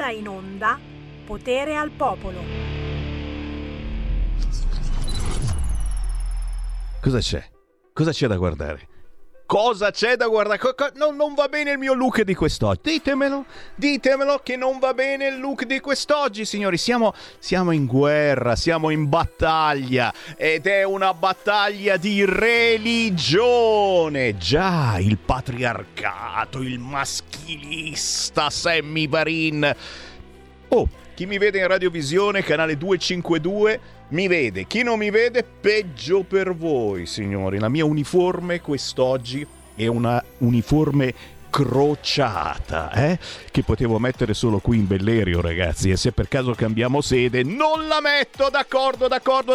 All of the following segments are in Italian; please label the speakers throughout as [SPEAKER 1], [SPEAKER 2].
[SPEAKER 1] ora in onda Potere al Popolo.
[SPEAKER 2] Cosa c'è? Cosa c'è da guardare? Cosa c'è da guardare? Non va bene il mio look di quest'oggi. Ditemelo che non va bene il look di quest'oggi, signori. Siamo in guerra, siamo in battaglia ed è una battaglia di religione. Già, il patriarcato, il maschilista Sammy Varin. Oh, chi mi vede in radiovisione, canale 252, mi vede. Chi non mi vede, peggio per voi, signori. La mia uniforme quest'oggi è una uniforme crociata, che potevo mettere solo qui in Bellerio, ragazzi, e se per caso cambiamo sede non la metto. D'accordo.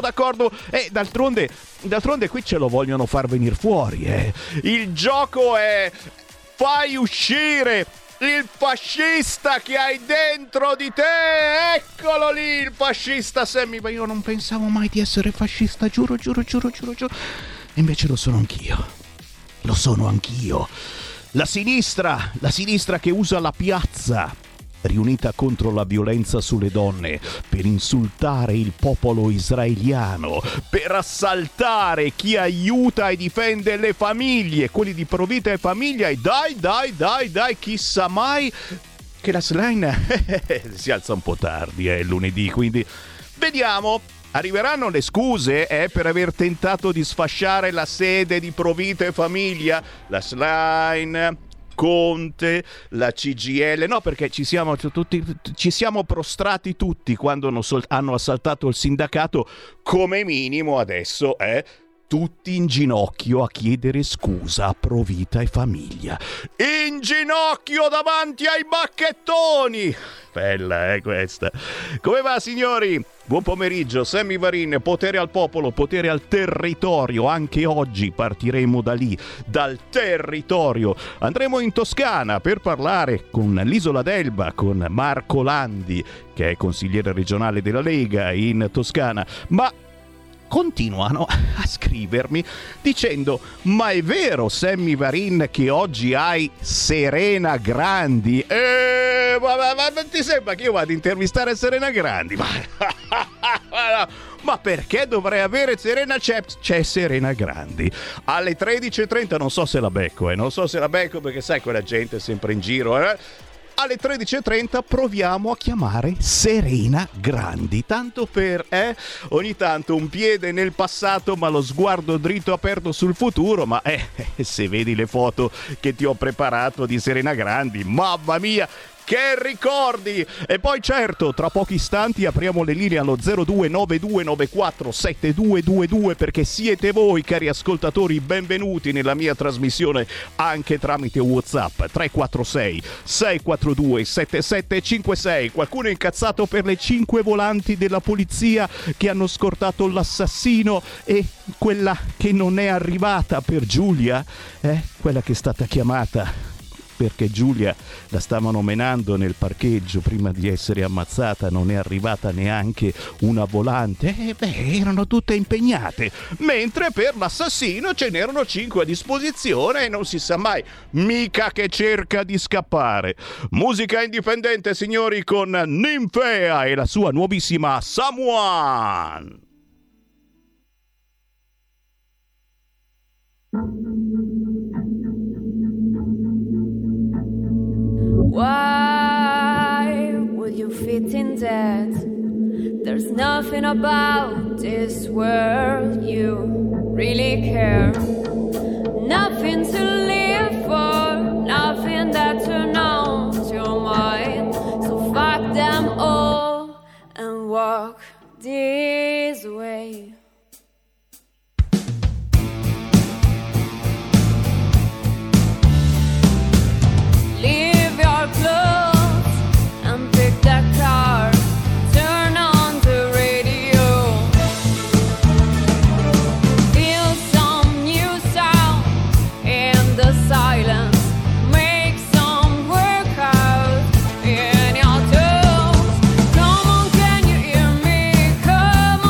[SPEAKER 2] E d'altronde qui ce lo vogliono far venire fuori, Il gioco è: fai uscire il fascista che hai dentro di te. Eccolo lì, il fascista Sammy. Ma io non pensavo mai di essere fascista, giuro. E invece lo sono anch'io. La sinistra che usa la piazza riunita contro la violenza sulle donne per insultare il popolo israeliano, per assaltare chi aiuta e difende le famiglie, quelli di Pro Vita e Famiglia. E dai, chissà mai che la slime si alza un po' tardi, è lunedì, quindi vediamo. Arriveranno le scuse per aver tentato di sfasciare la sede di Pro Vita e Famiglia, la Slime, Conte, la CGIL. No, perché ci siamo prostrati tutti quando hanno assaltato il sindacato. Come minimo adesso tutti in ginocchio a chiedere scusa a Pro Vita e Famiglia. In ginocchio davanti ai bacchettoni. Bella, questa. Come va, signori? Buon pomeriggio, Sammy Varin, Potere al Popolo, Potere al Territorio. Anche oggi partiremo da lì, dal territorio. Andremo in Toscana per parlare con l'Isola d'Elba, con Marco Landi, che è consigliere regionale della Lega in Toscana. Ma continuano a scrivermi dicendo: ma è vero, Sammy Varin, che oggi hai Serena Grandi? Ma ti sembra che io vado ad intervistare Serena Grandi? Ma perché dovrei avere Serena? C'è Serena Grandi alle 13.30. Non so se la becco perché sai, quella gente è sempre in giro, Alle 13.30 proviamo a chiamare Serena Grandi, tanto per ogni tanto un piede nel passato ma lo sguardo dritto aperto sul futuro. Ma se vedi le foto che ti ho preparato di Serena Grandi, mamma mia, che ricordi! E poi certo, tra pochi istanti apriamo le linee allo 0292947222, perché siete voi, cari ascoltatori, benvenuti nella mia trasmissione anche tramite WhatsApp 346 642 7756. Qualcuno è incazzato per le 5 volanti della polizia che hanno scortato l'assassino e quella che non è arrivata per Giulia, quella che è stata chiamata perché Giulia la stavano menando nel parcheggio prima di essere ammazzata, non è arrivata neanche una volante. Erano tutte impegnate, mentre per l'assassino ce n'erano 5 a disposizione e non si sa mai, mica che cerca di scappare. Musica indipendente, signori, con Ninfea e la sua nuovissima Someone.
[SPEAKER 3] Why would you fit in that? There's nothing about this world you really care. Nothing to live for, nothing that turns your mind. So fuck them all and walk this way. Leave your clothes and pick that car. Turn on the radio. Feel some new sound in the silence. Make some workout in your toes. Come on, can you hear me? Come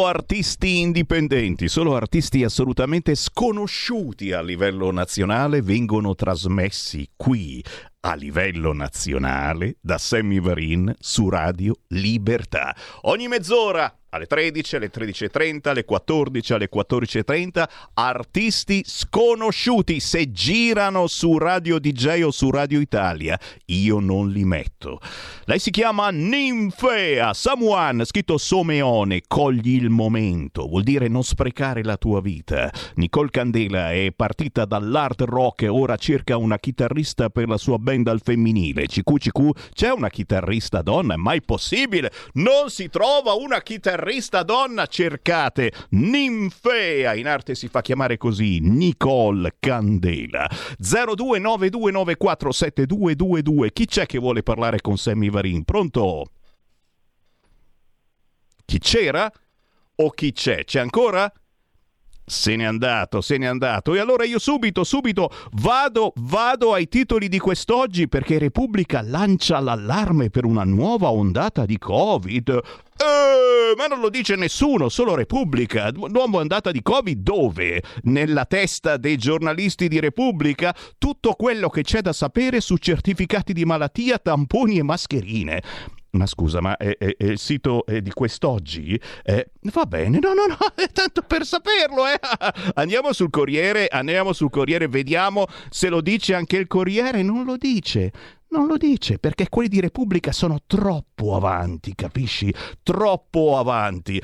[SPEAKER 2] artisti indipendenti, solo artisti assolutamente sconosciuti a livello nazionale vengono trasmessi qui a livello nazionale da Sammy Varin su Radio Libertà. Ogni mezz'ora alle 13, alle 13.30, alle 14, alle 14.30, artisti sconosciuti. Se girano su Radio DJ o su Radio Italia, io non li metto. Lei si chiama Ninfea, Someone, scritto Someone, cogli il momento, vuol dire non sprecare la tua vita. Nicole Candela è partita dall'hard rock e ora cerca una chitarrista per la sua band al femminile. CQ, c'è una chitarrista donna? È mai possibile? Non si trova una chitarrista donna? Cercate Ninfea, in arte si fa chiamare così, Nicole Candela. 0292947222. Chi c'è che vuole parlare con Sammy Varin? Pronto? Chi c'era? O chi c'è? C'è ancora? Se n'è andato. E allora io subito vado ai titoli di quest'oggi, perché Repubblica lancia l'allarme per una nuova ondata di Covid. Ma non lo dice nessuno, solo Repubblica. Nuova ondata di Covid dove? Nella testa dei giornalisti di Repubblica? Tutto quello che c'è da sapere su certificati di malattia, tamponi e mascherine. Ma scusa, ma è il sito di quest'oggi? Va bene, no, è tanto per saperlo, Andiamo sul Corriere, vediamo se lo dice anche il Corriere. Non lo dice, perché quelli di Repubblica sono troppo avanti, capisci? Troppo avanti.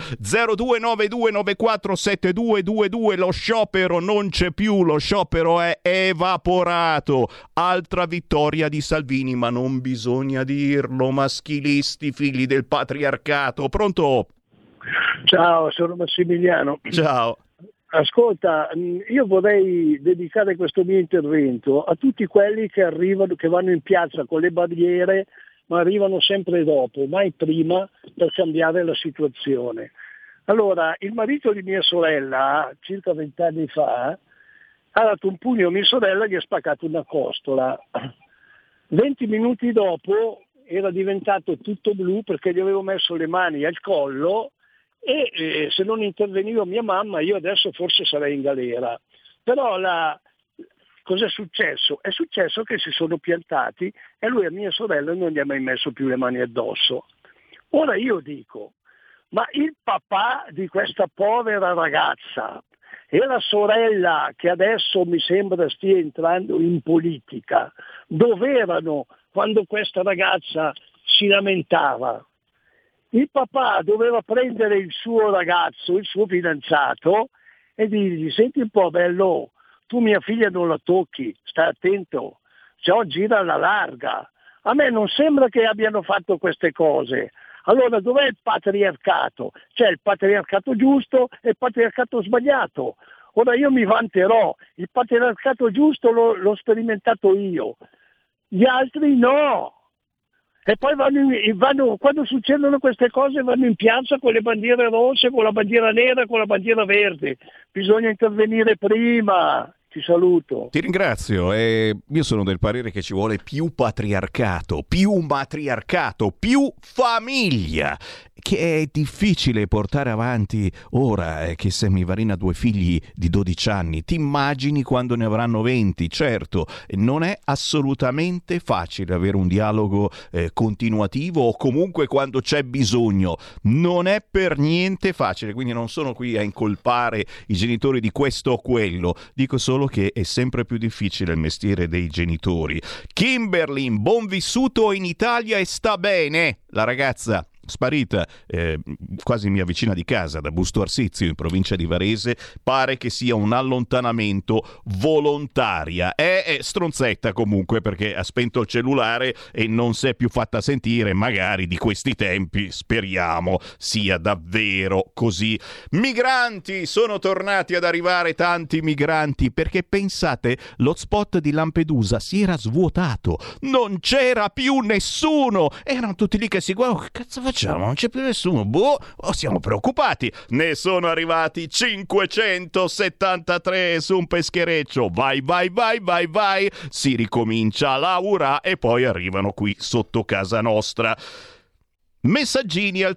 [SPEAKER 2] 0292947222. Lo sciopero non c'è più, lo sciopero è evaporato. Altra vittoria di Salvini, ma non bisogna dirlo, maschilisti, figli del patriarcato. Pronto?
[SPEAKER 4] Ciao, sono Massimiliano.
[SPEAKER 2] Ciao.
[SPEAKER 4] Ascolta, io vorrei dedicare questo mio intervento a tutti quelli che arrivano, che vanno in piazza con le bandiere, ma arrivano sempre dopo, mai prima, per cambiare la situazione. Allora, il marito di mia sorella, circa 20 anni fa, ha dato un pugno a mia sorella e gli ha spaccato una costola. 20 minuti dopo era diventato tutto blu perché gli avevo messo le mani al collo, e se non interveniva mia mamma io adesso forse sarei in galera. Però cos'è successo? È successo che si sono piantati e lui a mia sorella non gli ha mai messo più le mani addosso. Ora io dico, ma il papà di questa povera ragazza e la sorella che adesso mi sembra stia entrando in politica, dove erano quando questa ragazza si lamentava? Il papà doveva prendere il suo ragazzo, il suo fidanzato, e dirgli: senti un po' bello, tu mia figlia non la tocchi, stai attento, cioè gira alla larga. A me non sembra che abbiano fatto queste cose. Allora dov'è il patriarcato? C'è il patriarcato giusto e il patriarcato sbagliato. Ora io mi vanterò, il patriarcato giusto l'ho sperimentato io, gli altri no. E poi vanno, quando succedono queste cose, vanno in piazza con le bandiere rosse, con la bandiera nera, con la bandiera verde. Bisogna intervenire prima. Ti saluto.
[SPEAKER 2] Ti ringrazio. Io sono del parere che ci vuole più patriarcato, più matriarcato, più famiglia, che è difficile portare avanti ora che Sammy Varin ha 2 figli di 12 anni. Ti immagini quando ne avranno 20? Certo, non è assolutamente facile avere un dialogo continuativo, o comunque quando c'è bisogno. Non è per niente facile, quindi non sono qui a incolpare i genitori di questo o quello. Dico solo che è sempre più difficile il mestiere dei genitori. Kimberly, buon vissuto in Italia e sta bene. La ragazza sparita quasi mia vicina di casa, da Busto Arsizio in provincia di Varese, pare che sia un allontanamento volontaria. È stronzetta comunque, perché ha spento il cellulare e non si è più fatta sentire. Magari di questi tempi speriamo sia davvero così. Migranti, sono tornati ad arrivare tanti migranti, perché pensate, l'hotspot di Lampedusa si era svuotato, non c'era più nessuno, erano tutti lì che si guardano: che cazzo facciamo? Non c'è più nessuno, siamo preoccupati. Ne sono arrivati 573 su un peschereccio. Vai, si ricomincia a lavorare e poi arrivano qui sotto casa nostra. Messaggini al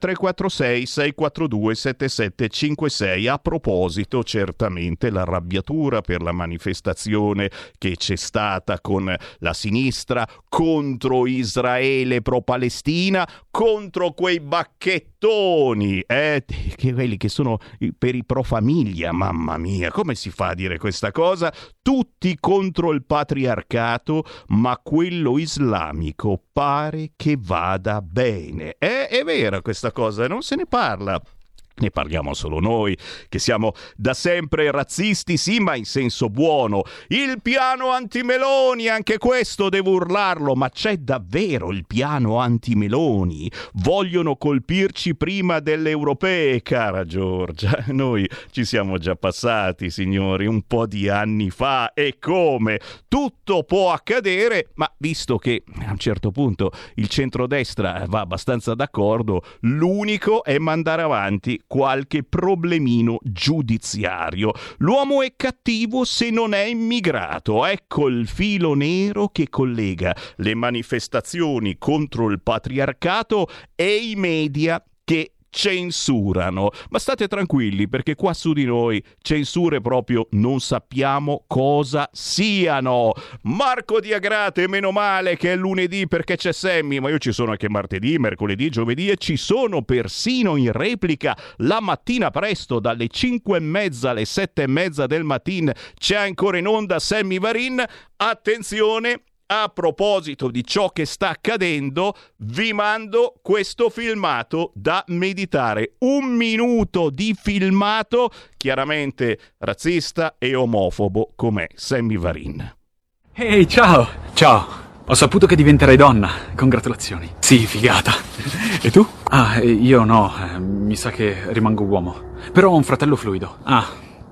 [SPEAKER 2] 346-642-7756. A proposito, certamente l'arrabbiatura per la manifestazione che c'è stata con la sinistra contro Israele pro-Palestina, contro quei bacchettoni, quelli che sono per i pro-famiglia. Mamma mia, come si fa a dire questa cosa? Tutti contro il patriarcato, ma quello islamico pare che vada bene. È vera questa cosa, non se ne parla. Ne parliamo solo noi, che siamo da sempre razzisti, sì, ma in senso buono. Il piano anti-Meloni, anche questo devo urlarlo, ma c'è davvero il piano anti-Meloni? Vogliono colpirci prima delle europee, cara Giorgia. Noi ci siamo già passati, signori, un po' di anni fa. E come? Tutto può accadere, ma visto che a un certo punto il centrodestra va abbastanza d'accordo, l'unico è mandare avanti qualche problemino giudiziario. L'uomo è cattivo se non è immigrato. Ecco il filo nero che collega le manifestazioni contro il patriarcato e i media che censurano. Ma state tranquilli, perché qua su di noi censure proprio non sappiamo cosa siano. Marco di Agrate, meno male che è lunedì perché c'è Sammy, ma io ci sono anche martedì, mercoledì, giovedì e ci sono persino in replica la mattina presto dalle 5:30 alle 7:30 del mattino. C'è ancora in onda Sammy Varin. Attenzione, a proposito di ciò che sta accadendo, vi mando questo filmato da meditare. 1 minuto di filmato, chiaramente razzista e omofobo, com'è Sammy Varin.
[SPEAKER 5] Ehi, ciao! Ciao! Ho saputo che diventerai donna. Congratulazioni. Sì, figata. E tu? Ah, io no. Mi sa che rimango uomo. Però ho un fratello fluido. Ah,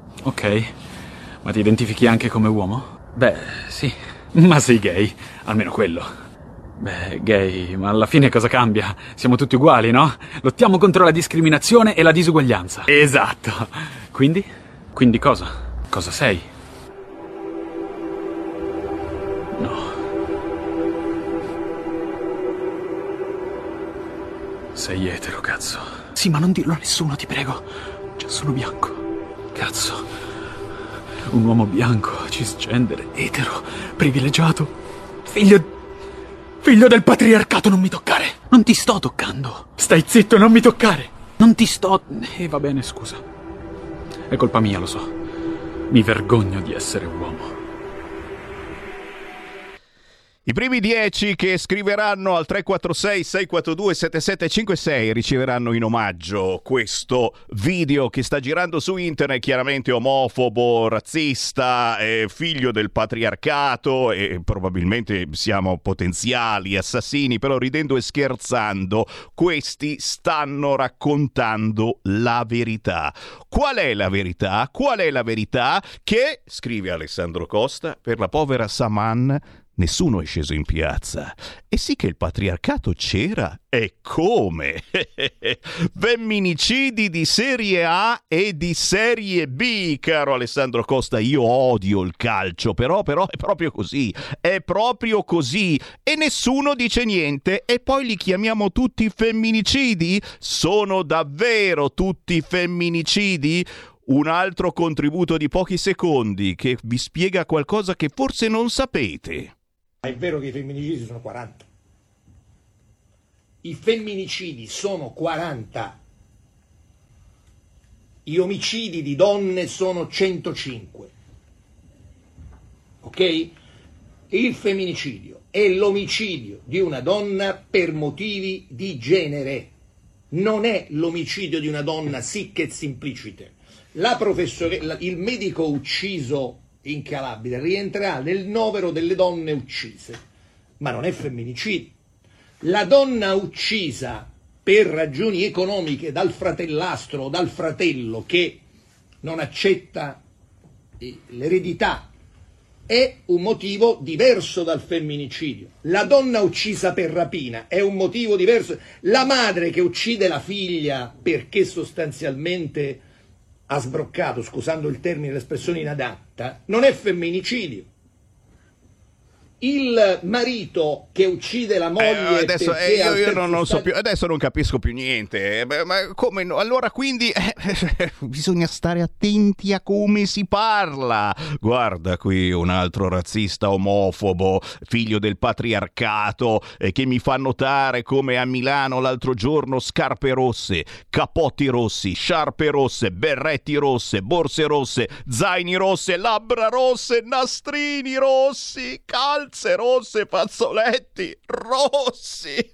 [SPEAKER 5] ok. Ma ti identifichi anche come uomo? Beh, sì. Ma sei gay, almeno quello. Beh, gay, ma alla fine cosa cambia? Siamo tutti uguali, no? Lottiamo contro la discriminazione e la disuguaglianza. Esatto. Quindi? Quindi cosa? Cosa sei? No. Sei etero, cazzo. Sì, ma non dirlo a nessuno, ti prego. Cioè, sono bianco. Cazzo. Un uomo bianco, cisgender, etero, privilegiato, figlio del patriarcato. Non mi toccare. Non ti sto toccando. Stai zitto, non mi toccare. Non ti sto... va bene, scusa. È colpa mia, lo so. Mi vergogno di essere uomo.
[SPEAKER 2] I primi 10 che scriveranno al 346-642-7756 riceveranno in omaggio questo video che sta girando su internet, chiaramente omofobo, razzista, figlio del patriarcato e probabilmente siamo potenziali assassini, però ridendo e scherzando questi stanno raccontando la verità. Qual è la verità? Qual è la verità? Che, scrive Alessandro Costa, per la povera Saman nessuno è sceso in piazza. E sì che il patriarcato c'era, e come? Femminicidi di serie A e di serie B, caro Alessandro Costa. Io odio il calcio, però è proprio così. È proprio così. E nessuno dice niente. E poi li chiamiamo tutti femminicidi? Sono davvero tutti femminicidi? Un altro contributo di pochi secondi che vi spiega qualcosa che forse non sapete.
[SPEAKER 6] È vero che i femminicidi sono 40. I femminicidi sono 40. Gli omicidi di donne sono 105. Ok? Il femminicidio è l'omicidio di una donna per motivi di genere. Non è l'omicidio di una donna sic et simplicite. Il medico ucciso in Calabria rientrerà nel novero delle donne uccise, ma non è femminicidio. La donna uccisa per ragioni economiche dal fratellastro o dal fratello che non accetta l'eredità è un motivo diverso dal femminicidio. La donna uccisa per rapina è un motivo diverso. La madre che uccide la figlia perché sostanzialmente ha sbroccato, scusando il termine, l'espressione inadatta, non è femminicidio. il marito che uccide la moglie
[SPEAKER 2] adesso
[SPEAKER 6] perché al
[SPEAKER 2] io
[SPEAKER 6] terzo
[SPEAKER 2] non so
[SPEAKER 6] stadio-
[SPEAKER 2] più, adesso non capisco più niente. Ma come no? Allora quindi bisogna stare attenti a come si parla. Guarda qui un altro razzista omofobo, figlio del patriarcato, che mi fa notare come a Milano l'altro giorno scarpe rosse, capotti rossi, sciarpe rosse, berretti rosse, borse rosse, zaini rosse, labbra rosse, nastrini rossi, calze rosse, fazzoletti rossi.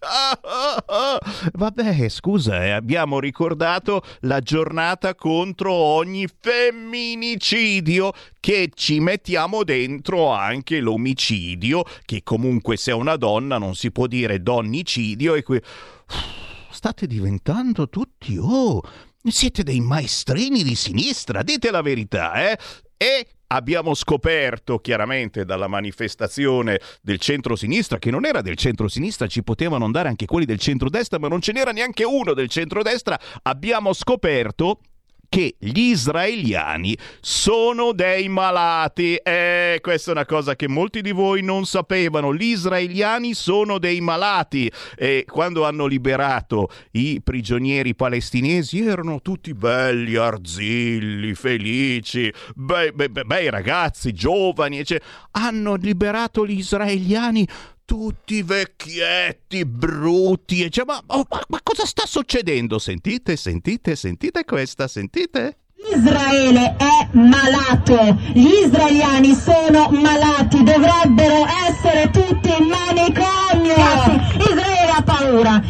[SPEAKER 2] Vabbè, scusa, abbiamo ricordato la giornata contro ogni femminicidio, che ci mettiamo dentro anche l'omicidio, che comunque se è una donna non si può dire donnicidio, e state diventando tutti, siete dei maestrini di sinistra, dite la verità, E abbiamo scoperto chiaramente dalla manifestazione del centro-sinistra, che non era del centro-sinistra, ci potevano andare anche quelli del centro-destra, ma non ce n'era neanche uno del centro-destra. Abbiamo scoperto che gli israeliani sono dei malati. Questa è una cosa che molti di voi non sapevano. Gli israeliani sono dei malati. Quando hanno liberato i prigionieri palestinesi erano tutti belli, arzilli, felici, bei ragazzi, giovani. Hanno liberato gli israeliani tutti vecchietti, brutti. Ma cosa sta succedendo? Sentite questa, sentite?
[SPEAKER 7] Israele è malato, gli israeliani sono malati, dovrebbero essere tutti in manicomio. Israele ha paura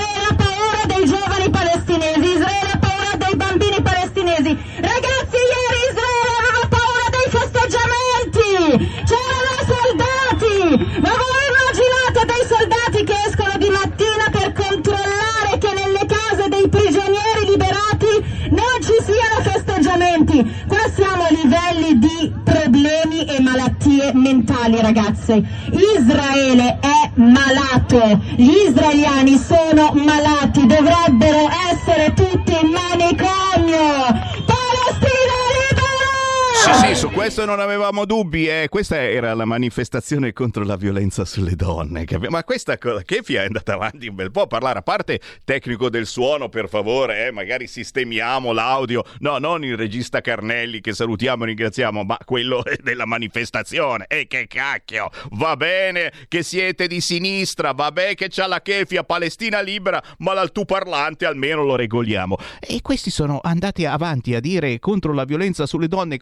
[SPEAKER 7] dei giovani palestinesi, Israele ha paura dei bambini palestinesi. Ragazzi, ieri Israele aveva paura dei festeggiamenti, c'erano soldati, ma voi immaginate dei soldati che escono di mattina per controllare che nelle case dei prigionieri liberati non ci siano festeggiamenti? Qua siamo a livelli di problemi e malattie mentali, ragazze. Israele è malato, gli israeliani sono malati, dovrebbero essere tutti in manicomio. Palestina libera!
[SPEAKER 2] Sì, su questo non avevamo dubbi. Questa era la manifestazione contro la violenza sulle donne. Ma questa cosa, Kefi è andata avanti un bel po' a parlare. A parte tecnico del suono, per favore, magari sistemiamo l'audio. No, non il regista Carnelli, che salutiamo e ringraziamo, ma quello della manifestazione. Che cacchio! Va bene che siete di sinistra, va bene che c'ha la Kefi a Palestina libera, ma l'altoparlante almeno lo regoliamo. E questi sono andati avanti a dire contro la violenza sulle donne,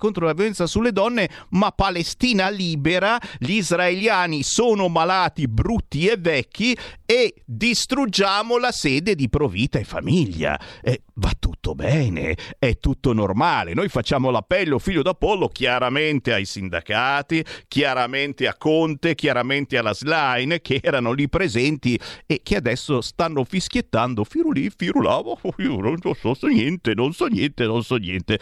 [SPEAKER 2] ma Palestina libera, gli israeliani sono malati, brutti e vecchi, e distruggiamo la sede di Provita e Famiglia. Va tutto bene, è tutto normale. Noi facciamo l'appello, figlio d'Apollo, chiaramente ai sindacati, chiaramente a Conte, chiaramente alla Schlein, che erano lì presenti e che adesso stanno fischiettando firulì, firulà, io non so niente.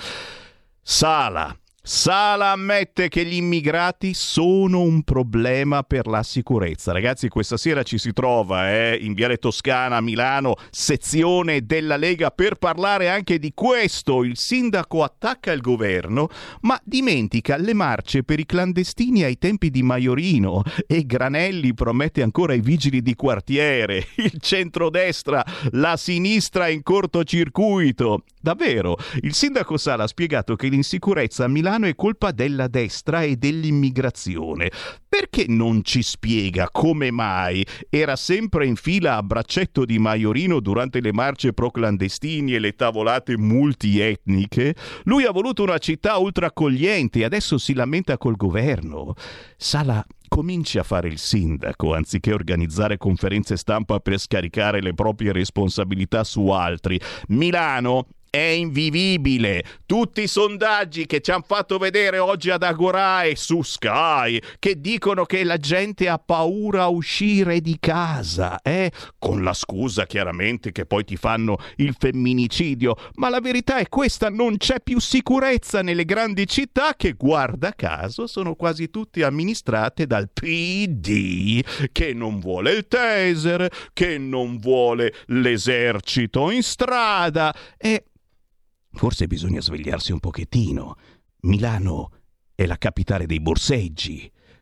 [SPEAKER 2] Sala ammette che gli immigrati sono un problema per la sicurezza. Ragazzi, questa sera ci si trova in Viale Toscana a Milano, sezione della Lega, per parlare anche di questo. Il sindaco attacca il governo, ma dimentica le marce per i clandestini ai tempi di Maiorino, e Granelli promette ancora i vigili di quartiere. Il centrodestra, la sinistra in cortocircuito. Davvero, il sindaco Sala ha spiegato che l'insicurezza a Milano è colpa della destra e dell'immigrazione. Perché non ci spiega come mai era sempre in fila a braccetto di Maiorino durante le marce pro clandestini e le tavolate multietniche? Lui ha voluto una città ultra accogliente e adesso si lamenta col governo. Sala cominci a fare il sindaco anziché organizzare conferenze stampa per scaricare le proprie responsabilità su altri. Milano è invivibile. Tutti i sondaggi che ci hanno fatto vedere oggi ad Agorà e su Sky, che dicono che la gente ha paura a uscire di casa, con la scusa chiaramente che poi ti fanno il femminicidio, ma la verità è questa: non c'è più sicurezza nelle grandi città, che guarda caso sono quasi tutte amministrate dal PD, che non vuole il taser, che non vuole l'esercito in strada. E forse bisogna svegliarsi un pochettino. Milano è la capitale dei borseggi,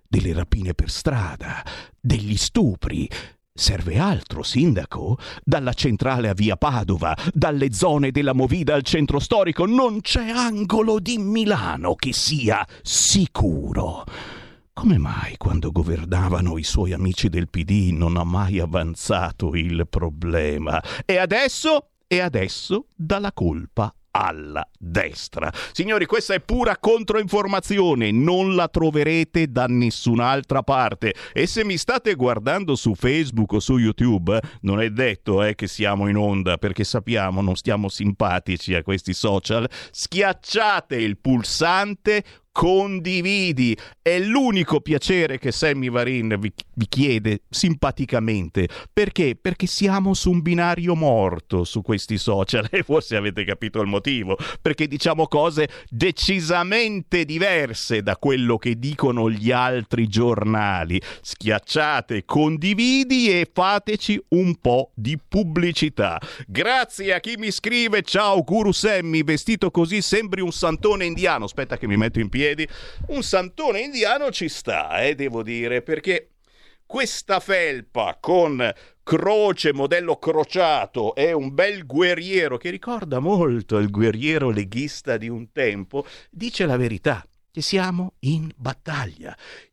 [SPEAKER 2] delle rapine per strada, degli stupri. Serve altro, sindaco? Dalla centrale a via Padova, dalle zone della Movida al centro storico, non c'è angolo di Milano che sia sicuro. Come mai quando governavano i suoi amici del PD non ha mai avanzato il problema? E adesso dà la colpa alla destra. Signori, questa è pura controinformazione, non la troverete da nessun'altra parte. E se mi state guardando su Facebook o su YouTube, non è detto che siamo in onda, perché sappiamo non stiamo simpatici a questi social. Schiacciate il pulsante condividi, è l'unico piacere che Sammy Varin vi chiede simpaticamente. Perché? Perché siamo su un binario morto su questi social, e forse avete capito il motivo, perché diciamo cose decisamente diverse da quello che dicono gli altri giornali. Schiacciate condividi e fateci un po' di pubblicità. Grazie a chi mi scrive: ciao Guru Sammy, vestito così sembri un santone indiano. Aspetta che mi metto in piedi. Un santone indiano ci sta, devo dire, perché questa felpa con croce, modello crociato, è un bel guerriero che ricorda molto il guerriero leghista di un tempo. Dice la verità, che siamo in battaglia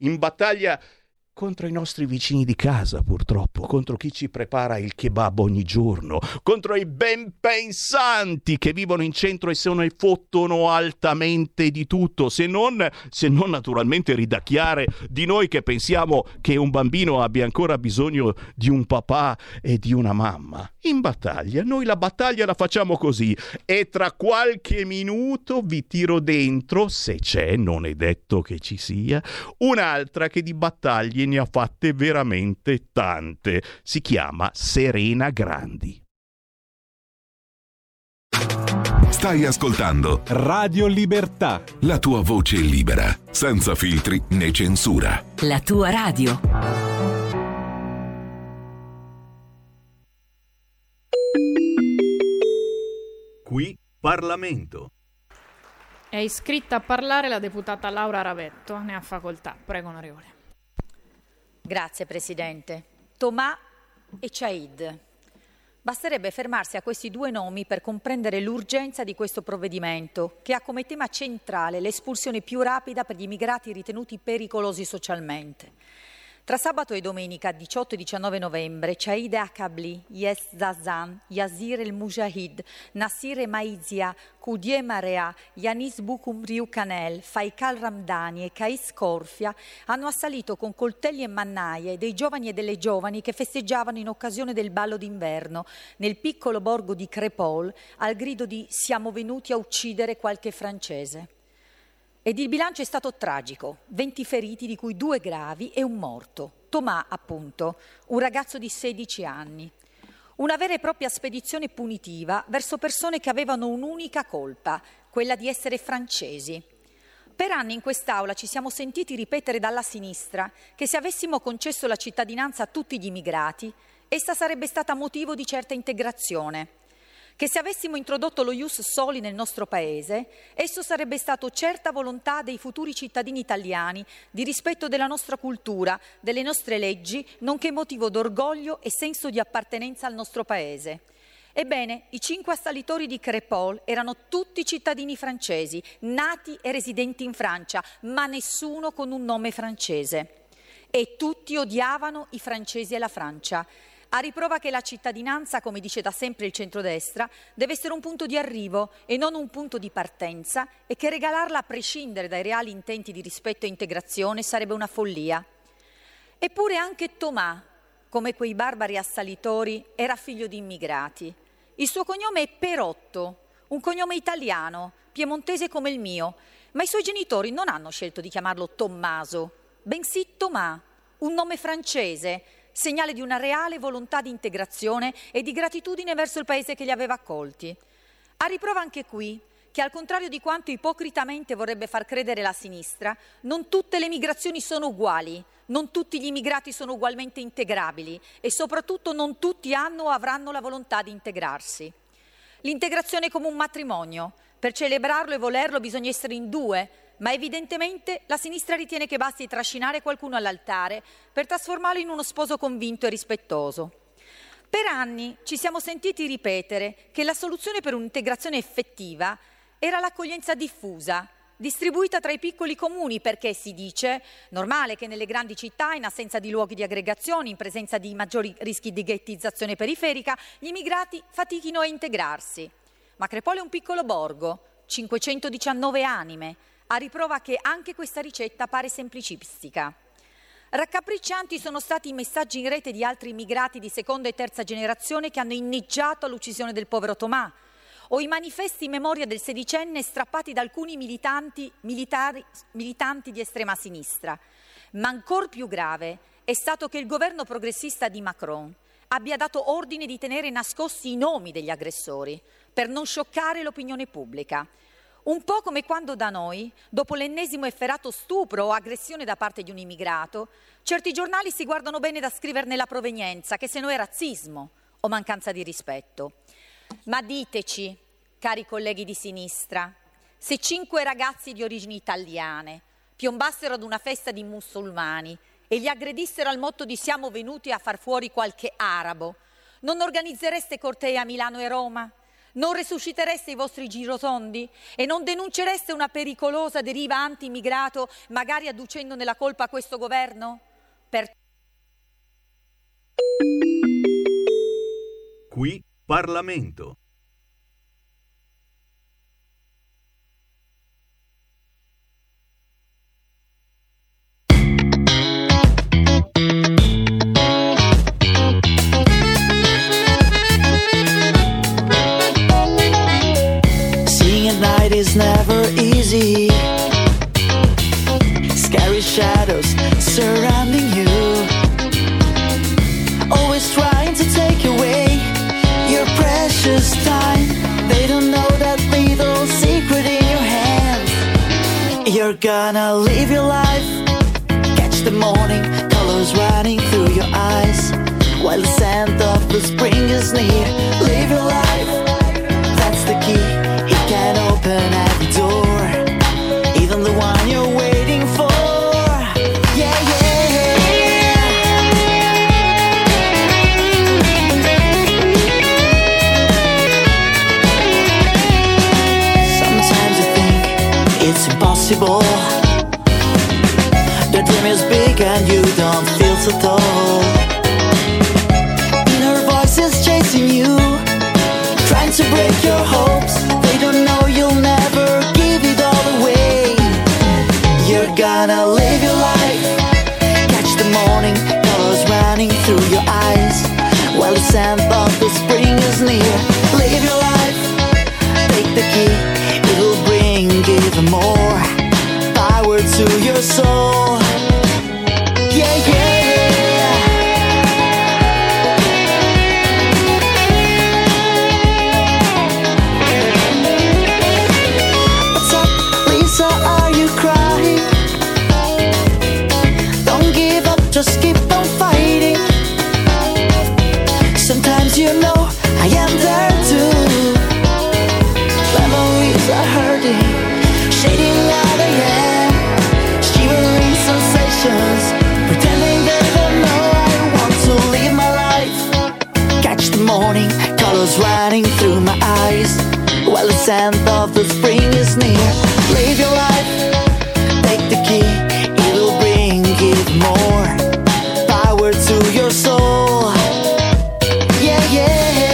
[SPEAKER 2] contro i nostri vicini di casa, purtroppo, contro chi ci prepara il kebab ogni giorno, contro i ben pensanti che vivono in centro e se ne fottono altamente di tutto, se non naturalmente ridacchiare di noi che pensiamo che un bambino abbia ancora bisogno di un papà e di una mamma. In battaglia, noi la battaglia la facciamo così, e tra qualche minuto vi tiro dentro, se c'è, non è detto che ci sia, un'altra che di battaglie ne ha fatte veramente tante. Si chiama Serena Grandi.
[SPEAKER 8] Stai ascoltando
[SPEAKER 9] Radio Libertà,
[SPEAKER 8] la tua voce libera, senza filtri né censura.
[SPEAKER 10] La tua radio.
[SPEAKER 2] Qui Parlamento.
[SPEAKER 11] È iscritta a parlare la deputata Laura Ravetto. Ne ha facoltà. Prego, onorevole.
[SPEAKER 12] Grazie, Presidente. Tomà e Chaid. Basterebbe fermarsi a questi due nomi per comprendere l'urgenza di questo provvedimento, che ha come tema centrale l'espulsione più rapida per gli immigrati ritenuti pericolosi socialmente. Tra sabato e domenica 18 e 19 novembre, Chaid Akabli, Yes Zazan, Yazir El Mujahid, Nassir Maizia, Kudie Marea, Yanis Bukum Riucanel, Faikal Ramdani e Kais Corfia hanno assalito con coltelli e mannaie dei giovani e delle giovani che festeggiavano in occasione del ballo d'inverno nel piccolo borgo di Crépol al grido di «Siamo venuti a uccidere qualche francese». Ed il bilancio è stato tragico, 20 feriti di cui 2 gravi e un morto. Tomà, appunto, un ragazzo di 16 anni. Una vera e propria spedizione punitiva verso persone che avevano un'unica colpa, quella di essere francesi. Per anni in quest'Aula ci siamo sentiti ripetere dalla sinistra che se avessimo concesso la cittadinanza a tutti gli immigrati, essa sarebbe stata motivo di certa integrazione. Che se avessimo introdotto lo ius soli nel nostro Paese, esso sarebbe stato certa volontà dei futuri cittadini italiani di rispetto della nostra cultura, delle nostre leggi, nonché motivo d'orgoglio e senso di appartenenza al nostro Paese. Ebbene, i 5 assalitori di Crépol erano tutti cittadini francesi, nati e residenti in Francia, ma nessuno con un nome francese. E tutti odiavano i francesi e la Francia. A riprova che la cittadinanza, come dice da sempre il centrodestra, deve essere un punto di arrivo e non un punto di partenza, e che regalarla a prescindere dai reali intenti di rispetto e integrazione sarebbe una follia. Eppure anche Tomà, come quei barbari assalitori, era figlio di immigrati. Il suo cognome è Perotto, un cognome italiano, piemontese come il mio, ma i suoi genitori non hanno scelto di chiamarlo Tommaso, bensì Tomà, un nome francese, segnale di una reale volontà di integrazione e di gratitudine verso il paese che li aveva accolti. A riprova anche qui che, al contrario di quanto ipocritamente vorrebbe far credere la sinistra, non tutte le migrazioni sono uguali, non tutti gli immigrati sono ugualmente integrabili e soprattutto non tutti hanno o avranno la volontà di integrarsi. L'integrazione è come un matrimonio. Per celebrarlo e volerlo bisogna essere in 2, ma evidentemente la sinistra ritiene che basti trascinare qualcuno all'altare per trasformarlo in uno sposo convinto e rispettoso. Per anni ci siamo sentiti ripetere che la soluzione per un'integrazione effettiva era l'accoglienza diffusa, distribuita tra i piccoli comuni, perché si dice normale che nelle grandi città, in assenza di luoghi di aggregazione, in presenza di maggiori rischi di ghettizzazione periferica, gli immigrati fatichino a integrarsi. Ma Crepolo è un piccolo borgo, 519 anime, a riprova che anche questa ricetta pare semplicistica. Raccapriccianti sono stati i messaggi in rete di altri immigrati di seconda e terza generazione che hanno inneggiato all'uccisione del povero Tomà, o i manifesti in memoria del sedicenne strappati da alcuni militanti di estrema sinistra. Ma ancor più grave è stato che il governo progressista di Macron abbia dato ordine di tenere nascosti i nomi degli aggressori per non scioccare l'opinione pubblica. Un po' come quando da noi, dopo l'ennesimo efferato stupro o aggressione da parte di un immigrato, certi giornali si guardano bene da scriverne la provenienza, che se no è razzismo o mancanza di rispetto. Ma diteci, cari colleghi di sinistra, se 5 ragazzi di origini italiane piombassero ad una festa di musulmani e gli aggredissero al motto di siamo venuti a far fuori qualche arabo, non organizzereste cortei a Milano e Roma? Non resuscitereste i vostri girotondi e non denuncereste una pericolosa deriva anti-immigrato, magari adducendone la colpa a questo governo?
[SPEAKER 10] Qui Parlamento.
[SPEAKER 13] Is never easy. Scary shadows surrounding you, always trying to take away your precious time. They don't know that little secret in your hand. You're gonna live your life, catch the morning colors running through your eyes, while the scent of the spring is near. Live your life, that's the key. It can open every door, even the one you're waiting for. Yeah, yeah. Sometimes I think it's impossible. The dream is big and you don't feel so tall. Inner voices chasing you, trying to break your hopes. They don't know you'll never give it all away. You're gonna live your life, catch the morning colors running through your eyes, while the scent of the spring is near. Live your life, take the key, it'll bring even more power to your soul. Yeah, yeah. Just keep on fighting. Sometimes you know I am there too. Memories are hurting, shading out I am, shivering sensations, pretending they don't know I want to live my life. Catch the morning colors running through my eyes, while the scent of the spring is near. Live your life, take the key, it'll bring it more power to your soul. Yeah, yeah.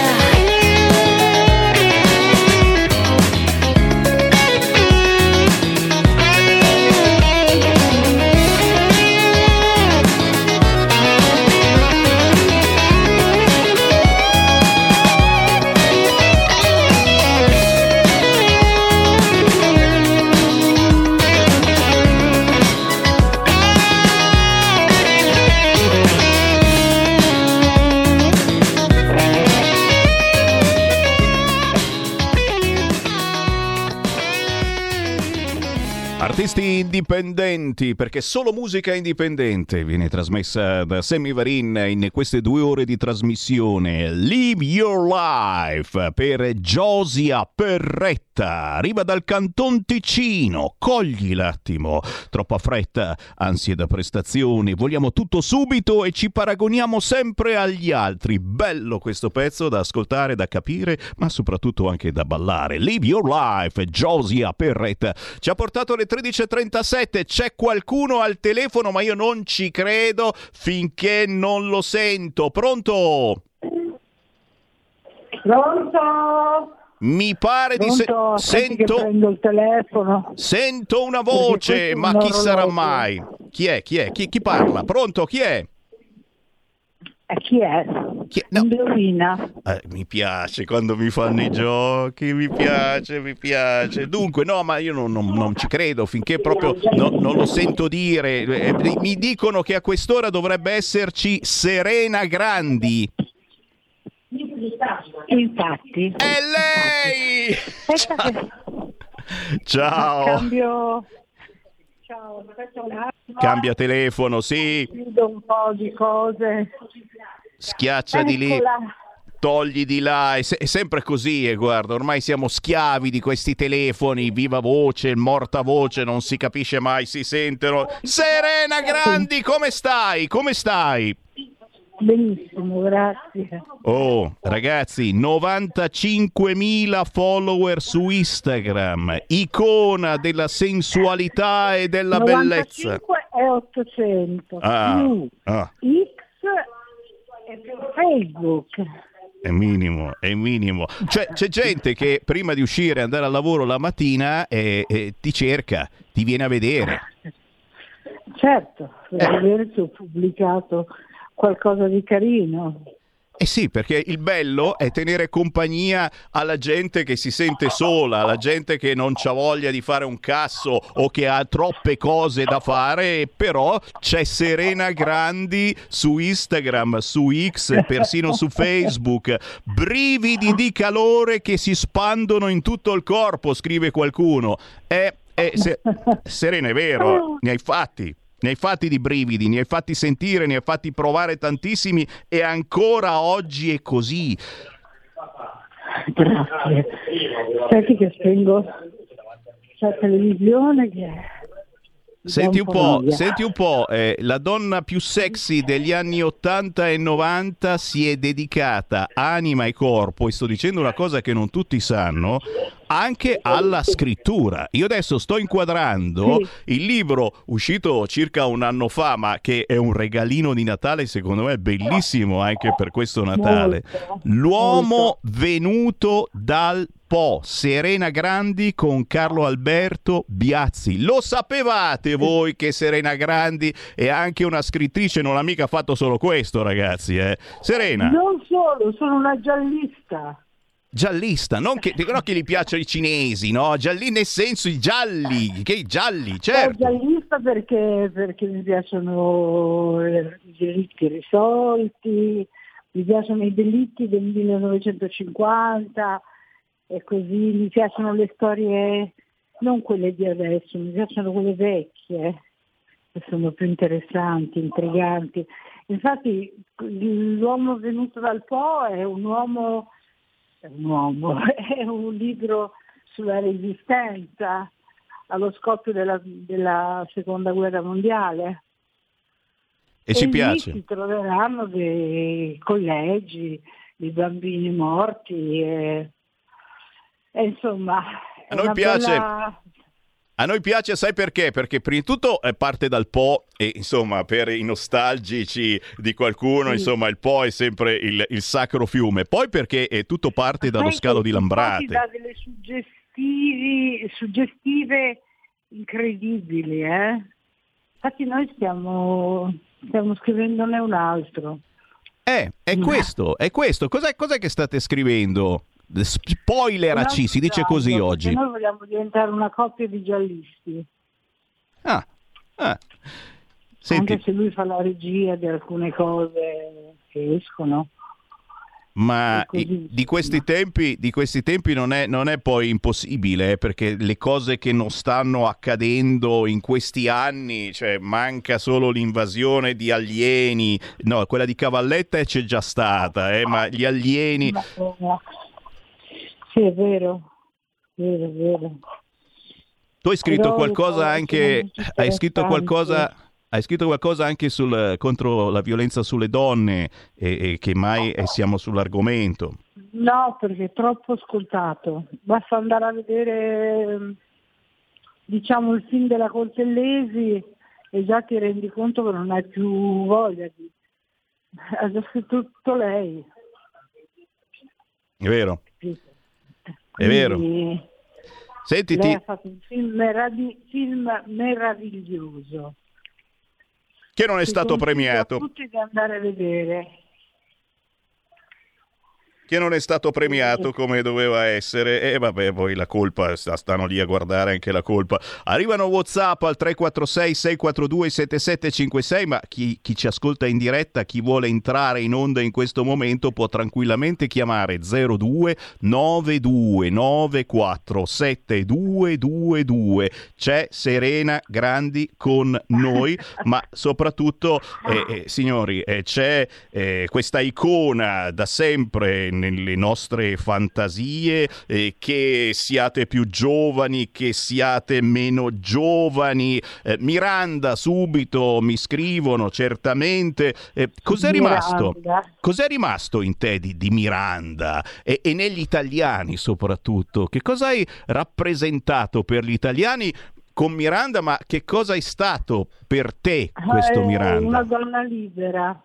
[SPEAKER 2] Artisti indipendenti, perché solo musica indipendente viene trasmessa da Sammy Varin in queste 2 ore di trasmissione. Live Your Life per Josia Perretti. Fretta, arriva dal Canton Ticino, cogli l'attimo, troppa fretta, ansie da prestazioni, vogliamo tutto subito e ci paragoniamo sempre agli altri. Bello questo pezzo da ascoltare, da capire, ma soprattutto anche da ballare. Live Your Life, Josia Perretta. Ci ha portato alle 13.37, c'è qualcuno al telefono, ma io non ci credo finché non lo sento. Pronto?
[SPEAKER 14] Pronto?
[SPEAKER 2] Mi pare di
[SPEAKER 14] sento che prendo il telefono.
[SPEAKER 2] Sento una voce, ma chi sarà mai? Chi è? Chi parla? Pronto? Chi è?
[SPEAKER 14] Chi è? No. Indovina.
[SPEAKER 2] Mi piace quando mi fanno i giochi, mi piace. Dunque, no, ma io non ci credo finché proprio non lo sento dire. Mi dicono che a quest'ora dovrebbe esserci Serena Grandi.
[SPEAKER 14] Infatti.
[SPEAKER 2] È lei! Ciao.
[SPEAKER 14] Cambio. Ciao, aspetta un attimo.
[SPEAKER 2] Cambia telefono, sì.
[SPEAKER 14] Chiudo un po' di cose.
[SPEAKER 2] Schiaccia di lì. Togli di là, è sempre così, guarda, ormai siamo schiavi di questi telefoni, viva voce, morta voce, non si capisce mai, si sentono. Serena Grandi, come stai?
[SPEAKER 14] Benissimo, grazie.
[SPEAKER 2] Oh, ragazzi, 95.000 follower su Instagram, icona della sensualità e della bellezza.
[SPEAKER 14] 95 e 800 più X e più Facebook.
[SPEAKER 2] È minimo. Cioè, c'è gente che prima di uscire e andare al lavoro la mattina ti cerca, ti viene a vedere.
[SPEAKER 14] Certo, per vedere se ho pubblicato qualcosa di carino.
[SPEAKER 2] Eh sì, perché il bello è tenere compagnia alla gente che si sente sola, alla gente che non c'ha voglia di fare un cazzo o che ha troppe cose da fare, però c'è Serena Grandi su Instagram, su X, persino su Facebook. Brividi di calore che si spandono in tutto il corpo, scrive qualcuno. Serena, è vero, ne hai fatti di brividi, ne hai fatti sentire, ne hai fatti provare tantissimi e ancora oggi è così.
[SPEAKER 14] Grazie. Senti che spengo la televisione che...
[SPEAKER 2] Senti un po', la donna più sexy degli anni 80 e 90 si è dedicata anima e corpo, e sto dicendo una cosa che non tutti sanno, anche alla scrittura. Io adesso sto inquadrando il libro uscito circa un anno fa, ma che è un regalino di Natale, secondo me bellissimo anche per questo Natale. L'uomo venuto dal Po, Serena Grandi con Carlo Alberto Biazzi. Lo sapevate voi che Serena Grandi è anche una scrittrice? Non ha mica fatto solo questo, ragazzi, Serena?
[SPEAKER 14] Non solo, sono una giallista.
[SPEAKER 2] Giallista, non che gli piacciono i cinesi, no? Gialli nel senso i gialli, certo.
[SPEAKER 14] Sono giallista perché mi piacciono i delitti risolti, mi piacciono i delitti del 1950 e così, mi piacciono le storie, non quelle di adesso, mi piacciono quelle vecchie, che sono più interessanti, intriganti. Infatti l'uomo venuto dal Po è un uomo, è un libro sulla resistenza allo scoppio della seconda guerra mondiale.
[SPEAKER 2] E ci piace.
[SPEAKER 14] Lì si troveranno dei collegi, dei bambini morti e insomma
[SPEAKER 2] a noi piace. A noi piace, sai perché? Perché prima di tutto parte dal Po e insomma per i nostalgici di qualcuno, insomma il Po è sempre il sacro fiume. Poi perché tutto parte dallo scalo di Lambrate.
[SPEAKER 14] Da delle suggestive incredibili, Infatti noi stiamo scrivendone un altro.
[SPEAKER 2] È questo. Cos'è che state scrivendo? Spoileraci, si dice così oggi.
[SPEAKER 14] Noi vogliamo diventare una coppia di giallisti.
[SPEAKER 2] Senti,
[SPEAKER 14] anche se lui fa la regia di alcune cose che escono.
[SPEAKER 2] Ma di questi tempi non è poi impossibile, perché le cose che non stanno accadendo in questi anni, cioè manca solo l'invasione di alieni, no, quella di Cavalletta c'è già stata, ma gli alieni...
[SPEAKER 14] Sì, è vero. vero.
[SPEAKER 2] Tu hai scritto
[SPEAKER 14] Però
[SPEAKER 2] qualcosa
[SPEAKER 14] le
[SPEAKER 2] anche,
[SPEAKER 14] cose sono
[SPEAKER 2] hai scritto
[SPEAKER 14] interessanti.
[SPEAKER 2] qualcosa anche contro la violenza sulle donne e che mai siamo sull'argomento.
[SPEAKER 14] No, perché è troppo scontato. Basta andare a vedere, diciamo, il film della Cortellesi e già ti rendi conto che non hai più voglia di... Ha già scritto tutto lei.
[SPEAKER 2] È vero,
[SPEAKER 14] Quindi,
[SPEAKER 2] è vero. Senti,
[SPEAKER 14] lei ha fatto un film meraviglioso.
[SPEAKER 2] che non è
[SPEAKER 14] Ti
[SPEAKER 2] stato
[SPEAKER 14] consiglio
[SPEAKER 2] premiato.
[SPEAKER 14] a tutti di andare a vedere.
[SPEAKER 2] Che non è stato premiato come doveva essere, e vabbè, poi la colpa, stanno lì a guardare anche la colpa. Arrivano WhatsApp al 346-642-7756, ma chi ci ascolta in diretta, chi vuole entrare in onda in questo momento può tranquillamente chiamare 02 92 94 7222. C'è Serena Grandi con noi, ma soprattutto, signori, c'è questa icona da sempre nelle nostre fantasie, che siate più giovani, che siate meno giovani. Miranda, subito mi scrivono, certamente. Cos'è rimasto? Cos'è rimasto in te di Miranda e negli italiani soprattutto? Che cosa hai rappresentato per gli italiani con Miranda, ma che cosa è stato per te questo Miranda?
[SPEAKER 14] Una donna libera.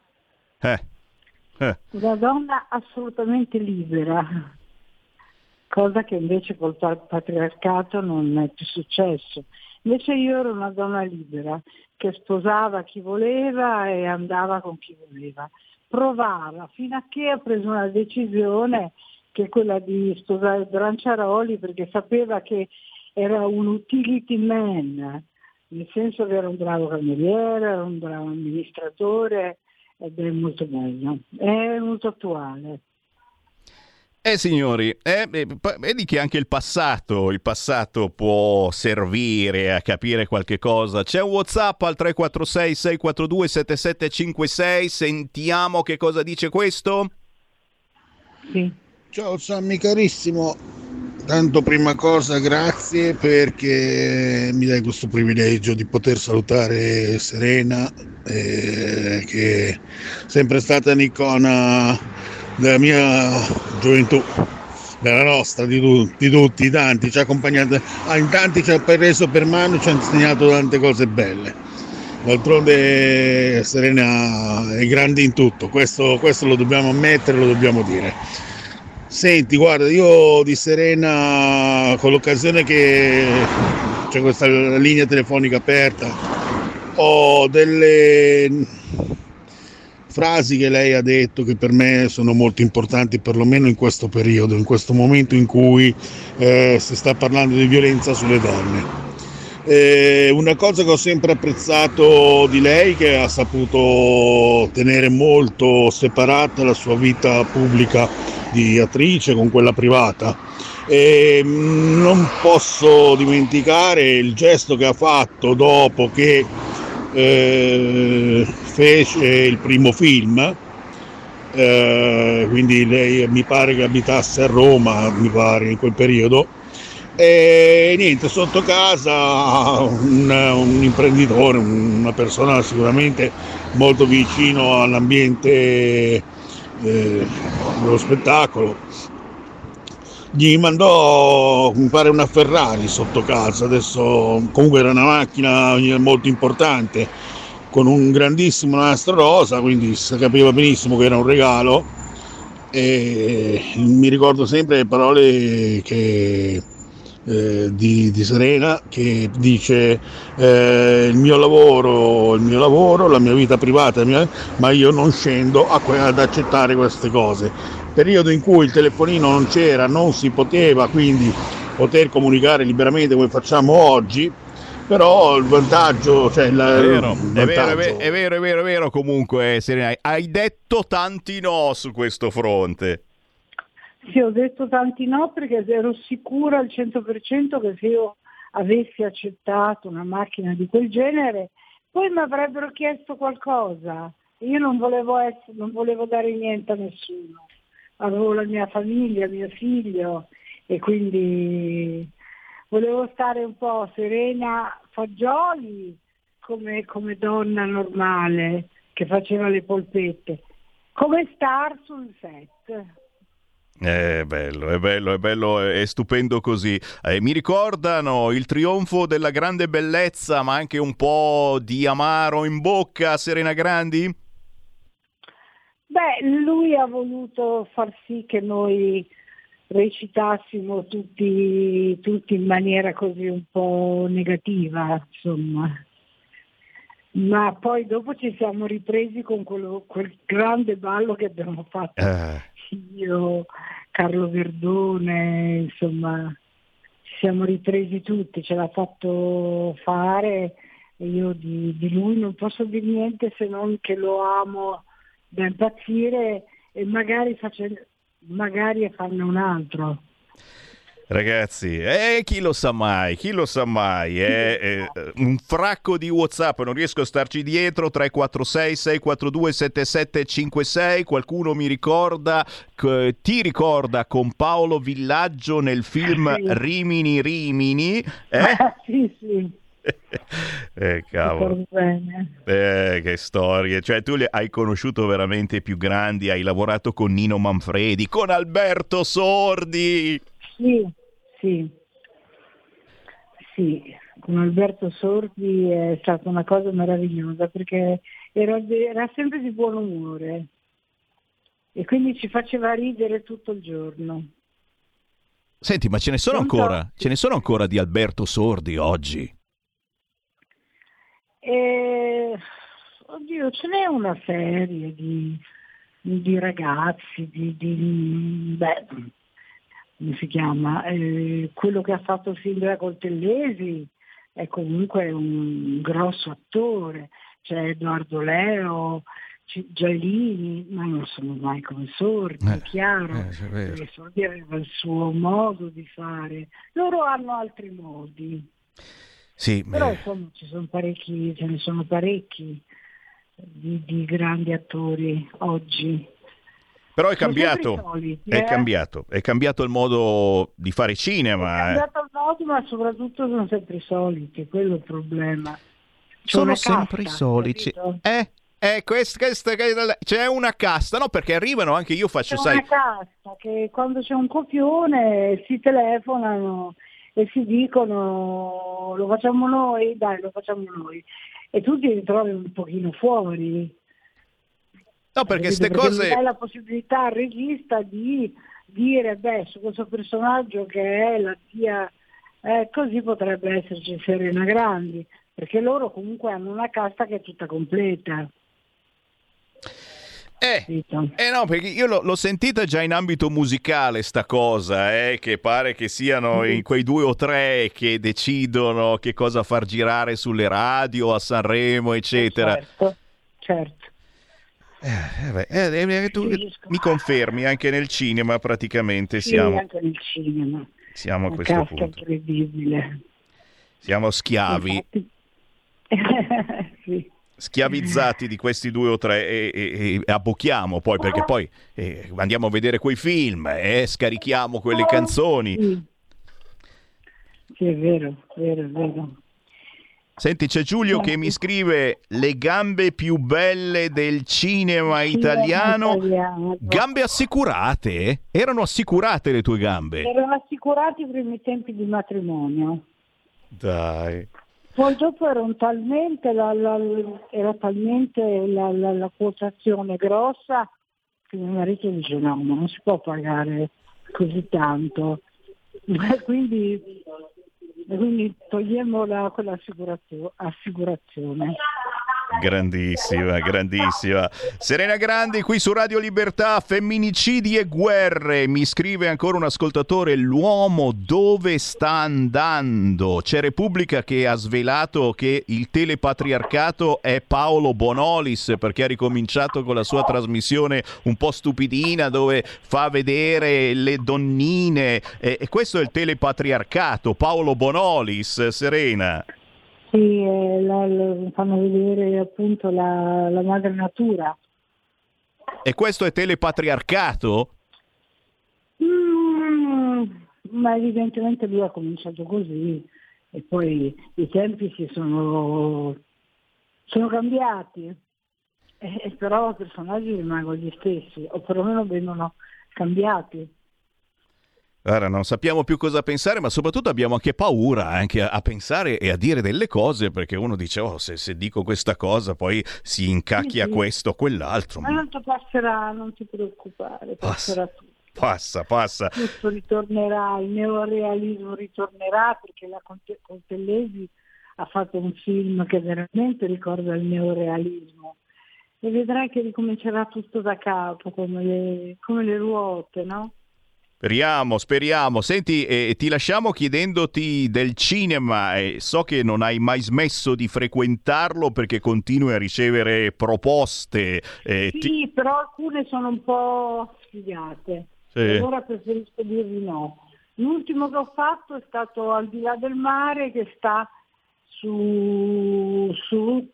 [SPEAKER 14] Una donna assolutamente libera, cosa che invece col patriarcato non è più successo. Invece io ero una donna libera, che sposava chi voleva e andava con chi voleva. Provava, fino a che ha preso una decisione che è quella di sposare Branciaroli, perché sapeva che era un utility man, nel senso che era un bravo cameriere, era un bravo amministratore, ed è molto bello, è molto attuale.
[SPEAKER 2] Signori, vedi che anche il passato può servire a capire qualche cosa. C'è un WhatsApp al 346-642-7756, sentiamo che cosa dice questo.
[SPEAKER 14] Sì.
[SPEAKER 15] Ciao Sammy carissimo, tanto prima cosa grazie perché mi dai questo privilegio di poter salutare Serena, che è sempre stata un'icona della mia gioventù, della nostra, di tutti, tanti, ci ha accompagnato, in tanti ci ha preso per mano e ci ha insegnato tante cose belle. D'altronde Serena è grande in tutto, questo lo dobbiamo ammettere, lo dobbiamo dire. Senti, guarda, io di Serena, con l'occasione che c'è questa linea telefonica aperta, ho delle frasi che lei ha detto che per me sono molto importanti, perlomeno in questo periodo, in questo momento in cui si sta parlando di violenza sulle donne. Una cosa che ho sempre apprezzato di lei, che ha saputo tenere molto separata la sua vita pubblica di attrice con quella privata. Non posso dimenticare il gesto che ha fatto dopo che fece il primo film, quindi lei mi pare che abitasse a Roma, mi pare in quel periodo, e niente, sotto casa un imprenditore, una persona sicuramente molto vicino all'ambiente dello spettacolo, gli mandò, mi pare, una Ferrari sotto casa. Adesso comunque era una macchina molto importante con un grandissimo nastro rosa, quindi si capiva benissimo che era un regalo. E mi ricordo sempre le parole di Serena, che dice il mio lavoro, la mia vita privata, ma io non scendo ad accettare queste cose. Periodo in cui il telefonino non c'era, non si poteva quindi poter comunicare liberamente come facciamo oggi, però il vantaggio, cioè
[SPEAKER 2] È vero, comunque Serena, hai detto tanti no su questo fronte.
[SPEAKER 14] Sì, ho detto tanti no perché ero sicura al 100% che se io avessi accettato una macchina di quel genere, poi mi avrebbero chiesto qualcosa. Io non volevo dare niente a nessuno. Avevo la mia famiglia, mio figlio, e quindi volevo stare un po' serena, fagioli come donna normale che faceva le polpette, come star sul set.
[SPEAKER 2] È bello, è stupendo così. Mi ricordano il trionfo della grande bellezza, ma anche un po' di amaro in bocca, Serena Grandi?
[SPEAKER 14] Beh, lui ha voluto far sì che noi recitassimo tutti in maniera così un po' negativa, insomma. Ma poi dopo ci siamo ripresi con quel grande ballo che abbiamo fatto io, Carlo Verdone, insomma, ci siamo ripresi tutti, ce l'ha fatto fare e io di lui non posso dire niente se non che lo amo da impazzire e magari farne un altro.
[SPEAKER 2] Ragazzi, chi lo sa mai, un fracco di WhatsApp, non riesco a starci dietro, 346 642 7756, qualcuno mi ricorda, ti ricorda con Paolo Villaggio nel film Rimini Rimini?
[SPEAKER 14] Sì.
[SPEAKER 2] Cavolo. Che storie, cioè tu le hai conosciuto veramente più grandi, hai lavorato con Nino Manfredi, con Alberto Sordi.
[SPEAKER 14] Sì, con Alberto Sordi è stata una cosa meravigliosa perché era sempre di buon umore e quindi ci faceva ridere tutto il giorno.
[SPEAKER 2] Senti, ma ce ne sono ancora di Alberto Sordi oggi?
[SPEAKER 14] Oddio, ce n'è una serie di ragazzi, come si chiama? Quello che ha fatto Silvia Coltellesi è comunque un grosso attore, c'è Edoardo Leo, Gialini, ma non sono mai come Sordi, è chiaro, perché Sordi aveva il suo modo di fare, loro hanno altri modi.
[SPEAKER 2] Sì,
[SPEAKER 14] però insomma ce ne sono parecchi di grandi attori oggi.
[SPEAKER 2] Però è cambiato, è cambiato il modo di fare cinema.
[SPEAKER 14] È cambiato il modo, ma soprattutto sono sempre i soliti, quello è il problema.
[SPEAKER 2] Sono sempre i soliti. C'è una casta, no? Perché arrivano anche io faccio,
[SPEAKER 14] c'è una casta che quando c'è un copione si telefonano e si dicono lo facciamo noi, lo facciamo noi. E tu ti ritrovi un pochino fuori.
[SPEAKER 2] No, perché queste cose...
[SPEAKER 14] Non hai la possibilità al regista di dire, su questo personaggio che è la zia, così potrebbe esserci Serena Grandi, perché loro comunque hanno una casta che è tutta completa.
[SPEAKER 2] No, perché io l'ho sentita già in ambito musicale sta cosa, che pare che siano in quei 2 o 3 che decidono che cosa far girare sulle radio, a Sanremo, eccetera.
[SPEAKER 14] Certo.
[SPEAKER 2] Tu mi confermi, anche nel cinema praticamente siamo...
[SPEAKER 14] anche nel cinema.
[SPEAKER 2] Siamo a questo punto.
[SPEAKER 14] Incredibile.
[SPEAKER 2] Siamo schiavi.
[SPEAKER 14] Sì.
[SPEAKER 2] Schiavizzati di questi 2 o 3 e abbocchiamo poi, perché poi andiamo a vedere quei film e scarichiamo quelle canzoni.
[SPEAKER 14] Sì, è vero.
[SPEAKER 2] Senti, c'è Giulio che mi scrive: le gambe più belle del cinema italiano. Gambe assicurate? Erano assicurate le tue gambe?
[SPEAKER 14] Erano assicurati i primi tempi di matrimonio.
[SPEAKER 2] Dai.
[SPEAKER 14] Poi dopo era talmente la quotazione grossa che mio marito dice no, ma non si può pagare così tanto. Quindi togliamo quella assicurazione.
[SPEAKER 2] Grandissima. Serena Grandi qui su Radio Libertà, femminicidi e guerre. Mi scrive ancora un ascoltatore: l'uomo dove sta andando? C'è Repubblica che ha svelato che il telepatriarcato è Paolo Bonolis, perché ha ricominciato con la sua trasmissione un po' stupidina dove fa vedere le donnine, e questo è il telepatriarcato, Paolo Bonolis. Serena.
[SPEAKER 14] Sì, fanno vedere appunto la madre natura.
[SPEAKER 2] E questo è telepatriarcato?
[SPEAKER 14] ma evidentemente lui ha cominciato così e poi i tempi sono cambiati, però i personaggi rimangono gli stessi, o perlomeno vengono cambiati.
[SPEAKER 2] Ora non sappiamo più cosa pensare, ma soprattutto abbiamo anche paura anche a pensare e a dire delle cose, perché uno dice se dico questa cosa poi si incacchia
[SPEAKER 14] Sì.
[SPEAKER 2] questo o quell'altro.
[SPEAKER 14] Ma tanto passerà, non ti preoccupare, passerà tutto.
[SPEAKER 2] Passa.
[SPEAKER 14] Tutto ritornerà, il neorealismo ritornerà, perché la Contellesi ha fatto un film che veramente ricorda il neorealismo e vedrai che ricomincerà tutto da capo, come le ruote, no?
[SPEAKER 2] Speriamo. Senti, ti lasciamo chiedendoti del cinema. So che non hai mai smesso di frequentarlo perché continui a ricevere proposte.
[SPEAKER 14] Sì, però alcune sono un po' sfigate.
[SPEAKER 2] Sì.
[SPEAKER 14] E allora preferisco dirvi no. L'ultimo che ho fatto è stato Al di là del mare, che sta su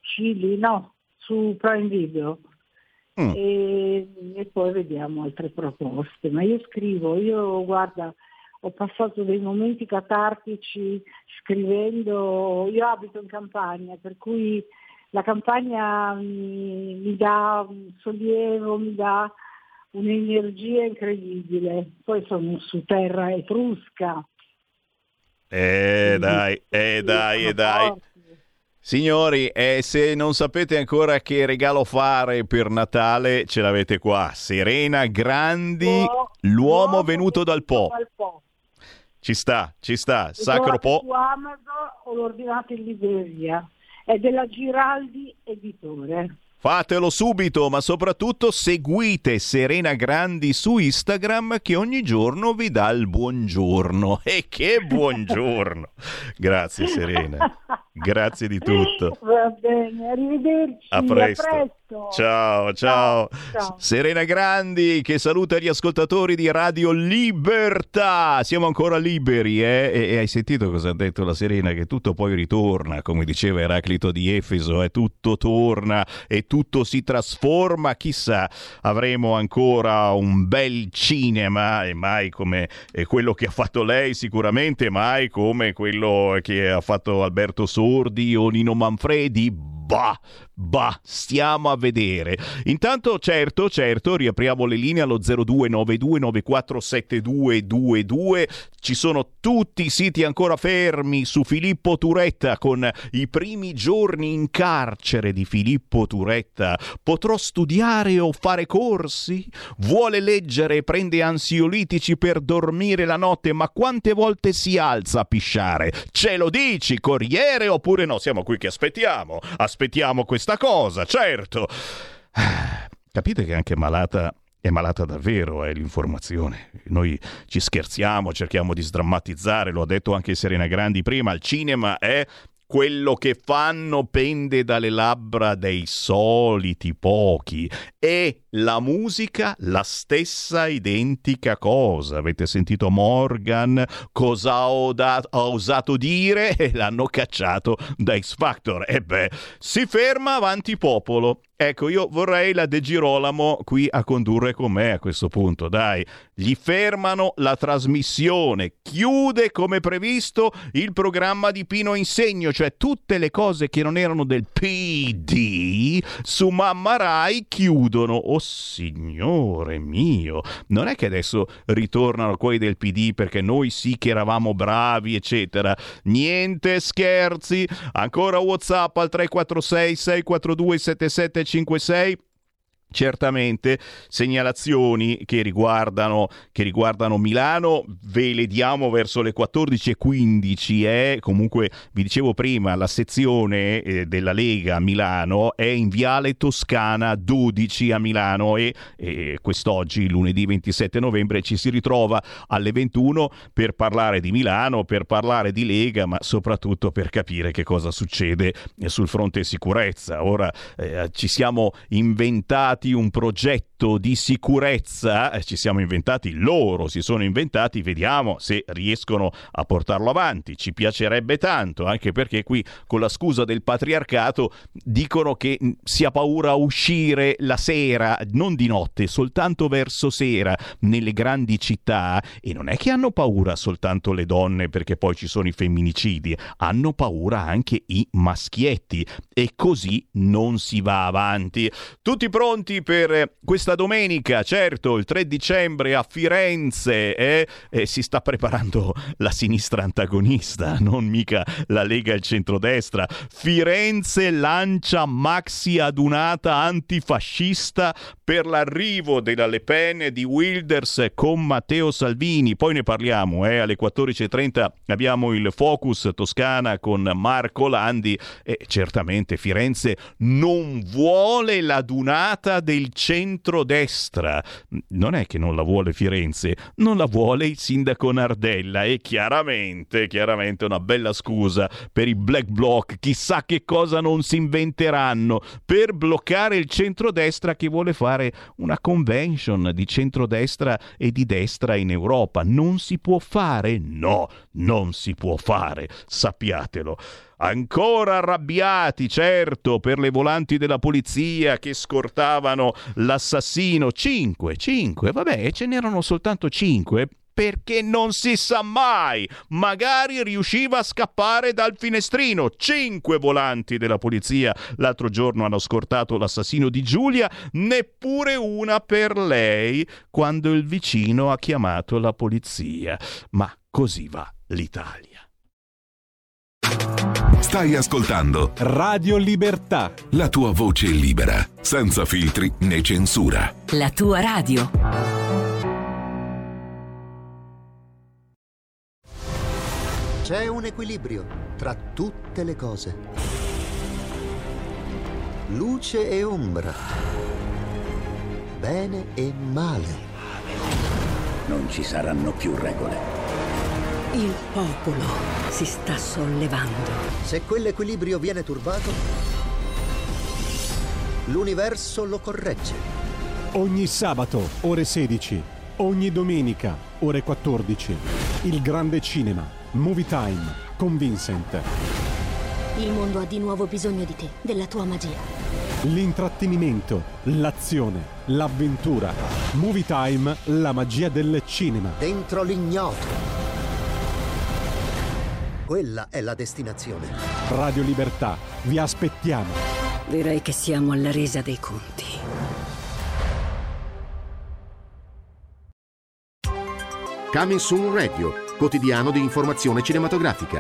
[SPEAKER 14] Prime Video. E poi vediamo altre proposte, ma io guarda, ho passato dei momenti catartici scrivendo. Io abito in campagna, per cui la campagna mi dà un sollievo, mi dà un'energia incredibile. Poi sono su terra etrusca.
[SPEAKER 2] Dai. Signori, se non sapete ancora che regalo fare per Natale, ce l'avete qua. Serena Grandi, l'uomo venuto dal Po. Ci sta. Sacro Po.
[SPEAKER 14] Su Amazon o l'ho ordinato in libreria. È della Giraldi Editore.
[SPEAKER 2] Fatelo subito, ma soprattutto seguite Serena Grandi su Instagram, che ogni giorno vi dà il buongiorno. E che buongiorno! Grazie Serena, grazie di tutto.
[SPEAKER 14] Va bene, arrivederci.
[SPEAKER 2] A presto. Ciao. Serena Grandi che saluta gli ascoltatori di Radio Libertà. Siamo ancora liberi, E hai sentito cosa ha detto la Serena? Che tutto poi ritorna, come diceva Eraclito di Efeso, tutto torna e tutto si trasforma. Chissà, avremo ancora un bel cinema, e mai come quello che ha fatto lei, sicuramente mai come quello che ha fatto Alberto Sordi o Nino Manfredi. Bah, stiamo a vedere. Intanto, certo, riapriamo le linee allo 0292947222. Ci sono tutti i siti ancora fermi su Filippo Turetta, con i primi giorni in carcere di Filippo Turetta. Potrò studiare o fare corsi? Vuole leggere e prende ansiolitici per dormire la notte, ma quante volte si alza a pisciare? Ce lo dici, Corriere, oppure no? Siamo qui che aspettiamo questa cosa, certo. Capite che anche malata è malata davvero, l'informazione. Noi ci scherziamo, cerchiamo di sdrammatizzare, lo ha detto anche Serena Grandi prima, il cinema è quello che fanno pende dalle labbra dei soliti pochi, e la musica la stessa identica cosa. Avete sentito Morgan cosa ha osato dire? E l'hanno cacciato da X Factor. Si ferma avanti popolo. Ecco, io vorrei la De Girolamo qui a condurre con me a questo punto, dai. Gli fermano la trasmissione, chiude come previsto il programma di Pino Insegno, cioè tutte le cose che non erano del PD su Mamma Rai chiudono. Oh signore mio, non è che adesso ritornano quelli del PD perché noi sì che eravamo bravi, eccetera. Niente scherzi. Ancora WhatsApp al 346 642 7756. Certamente segnalazioni che riguardano Milano ve le diamo verso le 14:15. Comunque vi dicevo prima, la sezione della Lega a Milano è in Viale Toscana 12 a Milano, e quest'oggi, lunedì 27 novembre, ci si ritrova alle 21 per parlare di Milano, per parlare di Lega, ma soprattutto per capire che cosa succede sul fronte sicurezza. Ora ci siamo inventati un progetto pacchetto di sicurezza ci siamo inventati, loro si sono inventati, vediamo se riescono a portarlo avanti. Ci piacerebbe tanto, anche perché qui con la scusa del patriarcato dicono che si ha paura a uscire la sera, non di notte, soltanto verso sera nelle grandi città, e non è che hanno paura soltanto le donne perché poi ci sono i femminicidi, hanno paura anche i maschietti, e così non si va avanti. Tutti pronti per questa domenica? Certo, il 3 dicembre a Firenze si sta preparando la sinistra antagonista, non mica la Lega e il centrodestra. Firenze lancia maxi adunata antifascista per l'arrivo della Le Pen e di Wilders con Matteo Salvini. Poi ne parliamo, alle 14.30 abbiamo il Focus Toscana con Marco Landi, e certamente Firenze non vuole l'adunata del centrodestra. Non è che non la vuole Firenze, non la vuole il sindaco Nardella, e chiaramente una bella scusa per i black bloc. Chissà che cosa non si inventeranno per bloccare il centrodestra che vuole fare una convention di centrodestra e di destra in Europa. Non si può fare? No, non si può fare, sappiatelo. Ancora arrabbiati, certo, per le volanti della polizia che scortavano l'assassino. 5, vabbè, ce n'erano soltanto 5, perché non si sa mai, magari riusciva a scappare dal finestrino. 5 volanti della polizia l'altro giorno hanno scortato l'assassino di Giulia, neppure una per lei quando il vicino ha chiamato la polizia. Ma così va l'Italia.
[SPEAKER 8] Stai ascoltando
[SPEAKER 9] Radio Libertà,
[SPEAKER 8] la tua voce libera, senza filtri né censura.
[SPEAKER 16] La tua radio.
[SPEAKER 17] C'è un equilibrio tra tutte le cose. Luce e ombra. Bene e male.
[SPEAKER 18] Non ci saranno più regole.
[SPEAKER 16] Il popolo si sta sollevando.
[SPEAKER 17] Se quell'equilibrio viene turbato, l'universo lo corregge.
[SPEAKER 9] Ogni sabato, ore 16. Ogni domenica, ore 14. Il grande cinema. Movie Time con Vincent.
[SPEAKER 19] Il mondo ha di nuovo bisogno di te, della tua magia.
[SPEAKER 9] L'intrattenimento, l'azione, l'avventura. Movie Time, la magia del cinema.
[SPEAKER 17] Dentro l'ignoto. Quella è la destinazione.
[SPEAKER 9] Radio Libertà, vi aspettiamo.
[SPEAKER 16] Direi che siamo alla resa dei conti.
[SPEAKER 20] Coming Soon Radio, quotidiano di informazione cinematografica.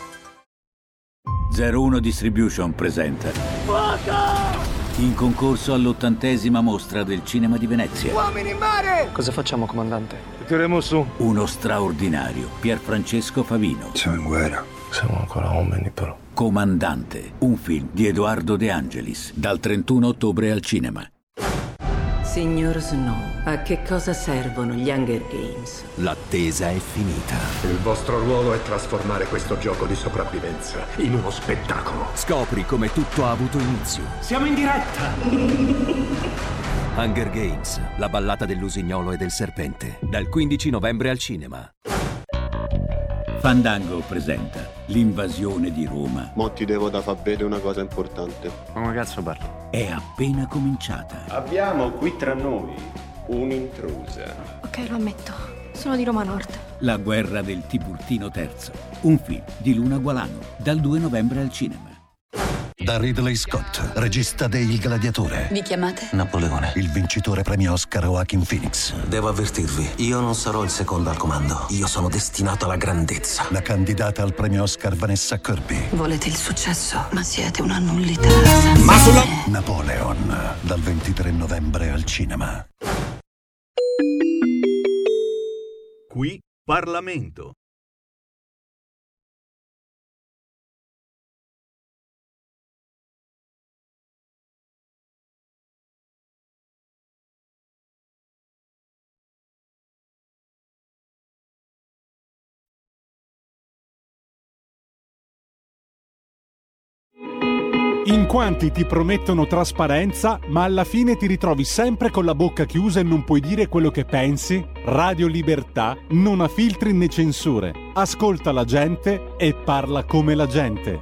[SPEAKER 18] 01 Distribution presenta in concorso all'80ª mostra del cinema di Venezia.
[SPEAKER 21] Uomini in mare! Cosa facciamo, comandante?
[SPEAKER 18] Tireremo su uno straordinario Pierfrancesco Favino.
[SPEAKER 21] Siamo in guerra. Siamo ancora uomini, però.
[SPEAKER 18] Comandante, un film di Edoardo De Angelis, dal 31 ottobre al cinema.
[SPEAKER 16] Signor Snow, a che cosa servono gli Hunger Games?
[SPEAKER 22] L'attesa è finita.
[SPEAKER 23] Il vostro ruolo è trasformare questo gioco di sopravvivenza in uno spettacolo.
[SPEAKER 22] Scopri come tutto ha avuto inizio.
[SPEAKER 21] Siamo in diretta!
[SPEAKER 22] Hunger Games, la ballata dell'usignolo e del serpente. Dal 15 novembre al cinema.
[SPEAKER 18] Fandango presenta l'invasione di Roma.
[SPEAKER 24] Mo' ti devo da far vedere una cosa importante.
[SPEAKER 21] Ma come cazzo parli?
[SPEAKER 18] È appena cominciata.
[SPEAKER 24] Abbiamo qui tra noi un'intrusa.
[SPEAKER 19] Ok, lo ammetto. Sono di Roma Nord.
[SPEAKER 18] La guerra del Tiburtino III. Un film di Luna Gualano, dal 2 novembre al cinema.
[SPEAKER 25] Da Ridley Scott, regista de Il Gladiatore.
[SPEAKER 16] Vi chiamate?
[SPEAKER 25] Napoleone. Il vincitore premio Oscar Joaquin Phoenix.
[SPEAKER 26] Devo avvertirvi, io non sarò il secondo al comando. Io sono destinato alla grandezza.
[SPEAKER 25] La candidata al premio Oscar Vanessa Kirby.
[SPEAKER 16] Volete il successo, ma siete una nullità.
[SPEAKER 25] Ma sulla... Napoleon, dal 23 novembre al cinema.
[SPEAKER 10] Qui Parlamento.
[SPEAKER 9] In quanti ti promettono trasparenza, ma alla fine ti ritrovi sempre con la bocca chiusa e non puoi dire quello che pensi? Radio Libertà non ha filtri né censure. Ascolta la gente e parla come la gente.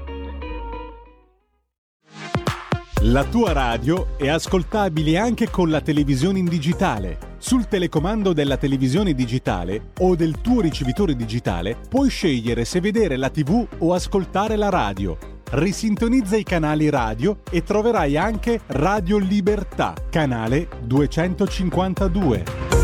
[SPEAKER 9] La tua radio è ascoltabile anche con la televisione in digitale. Sul telecomando della televisione digitale o del tuo ricevitore digitale puoi scegliere se vedere la TV o ascoltare la radio. Risintonizza i canali radio e troverai anche Radio Libertà, canale 252.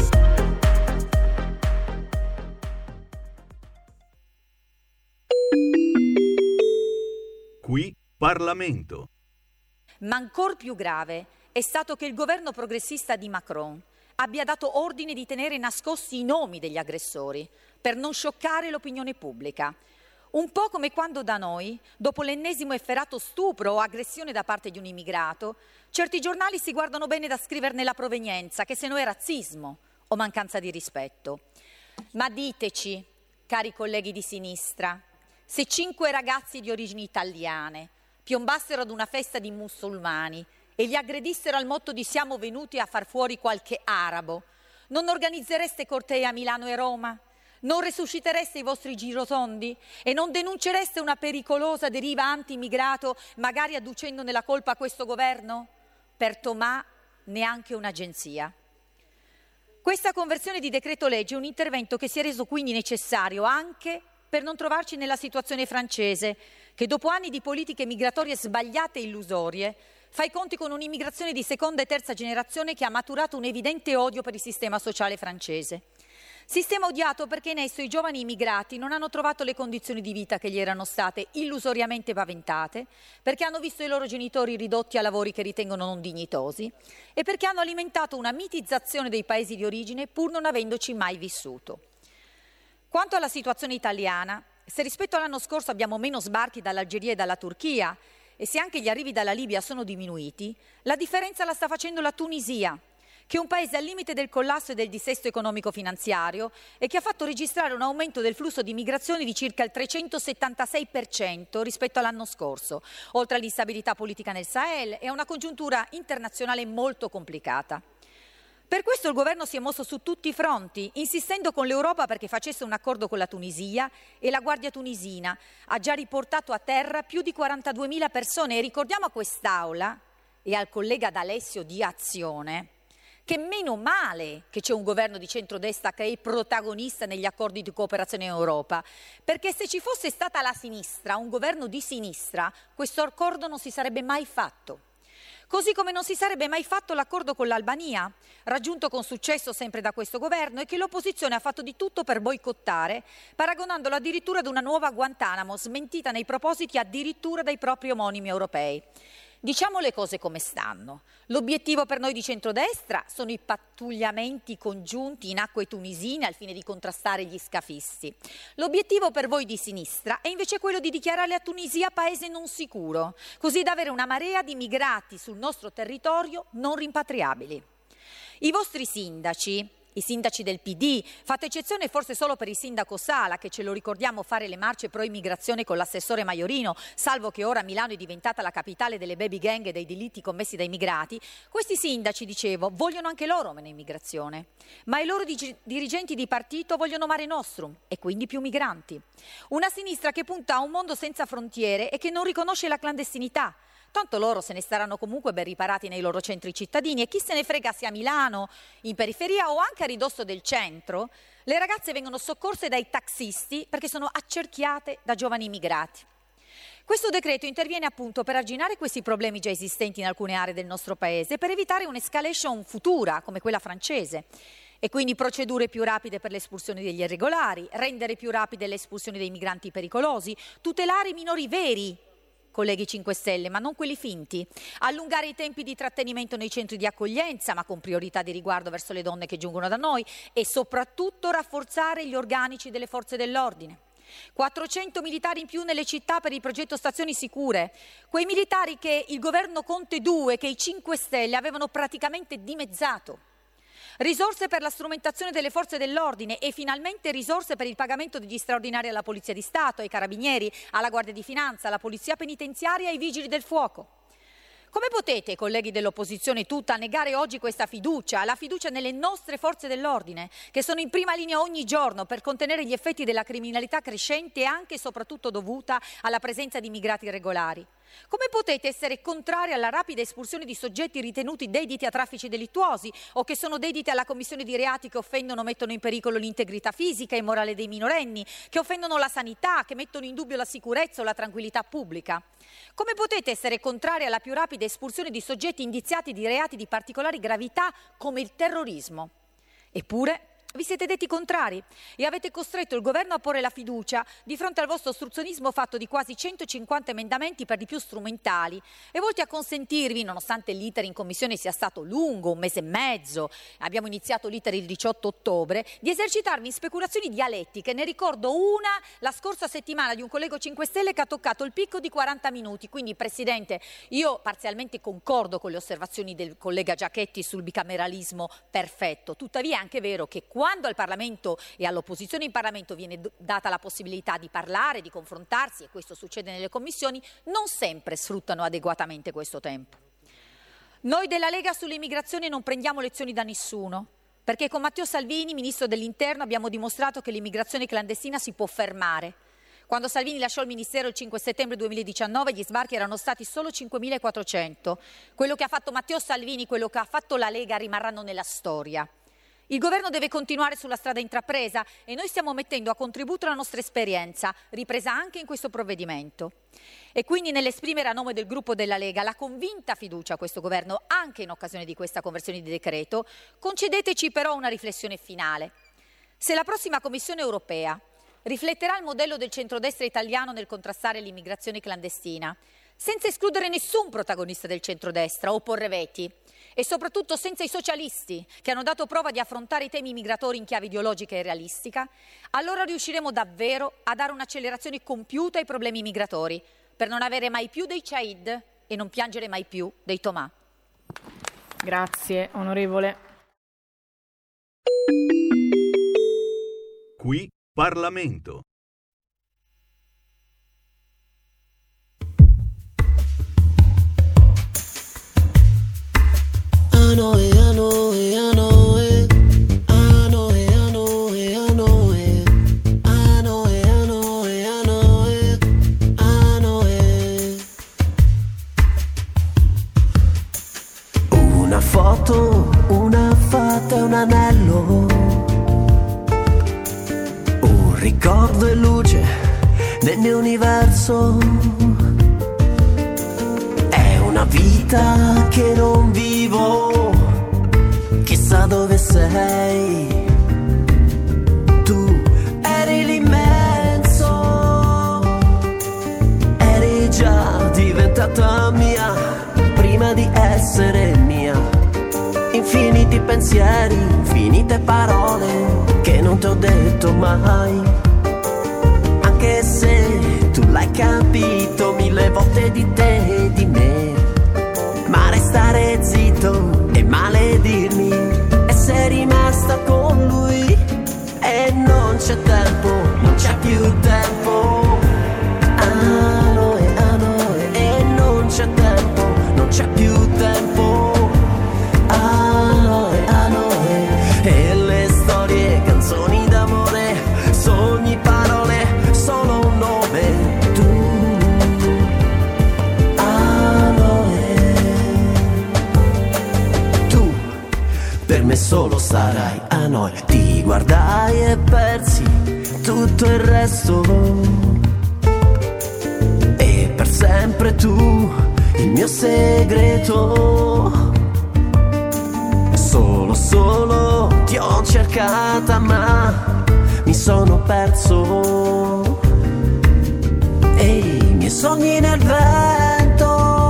[SPEAKER 10] Qui Parlamento.
[SPEAKER 12] Ma ancor più grave è stato che il governo progressista di Macron abbia dato ordine di tenere nascosti i nomi degli aggressori per non scioccare l'opinione pubblica. Un po' come quando da noi, dopo l'ennesimo efferato stupro o aggressione da parte di un immigrato, certi giornali si guardano bene da scriverne la provenienza, che se no è razzismo o mancanza di rispetto. Ma diteci, cari colleghi di sinistra, se 5 ragazzi di origini italiane piombassero ad una festa di musulmani e gli aggredissero al motto di siamo venuti a far fuori qualche arabo, non organizzereste cortei a Milano e Roma? Non resuscitereste i vostri girotondi e non denuncereste una pericolosa deriva anti-immigrato, magari adducendone la colpa a questo governo? Per Tomà neanche un'agenzia. Questa conversione di decreto legge è un intervento che si è reso quindi necessario anche per non trovarci nella situazione francese, che dopo anni di politiche migratorie sbagliate e illusorie fa i conti con un'immigrazione di seconda e terza generazione che ha maturato un evidente odio per il sistema sociale francese. Sistema odiato perché in esso i giovani immigrati non hanno trovato le condizioni di vita che gli erano state illusoriamente paventate, perché hanno visto i loro genitori ridotti a lavori che ritengono non dignitosi e perché hanno alimentato una mitizzazione dei paesi di origine pur non avendoci mai vissuto. Quanto alla situazione italiana, se rispetto all'anno scorso abbiamo meno sbarchi dall'Algeria e dalla Turchia e se anche gli arrivi dalla Libia sono diminuiti, la differenza la sta facendo la Tunisia, che è un paese al limite del collasso e del dissesto economico-finanziario e che ha fatto registrare un aumento del flusso di migrazioni di circa il 376% rispetto all'anno scorso, oltre all'instabilità politica nel Sahel e a una congiuntura internazionale molto complicata. Per questo il governo si è mosso su tutti i fronti, insistendo con l'Europa perché facesse un accordo con la Tunisia e la Guardia tunisina ha già riportato a terra più di 42.000 persone e ricordiamo a quest'Aula e al collega D'Alessio di Azione che meno male che c'è un governo di centrodestra che è protagonista negli accordi di cooperazione in Europa, perché se ci fosse stata la sinistra, un governo di sinistra, questo accordo non si sarebbe mai fatto. Così come non si sarebbe mai fatto l'accordo con l'Albania, raggiunto con successo sempre da questo governo e che l'opposizione ha fatto di tutto per boicottare, paragonandolo addirittura ad una nuova Guantanamo, smentita nei propositi addirittura dai propri omonimi europei. Diciamo le cose come stanno. L'obiettivo per noi di centrodestra sono i pattugliamenti congiunti in acque tunisine al fine di contrastare gli scafisti. L'obiettivo per voi di sinistra è invece quello di dichiarare la Tunisia paese non sicuro, così da avere una marea di migrati sul nostro territorio non rimpatriabili. I vostri sindaci, i sindaci del PD, fate eccezione forse solo per il sindaco Sala, che ce lo ricordiamo fare le marce pro immigrazione con l'assessore Maiorino, salvo che ora Milano è diventata la capitale delle baby gang e dei delitti commessi dai immigrati. Questi sindaci, dicevo, vogliono anche loro meno immigrazione, ma i loro dirigenti di partito vogliono Mare Nostrum e quindi più migranti. Una sinistra che punta a un mondo senza frontiere e che non riconosce la clandestinità. Tanto loro se ne staranno comunque ben riparati nei loro centri cittadini e chi se ne frega sia a Milano, in periferia o anche a ridosso del centro, le ragazze vengono soccorse dai taxisti perché sono accerchiate da giovani immigrati. Questo decreto interviene appunto per arginare questi problemi già esistenti in alcune aree del nostro paese e per evitare un'escalation futura come quella francese. E quindi procedure più rapide per l'espulsione degli irregolari, rendere più rapide le espulsioni dei migranti pericolosi, tutelare i minori veri, colleghi 5 Stelle, ma non quelli finti, allungare i tempi di trattenimento nei centri di accoglienza, ma con priorità di riguardo verso le donne che giungono da noi e soprattutto rafforzare gli organici delle forze dell'ordine. 400 militari in più nelle città per il progetto Stazioni Sicure, quei militari che il governo Conte 2, che i 5 Stelle avevano praticamente dimezzato. Risorse per la strumentazione delle forze dell'ordine e finalmente risorse per il pagamento degli straordinari alla Polizia di Stato, ai Carabinieri, alla Guardia di Finanza, alla Polizia Penitenziaria e ai Vigili del Fuoco. Come potete, colleghi dell'opposizione tutta, negare oggi questa fiducia, la fiducia nelle nostre forze dell'ordine, che sono in prima linea ogni giorno per contenere gli effetti della criminalità crescente e anche e soprattutto dovuta alla presenza di immigrati irregolari? Come potete essere contrari alla rapida espulsione di soggetti ritenuti dediti a traffici delittuosi o che sono dediti alla commissione di reati che offendono o mettono in pericolo l'integrità fisica e morale dei minorenni, che offendono la sanità, che mettono in dubbio la sicurezza o la tranquillità pubblica? Come potete essere contrari alla più rapida espulsione di soggetti indiziati di reati di particolari gravità come il terrorismo? Eppure vi siete detti contrari e avete costretto il governo a porre la fiducia di fronte al vostro ostruzionismo fatto di quasi 150 emendamenti, per di più strumentali, e volti a consentirvi, nonostante l'iter in commissione sia stato lungo, 1 mese e mezzo, abbiamo iniziato l'iter il 18 ottobre, di esercitarvi in speculazioni dialettiche. Ne ricordo una la scorsa settimana di un collega 5 Stelle che ha toccato il picco di 40 minuti. Quindi, Presidente, io parzialmente concordo con le osservazioni del collega Giachetti sul bicameralismo perfetto. Tuttavia è anche vero che quando al Parlamento e all'opposizione in Parlamento viene data la possibilità di parlare, di confrontarsi, e questo succede nelle commissioni, non sempre sfruttano adeguatamente questo tempo. Noi della Lega sull'immigrazione non prendiamo lezioni da nessuno, perché con Matteo Salvini, Ministro dell'Interno, abbiamo dimostrato che l'immigrazione clandestina si può fermare. Quando Salvini lasciò il Ministero il 5 settembre 2019 gli sbarchi erano stati solo 5.400. Quello che ha fatto Matteo Salvini, quello che ha fatto la Lega rimarranno nella storia. Il governo deve continuare sulla strada intrapresa e noi stiamo mettendo a contributo la nostra esperienza, ripresa anche in questo provvedimento. E quindi, nell'esprimere a nome del gruppo della Lega la convinta fiducia a questo governo, anche in occasione di questa conversione di decreto, concedeteci però una riflessione finale. Se la prossima Commissione europea rifletterà il modello del centrodestra italiano nel contrastare l'immigrazione clandestina, senza escludere nessun protagonista del centrodestra o porre veti, e soprattutto senza i socialisti che hanno dato prova di affrontare i temi migratori in chiave ideologica e realistica, allora riusciremo davvero a dare un'accelerazione compiuta ai problemi migratori, per non avere mai più dei Chaid e non piangere mai più dei Tomà.
[SPEAKER 11] Grazie, onorevole.
[SPEAKER 10] Qui Parlamento.
[SPEAKER 13] I know it, I know it, I know it. I know it, I know it, I know it. I know it, I know it, I know it. I know it. Una foto, una fatta e un anello. Un ricordo e luce nel mio universo. È una vita che non vivo. Chissà dove sei, tu eri l'immenso, eri già diventata mia, prima di essere mia. Infiniti pensieri, infinite parole, che non ti ho detto mai. Anche se tu l'hai capito 1000 volte di te e di me. Ma restare zitto e maledirmi, e sei rimasta con lui. E non c'è tempo, non c'è più tempo. Ah no, e non c'è tempo, non c'è più tempo. Ah no, e le storie, canzoni d'amore, sogni, parole, solo un nome. Per me solo sarai a noi. Ti guardai e persi tutto il resto. E per sempre tu, il mio segreto. Solo ti ho cercata ma mi sono perso. E i miei sogni nel vento.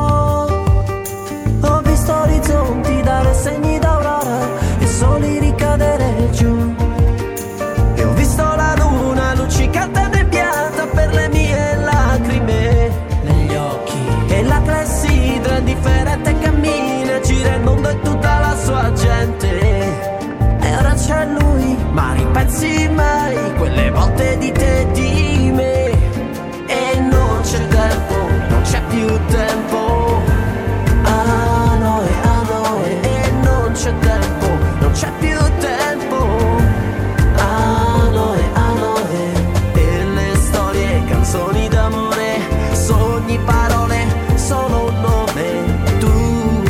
[SPEAKER 13] Ho visto orizzonti dare segni d'aurora e soli ricadere giù. E ho visto la luna luccicata e nebbiata per le mie lacrime negli occhi. E la clessidra indifferente cammina, gira il mondo e tutta la sua gente. E ora c'è lui, ma ripensi mai quelle volte di te e di me. E non c'è tempo, non c'è più c'è più tempo. A noi, e le storie, canzoni d'amore, sogni, parole, solo un nome, tu.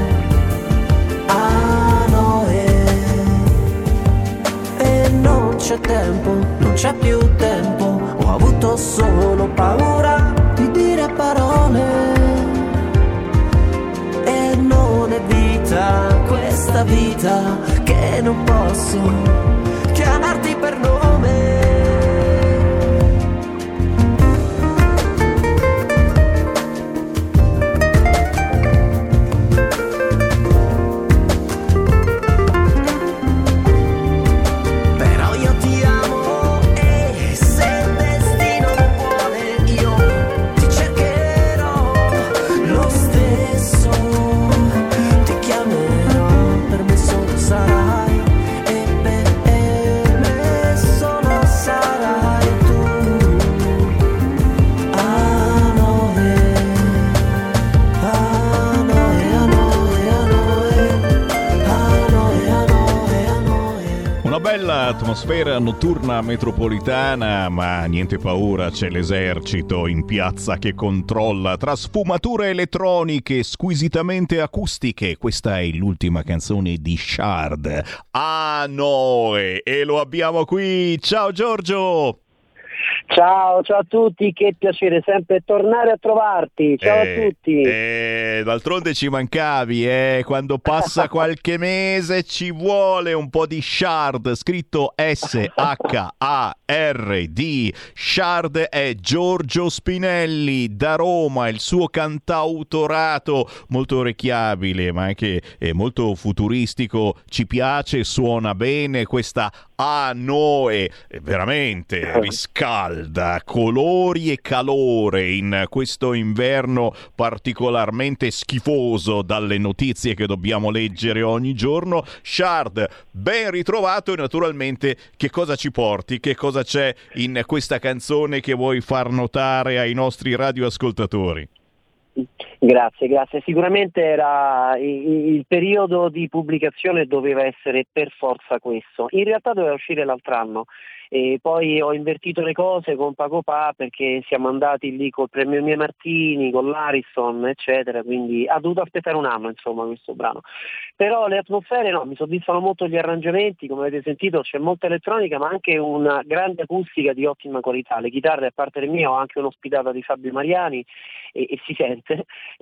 [SPEAKER 13] A noi, e non c'è tempo, non c'è più tempo, ho avuto solo paura di dire parole. E non è vita, questa vita, che non posso chiamarti per nome. Però io ti amo e se il destino non vuole io ti cercherò lo stesso, ti chiamerò, per me solo sarai e per me solo sarai tu. A noi, a noi, a noi, a noi, a noi, a noi, a noi.
[SPEAKER 2] Una bella atmosfera notturna metropolitana, ma niente paura, c'è l'esercito in piazza che controlla, tra sfumature elettroniche squisitamente acustiche. Questa è l'ultima canzone di Shard, A noi, e lo abbiamo qui. Ciao Giorgio!
[SPEAKER 1] Ciao a tutti, che piacere sempre tornare a trovarti, ciao a tutti.
[SPEAKER 2] D'altronde ci mancavi, quando passa qualche mese ci vuole un po' di Shard, scritto S-H-A-R-D. Shard è Giorgio Spinelli da Roma, il suo cantautorato molto orecchiabile ma anche molto futuristico, ci piace, suona bene questa A noi, veramente riscalda, colori e calore in questo inverno particolarmente schifoso dalle notizie che dobbiamo leggere ogni giorno. Shard, ben ritrovato, e naturalmente che cosa ci porti? Che cosa c'è in questa canzone che vuoi far notare ai nostri radioascoltatori?
[SPEAKER 1] Grazie. Sicuramente era il periodo di pubblicazione doveva essere per forza questo. In realtà doveva uscire l'altro anno. E poi ho invertito le cose con Paco Pa, perché siamo andati lì col premio Mie Martini, con l'Ariston, eccetera, quindi ha dovuto aspettare un anno, insomma, questo brano. Però le atmosfere mi soddisfano molto, gli arrangiamenti, come avete sentito c'è molta elettronica ma anche una grande acustica di ottima qualità. Le chitarre, a parte le mie, ho anche un'ospitata di Fabio Mariani e si sente,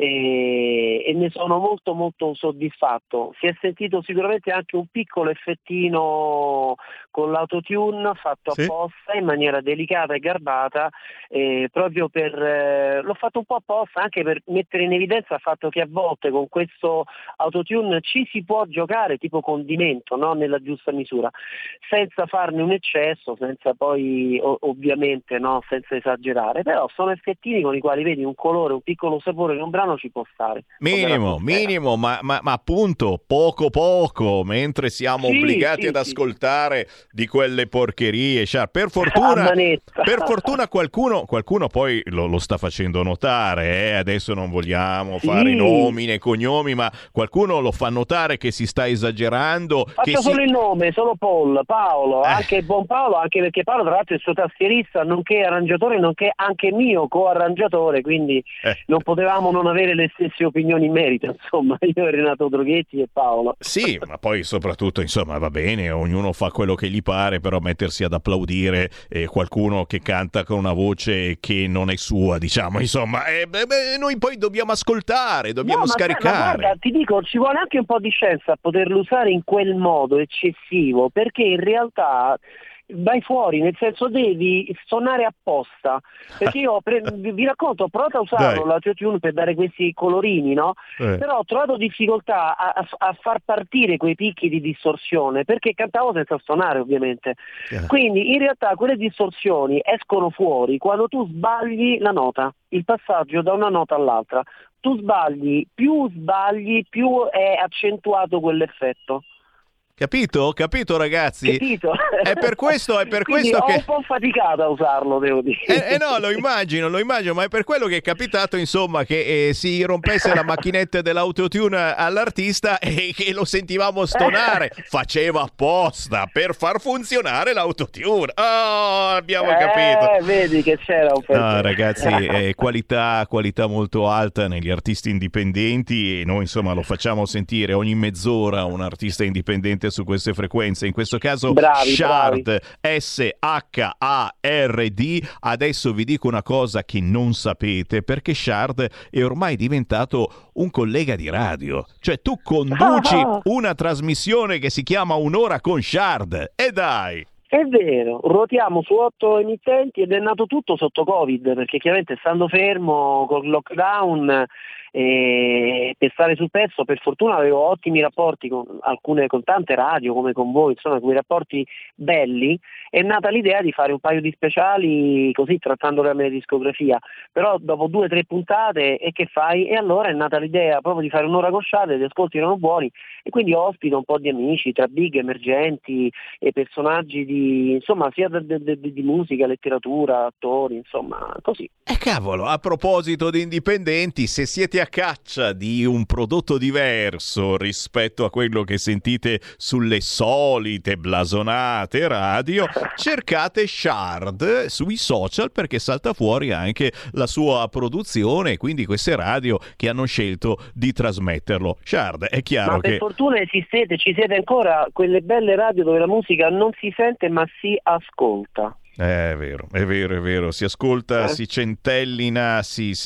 [SPEAKER 1] e ne sono molto molto soddisfatto. Si è sentito sicuramente anche un piccolo effettino con l'autotune fatto apposta in maniera delicata e garbata, proprio per l'ho fatto un po' apposta anche per mettere in evidenza il fatto che a volte con questo autotune ci si può giocare tipo condimento, no? Nella giusta misura, senza farne un eccesso, senza poi ovviamente senza esagerare, però sono effettini con i quali vedi un colore, un piccolo sapore che un brano ci può stare.
[SPEAKER 2] Minimo, ma appunto poco, mentre siamo obbligati ad ascoltare di quelle porcherie. Per fortuna qualcuno poi lo sta facendo notare, adesso non vogliamo fare nomi né cognomi, ma qualcuno lo fa notare che si sta esagerando.
[SPEAKER 1] Faccio solo il nome, solo Paolo, anche il buon Paolo, anche perché Paolo tra l'altro è il suo tastierista, nonché arrangiatore, nonché anche mio co-arrangiatore, quindi non potevamo non avere le stesse opinioni in merito, insomma, io, Renato Droghetti e Paolo.
[SPEAKER 2] Sì, ma poi soprattutto, insomma, va bene, ognuno fa quello che gli pare, però mettersi ad applaudire qualcuno che canta con una voce che non è sua, diciamo, insomma, noi poi dobbiamo ascoltare, dobbiamo scaricare.
[SPEAKER 1] Ma guarda, ti dico, ci vuole anche un po' di scienza a poterlo usare in quel modo eccessivo, perché in realtà vai fuori, nel senso devi suonare apposta, perché io vi racconto, ho provato a usare l'autotune per dare questi colorini, no? Però ho trovato difficoltà a far partire quei picchi di distorsione, perché cantavo senza suonare ovviamente, quindi in realtà quelle distorsioni escono fuori quando tu sbagli la nota, il passaggio da una nota all'altra, tu sbagli, più è accentuato quell'effetto.
[SPEAKER 2] Capito ragazzi?
[SPEAKER 1] Capito.
[SPEAKER 2] È per questo
[SPEAKER 1] Quindi
[SPEAKER 2] che
[SPEAKER 1] ho un po' faticato a usarlo, devo dire.
[SPEAKER 2] no, lo immagino, ma è per quello che è capitato, insomma, che si rompesse la macchinetta dell'autotune all'artista e che lo sentivamo stonare. Faceva apposta per far funzionare l'autotune. Oh, abbiamo capito.
[SPEAKER 1] Vedi che c'era un pezzo.
[SPEAKER 2] No, ragazzi, qualità molto alta negli artisti indipendenti, e noi insomma lo facciamo sentire ogni mezz'ora un artista indipendente su queste frequenze, in questo caso Shard, S-H-A-R-D. Adesso vi dico una cosa che non sapete, perché Shard è ormai diventato un collega di radio, cioè tu conduci una trasmissione che si chiama Un'ora con Shard, e dai!
[SPEAKER 1] È vero, ruotiamo su 8 emittenti ed è nato tutto sotto Covid, perché chiaramente stando fermo col lockdown per stare sul pezzo, per fortuna avevo ottimi rapporti con tante radio come con voi, insomma quei rapporti belli, è nata l'idea di fare un paio di speciali così trattando la mia discografia, però dopo 2 o 3 puntate e che fai? E allora è nata l'idea proprio di fare un'ora con Shard, gli ascolti erano buoni e quindi ospito un po' di amici, tra big, emergenti e personaggi insomma sia di musica, letteratura, attori, insomma così.
[SPEAKER 2] E cavolo, a proposito di indipendenti, se siete a caccia di un prodotto diverso rispetto a quello che sentite sulle solite blasonate radio, cercate Shard sui social, perché salta fuori anche la sua produzione, quindi queste radio che hanno scelto di trasmetterlo. Shard, è chiaro
[SPEAKER 1] ma per
[SPEAKER 2] che
[SPEAKER 1] fortuna esistete, ci siete ancora, quelle belle radio dove la musica non si sente ma si ascolta.
[SPEAKER 2] È vero, si ascolta, si centellina,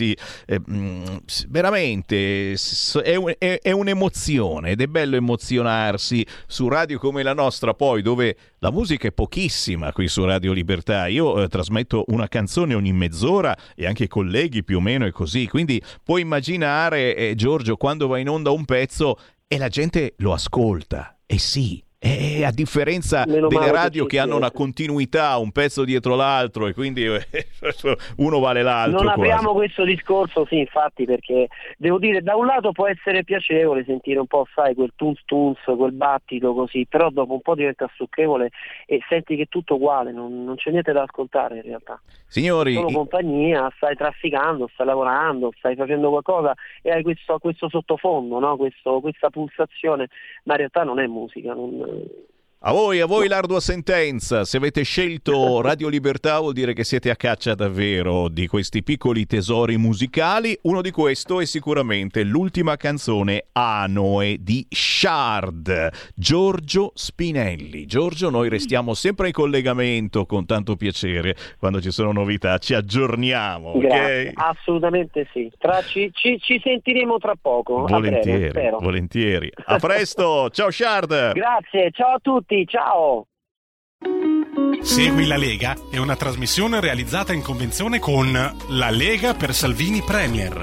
[SPEAKER 2] veramente è un'emozione, ed è bello emozionarsi su radio come la nostra, poi dove la musica è pochissima qui su Radio Libertà. Io trasmetto una canzone ogni mezz'ora e anche i colleghi più o meno è così, quindi puoi immaginare, Giorgio, quando va in onda un pezzo e la gente lo ascolta, e sì. E a differenza delle radio che hanno una continuità, un pezzo dietro l'altro, e quindi uno vale l'altro.
[SPEAKER 1] Non apriamo questo discorso, sì, infatti, perché devo dire, da un lato può essere piacevole sentire un po', sai, quel tuns, quel battito così, però dopo un po' diventa stucchevole e senti che è tutto uguale, non c'è niente da ascoltare in realtà.
[SPEAKER 2] Signori,
[SPEAKER 1] solo compagnia, stai trafficando, stai lavorando, stai facendo qualcosa e hai questo sottofondo, no? Questa pulsazione, ma in realtà non è musica.
[SPEAKER 2] A voi l'ardua sentenza. Se avete scelto Radio Libertà vuol dire che siete a caccia davvero di questi piccoli tesori musicali. Uno di questo è sicuramente l'ultima canzone, Anoe, di Shard, Giorgio Spinelli. Giorgio, noi restiamo sempre in collegamento con tanto piacere. Quando ci sono novità ci aggiorniamo.
[SPEAKER 1] Grazie,
[SPEAKER 2] ok?
[SPEAKER 1] Assolutamente sì. Ci sentiremo tra poco.
[SPEAKER 2] Volentieri,
[SPEAKER 1] a breve, spero.
[SPEAKER 2] Volentieri. A presto, ciao Shard.
[SPEAKER 1] Grazie, ciao a tutti. Ciao!
[SPEAKER 3] Segui la Lega è una trasmissione realizzata in convenzione con La Lega per Salvini Premier.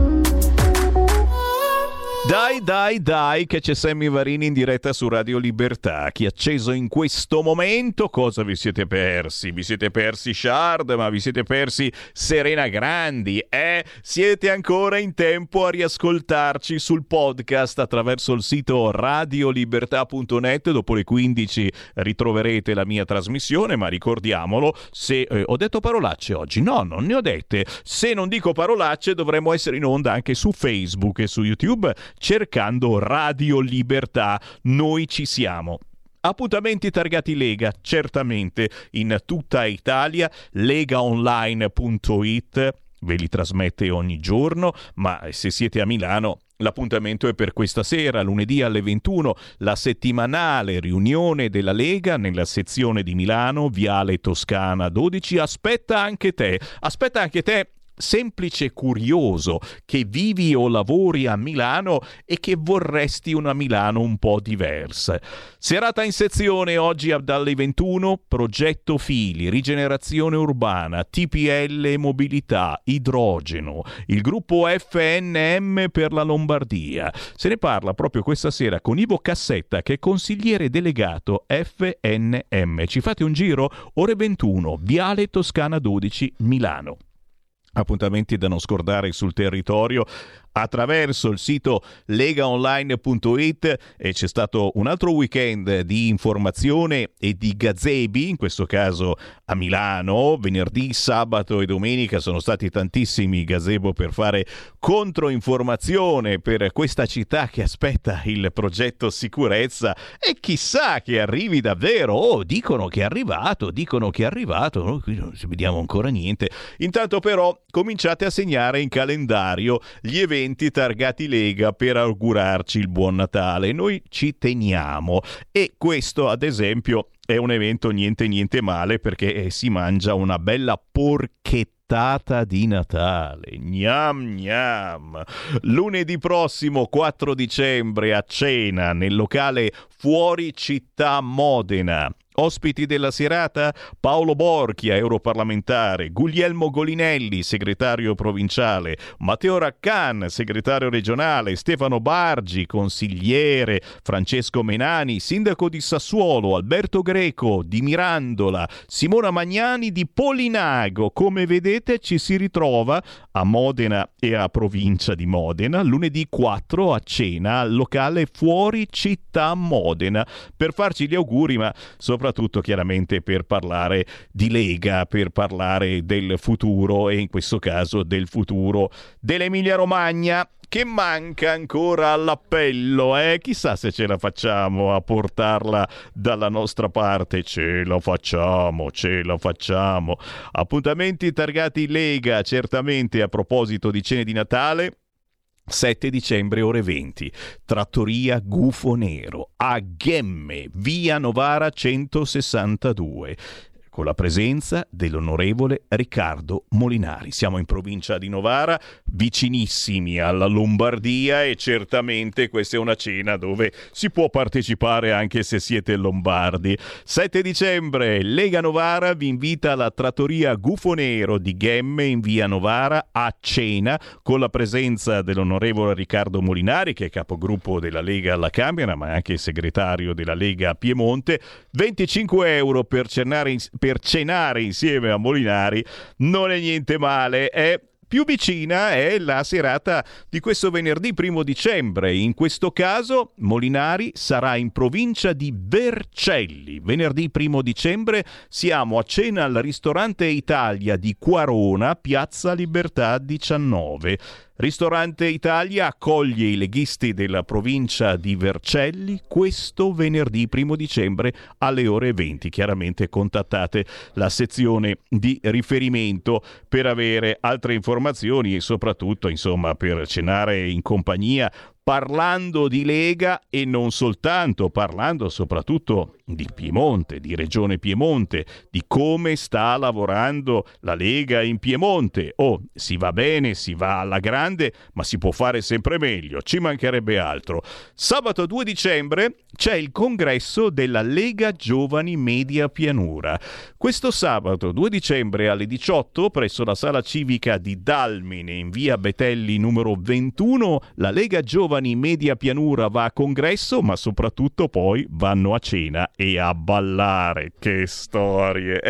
[SPEAKER 2] Dai, che c'è Sammy Varini in diretta su Radio Libertà. Chi è acceso in questo momento, cosa vi siete persi? Vi siete persi Shard, ma vi siete persi Serena Grandi, Siete ancora in tempo a riascoltarci sul podcast attraverso il sito radiolibertà.net. Dopo le 15 ritroverete la mia trasmissione, ma ricordiamolo, se ho detto parolacce oggi, no, non ne ho dette. Se non dico parolacce dovremmo essere in onda anche su Facebook e su YouTube, cercando Radio Libertà. Noi ci siamo. Appuntamenti targati Lega, certamente in tutta Italia. Legaonline.it ve li trasmette ogni giorno, ma se siete a Milano l'appuntamento è per questa sera, lunedì alle 21, la settimanale riunione della Lega nella sezione di Milano, Viale Toscana 12. Aspetta anche te, semplice curioso che vivi o lavori a Milano e che vorresti una Milano un po' diversa. Serata in sezione oggi dalle 21, progetto fili, rigenerazione urbana, TPL e mobilità, idrogeno, il gruppo FNM per la Lombardia. Se ne parla proprio questa sera con Ivo Cassetta, che è consigliere delegato FNM. Ci fate un giro? Ore 21, Viale Toscana 12, Milano. Appuntamenti da non scordare sul territorio. attraverso il sito legaonline.it, e c'è stato un altro weekend di informazione e di gazebi, in questo caso a Milano. Venerdì, sabato e domenica sono stati tantissimi gazebo per fare controinformazione per questa città che aspetta il progetto sicurezza, e chissà che arrivi davvero. Dicono che è arrivato, no? Qui non vediamo ancora niente. Intanto però cominciate a segnare in calendario gli eventi targati Lega per augurarci il buon Natale. Noi ci teniamo, e questo ad esempio è un evento niente male, perché si mangia una bella porchettata di Natale. Gnam gnam. Lunedì prossimo 4 dicembre a cena nel locale Fuori Città Modena. Ospiti della serata: Paolo Borchia, europarlamentare, Guglielmo Golinelli, segretario provinciale, Matteo Raccan, segretario regionale, Stefano Bargi, consigliere, Francesco Menani, sindaco di Sassuolo, Alberto Greco di Mirandola, Simona Magnani di Polinago. Come vedete ci si ritrova a Modena e a provincia di Modena lunedì 4 a cena al locale Fuori Città Modena per farci gli auguri, ma soprattutto chiaramente per parlare di Lega, per parlare del futuro, e in questo caso del futuro dell'Emilia Romagna, che manca ancora all'appello. Chissà se ce la facciamo a portarla dalla nostra parte. Ce la facciamo. Appuntamenti targati Lega, certamente a proposito di cene di Natale. 7 dicembre ore 20, Trattoria Gufo Nero a Ghemme, via Novara 162, con la presenza dell'onorevole Riccardo Molinari. Siamo in provincia di Novara, vicinissimi alla Lombardia, e certamente questa è una cena dove si può partecipare anche se siete lombardi. 7 dicembre, Lega Novara vi invita alla Trattoria Gufo Nero di Ghemme in via Novara a cena, con la presenza dell'onorevole Riccardo Molinari, che è capogruppo della Lega alla Camera ma è anche segretario della Lega a Piemonte. 25 euro per cenare insieme a Molinari non è niente male. Più vicina è la serata di questo venerdì 1 dicembre. In questo caso Molinari sarà in provincia di Vercelli. Venerdì 1 dicembre siamo a cena al ristorante Italia di Quarona, Piazza Libertà 19. Ristorante Italia accoglie i leghisti della provincia di Vercelli questo venerdì 1 dicembre alle ore 20. Chiaramente contattate la sezione di riferimento per avere altre informazioni e soprattutto, insomma, per cenare in compagnia, parlando di Lega e non soltanto, parlando soprattutto di Piemonte, di Regione Piemonte, di come sta lavorando la Lega in Piemonte. Si va bene, si va alla grande, ma si può fare sempre meglio, ci mancherebbe altro. Sabato 2 dicembre c'è il congresso della Lega Giovani Media Pianura. Questo sabato 2 dicembre alle 18 presso la sala civica di Dalmine in via Betelli numero 21, la Lega Giovani Media Pianura va a congresso, ma soprattutto poi vanno a cena e a ballare. Che storie!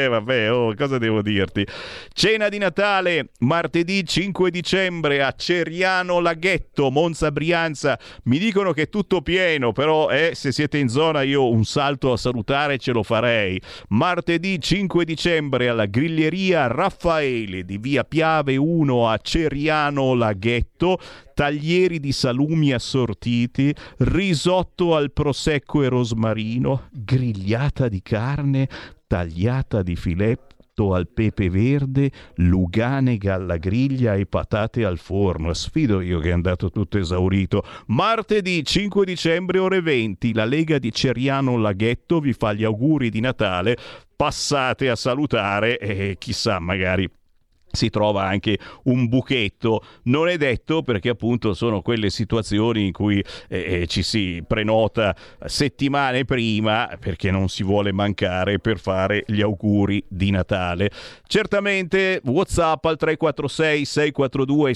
[SPEAKER 2] Cosa devo dirti? Cena di Natale martedì 5 dicembre a Ceriano Laghetto, Monza Brianza. Mi dicono che è tutto pieno, però se siete in zona io un salto a salutare ce lo farei. Martedì 5 dicembre alla Griglieria Raffaele di via Piave 1 a Ceriano Laghetto. Taglieri di salumi assortiti, risotto al prosecco e rosmarino, grigliata di carne, tagliata di filetto al pepe verde, luganega alla griglia e patate al forno. Sfido io che è andato tutto esaurito. Martedì 5 dicembre ore 20, la Lega di Ceriano Laghetto vi fa gli auguri di Natale. Passate a salutare e chissà, magari si trova anche un buchetto. Non è detto, perché appunto sono quelle situazioni in cui ci si prenota settimane prima, perché non si vuole mancare per fare gli auguri di Natale. Certamente WhatsApp al 346 642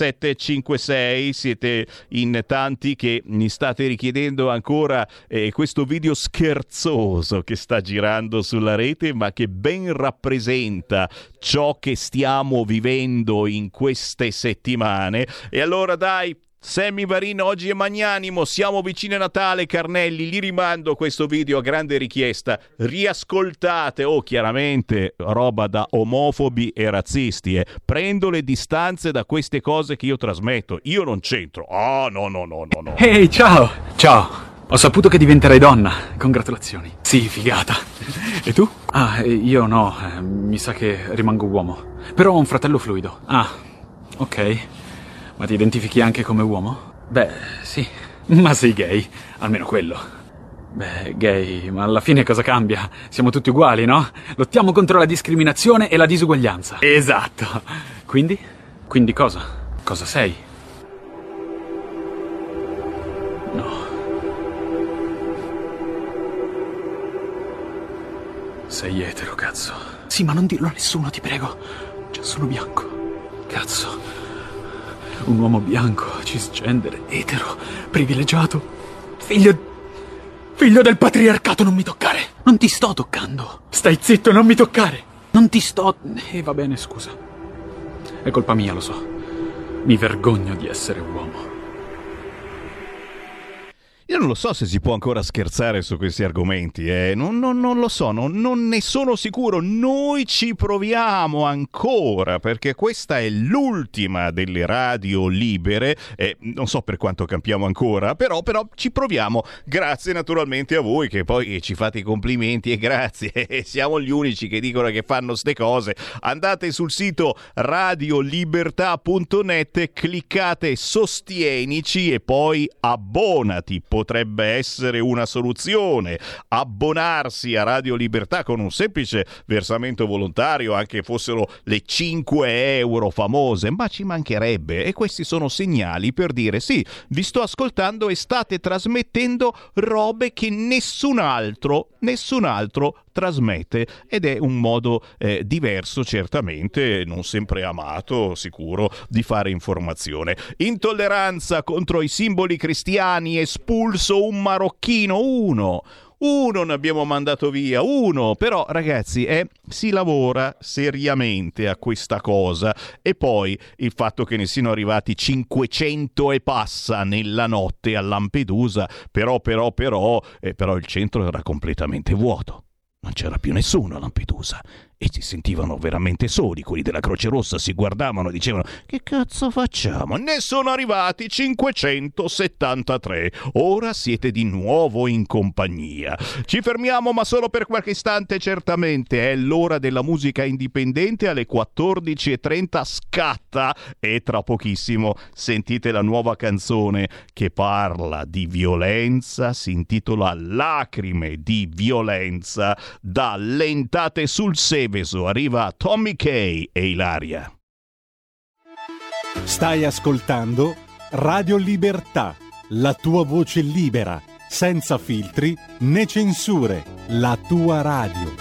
[SPEAKER 2] 7756. Siete in tanti che mi state richiedendo ancora questo video scherzoso che sta girando sulla rete, ma che ben rappresenta ciò che stiamo stiamo vivendo in queste settimane. E allora dai, Sammy Varin oggi è magnanimo, siamo vicini a Natale, Carnelli, gli rimando questo video a grande richiesta, riascoltate, chiaramente roba da omofobi e razzisti, prendo le distanze da queste cose che io trasmetto, io non c'entro, no.
[SPEAKER 4] Ehi, ciao, ho saputo che diventerai donna, congratulazioni. Sì, figata. E tu? Io no, mi sa che rimango uomo, però ho un fratello fluido. Ok. Ma ti identifichi anche come uomo? Beh, sì. Ma sei gay, almeno quello. Beh, gay, ma alla fine cosa cambia? Siamo tutti uguali, no? Lottiamo contro la discriminazione e la disuguaglianza. Esatto. Quindi? Quindi cosa? Cosa sei? No. Sei etero, cazzo. Sì, ma non dirlo a nessuno, ti prego. Cioè, sono bianco. Cazzo. Un uomo bianco, cisgender, etero, privilegiato, figlio del patriarcato, non mi toccare. Non ti sto toccando. Stai zitto, non mi toccare. Non ti sto... va bene, scusa. È colpa mia, lo so. Mi vergogno di essere uomo.
[SPEAKER 2] Io non lo so se si può ancora scherzare su questi argomenti, non lo so, non ne sono sicuro. Noi ci proviamo ancora, perché questa è l'ultima delle radio libere, non so per quanto campiamo ancora, però ci proviamo. Grazie naturalmente a voi che poi ci fate i complimenti, e grazie, siamo gli unici che dicono che fanno ste cose. Andate sul sito radiolibertà.net, cliccate sostienici e poi abbonati. Potrebbe essere una soluzione, abbonarsi a Radio Libertà con un semplice versamento volontario, anche fossero le 5 euro famose, ma ci mancherebbe. E questi sono segnali per dire sì, vi sto ascoltando e state trasmettendo robe che nessun altro trasmette, ed è un modo diverso, certamente non sempre amato, sicuro, di fare informazione. Intolleranza contro i simboli cristiani, espulso un marocchino, uno ne abbiamo mandato via, però ragazzi si lavora seriamente a questa cosa. E poi il fatto che ne siano arrivati 500 e passa nella notte a Lampedusa, però il centro era completamente vuoto. Non c'era più nessuno a Lampedusa e si sentivano veramente soli. Quelli della Croce Rossa si guardavano e dicevano: che cazzo facciamo? Ne sono arrivati 573. Ora siete di nuovo in compagnia. Ci fermiamo, ma solo per qualche istante, certamente. È l'ora della musica indipendente. Alle 14:30 scatta, e tra pochissimo sentite la nuova canzone che parla di violenza. Si intitola Lacrime di violenza, da Lentate sul Seveso. Arriva Tommy Kay e Ilaria.
[SPEAKER 9] Stai ascoltando Radio Libertà, la tua voce libera, senza filtri né censure, la tua radio.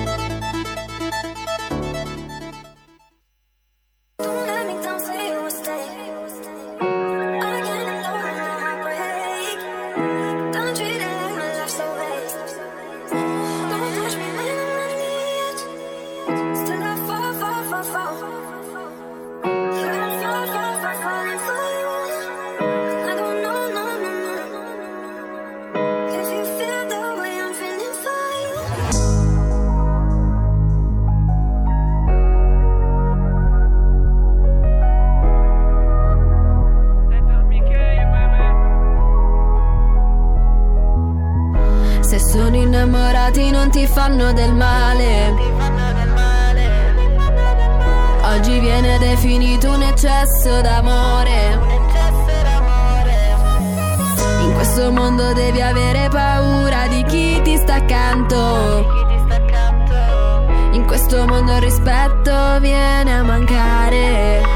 [SPEAKER 5] Se sono innamorati non ti fanno del male. Oggi viene definito un eccesso d'amore. In questo mondo devi avere paura di chi ti sta accanto. In questo mondo il rispetto viene a mancare.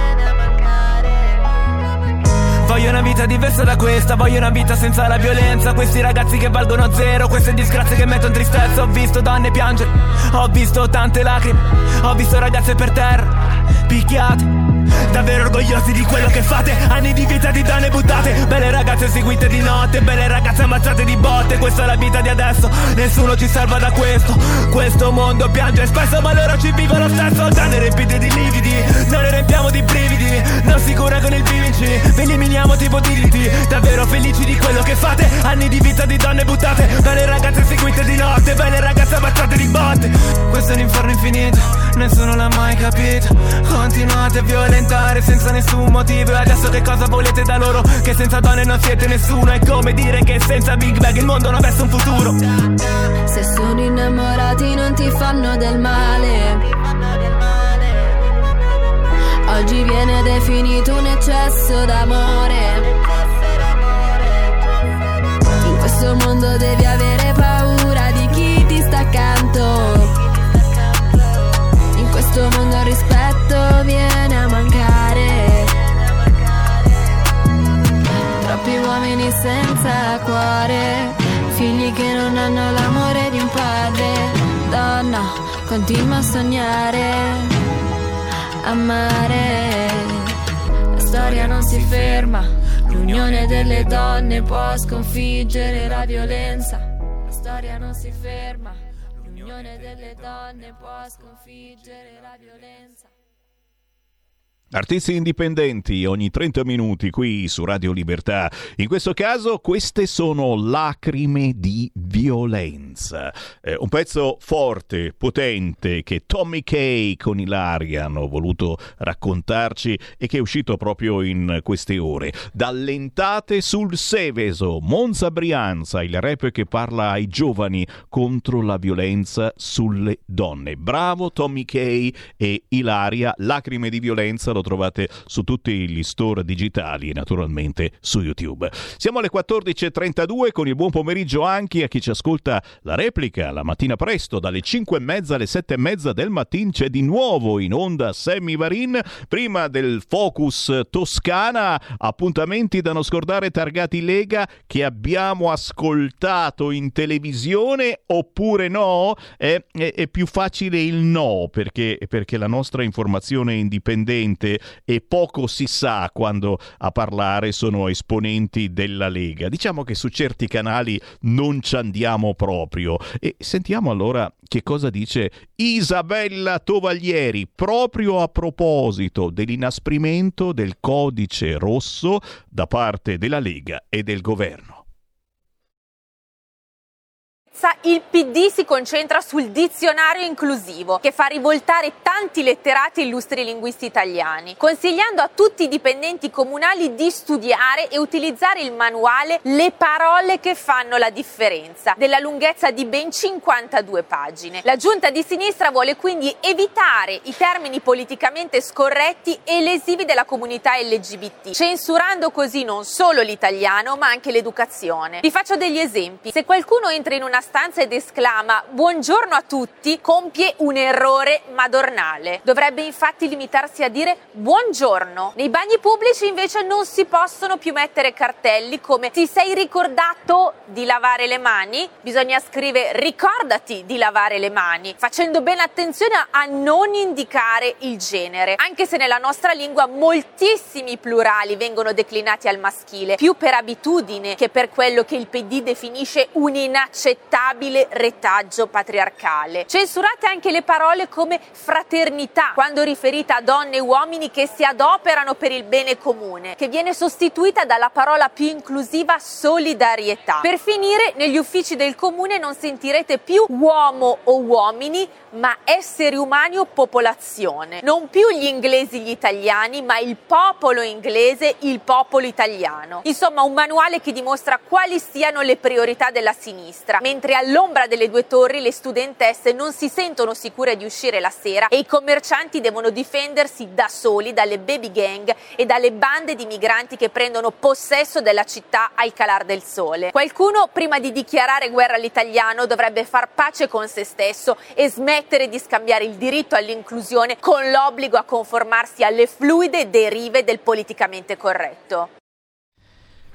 [SPEAKER 6] Voglio una vita diversa da questa, voglio una vita senza la violenza. Questi ragazzi che valgono zero, queste disgrazie che mettono tristezza. Ho visto donne piangere, ho visto tante lacrime, ho visto ragazze per terra, picchiate. davvero orgogliosi di quello che fate. Anni di vita di donne buttate, belle ragazze seguite di notte, belle ragazze ammazzate di botte. Questa è la vita di adesso, nessuno ci salva da questo. Questo mondo piange spesso, ma loro ci vivono stesso. Già ne riempite di lividi, noi ne riempiamo di brividi. Non si cura con il PVC, vi eliminiamo tipo DDT. Davvero felici di quello che fate. Anni di vita di donne buttate, belle ragazze seguite di notte, belle ragazze ammazzate di botte. Questo è un inferno infinito, nessuno l'ha mai capito. Continuate a violentare senza nessun motivo. E adesso che cosa volete da loro? Che senza donne non siete nessuno. È come dire che senza Big Bang il mondo non avesse un futuro.
[SPEAKER 5] Se sono innamorati non ti fanno del male. Oggi viene definito un eccesso d'amore. In questo mondo devi avere paura di chi ti sta accanto. In questo mondo il rispetto viene a mancare. Troppi uomini senza cuore, figli che non hanno l'amore di un padre. Donna, continua a sognare, amare. La storia non si ferma, l'unione delle donne può sconfiggere la violenza. La storia non si ferma, l'unione delle donne può sconfiggere la violenza.
[SPEAKER 2] Artisti indipendenti ogni 30 minuti qui su Radio Libertà. In questo caso queste sono Lacrime di violenza. Un pezzo forte, potente, che Tommy Kay con Ilaria hanno voluto raccontarci e che è uscito proprio in queste ore. Dallentate sul Seveso, Monza Brianza, il rap che parla ai giovani contro la violenza sulle donne. Bravo Tommy Kay e Ilaria. Lacrime di violenza lo trovate su tutti gli store digitali e naturalmente su YouTube. Siamo alle 14.32 con il buon pomeriggio anche a chi ci ascolta la replica la mattina presto dalle 5:30 alle 7:30 del mattino. C'è di nuovo in onda Sammy Varin prima del Focus Toscana. Appuntamenti da non scordare targati Lega che abbiamo ascoltato in televisione oppure no? È più facile il no perché la nostra informazione indipendente e poco si sa quando a parlare sono esponenti della Lega. Diciamo che su certi canali non ci andiamo proprio. E sentiamo allora che cosa dice Isabella Tovaglieri proprio a proposito dell'inasprimento del codice rosso da parte della Lega e del governo.
[SPEAKER 7] Il PD si concentra sul dizionario inclusivo, che fa rivoltare tanti letterati e illustri linguisti italiani, consigliando a tutti i dipendenti comunali di studiare e utilizzare il manuale Le parole che fanno la differenza, della lunghezza di ben 52 pagine. La giunta di sinistra vuole quindi evitare i termini politicamente scorretti e lesivi della comunità LGBT, censurando così non solo l'italiano ma anche l'educazione. Vi faccio degli esempi. Se qualcuno entra in una stanza ed esclama buongiorno a tutti, compie un errore madornale. Dovrebbe infatti limitarsi a dire buongiorno. Nei bagni pubblici invece non si possono più mettere cartelli come ti sei ricordato di lavare le mani? Bisogna scrivere ricordati di lavare le mani, facendo bene attenzione a non indicare il genere, anche se nella nostra lingua moltissimi plurali vengono declinati al maschile, più per abitudine che per quello che il PD definisce un inaccettabile retaggio patriarcale. Censurate anche le parole come fraternità quando riferita a donne e uomini che si adoperano per il bene comune, che viene sostituita dalla parola più inclusiva solidarietà. Per finire, negli uffici del comune non sentirete più uomo o uomini, ma esseri umani o popolazione. Non più gli inglesi gli italiani, ma il popolo inglese, il popolo italiano. Insomma, un manuale che dimostra quali siano le priorità della sinistra, mentre all'ombra delle due torri le studentesse non si sentono sicure di uscire la sera e i commercianti devono difendersi da soli dalle baby gang e dalle bande di migranti che prendono possesso della città al calar del sole. Qualcuno, prima di dichiarare guerra all'italiano, dovrebbe far pace con se stesso e smettere di scambiare il diritto all'inclusione con l'obbligo a conformarsi alle fluide derive del politicamente corretto.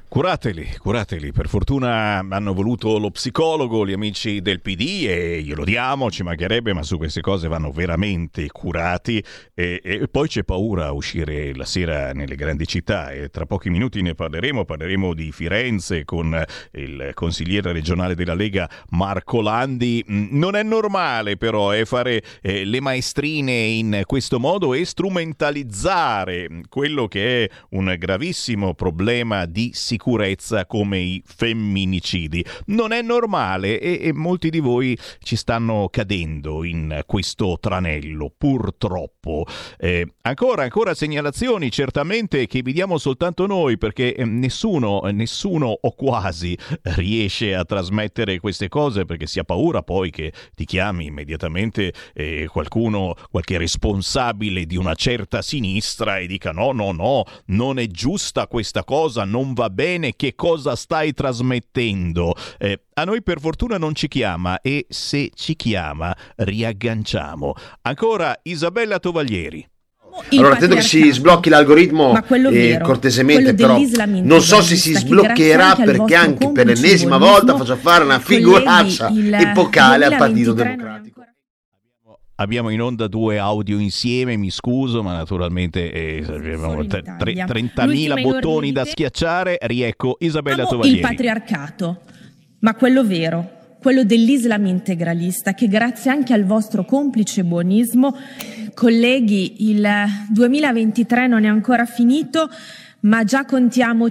[SPEAKER 2] Curateli, per fortuna hanno voluto lo psicologo gli amici del PD e glielo diamo, ci mancherebbe, ma su queste cose vanno veramente curati e poi c'è paura a uscire la sera nelle grandi città e tra pochi minuti ne parleremo di Firenze con il consigliere regionale della Lega Marco Landi. Non è normale però fare le maestrine in questo modo e strumentalizzare quello che è un gravissimo problema di sicurezza come i femminicidi. Non è normale e molti di voi ci stanno cadendo in questo tranello, purtroppo. Ancora segnalazioni certamente che vi diamo soltanto noi, perché nessuno o quasi riesce a trasmettere queste cose, perché si ha paura poi che ti chiami immediatamente qualche responsabile di una certa sinistra e dica no, non è giusta questa cosa, non va bene, che cosa stai trasmettendo? A noi per fortuna non ci chiama e se ci chiama riagganciamo. Ancora Isabella Tovaglieri.
[SPEAKER 8] Allora attento che si sblocchi l'algoritmo cortesemente, però non so se si sbloccherà perché anche per l'ennesima volta faccio fare una figuraccia epocale al Partito Democratico.
[SPEAKER 2] Abbiamo in onda 2 audio insieme, mi scuso, ma naturalmente abbiamo 30.000 bottoni da schiacciare. Riecco Isabella Tovaglieri.
[SPEAKER 14] Il patriarcato, ma quello vero, quello dell'Islam integralista, che grazie anche al vostro complice buonismo, colleghi, il 2023 non è ancora finito, ma già contiamo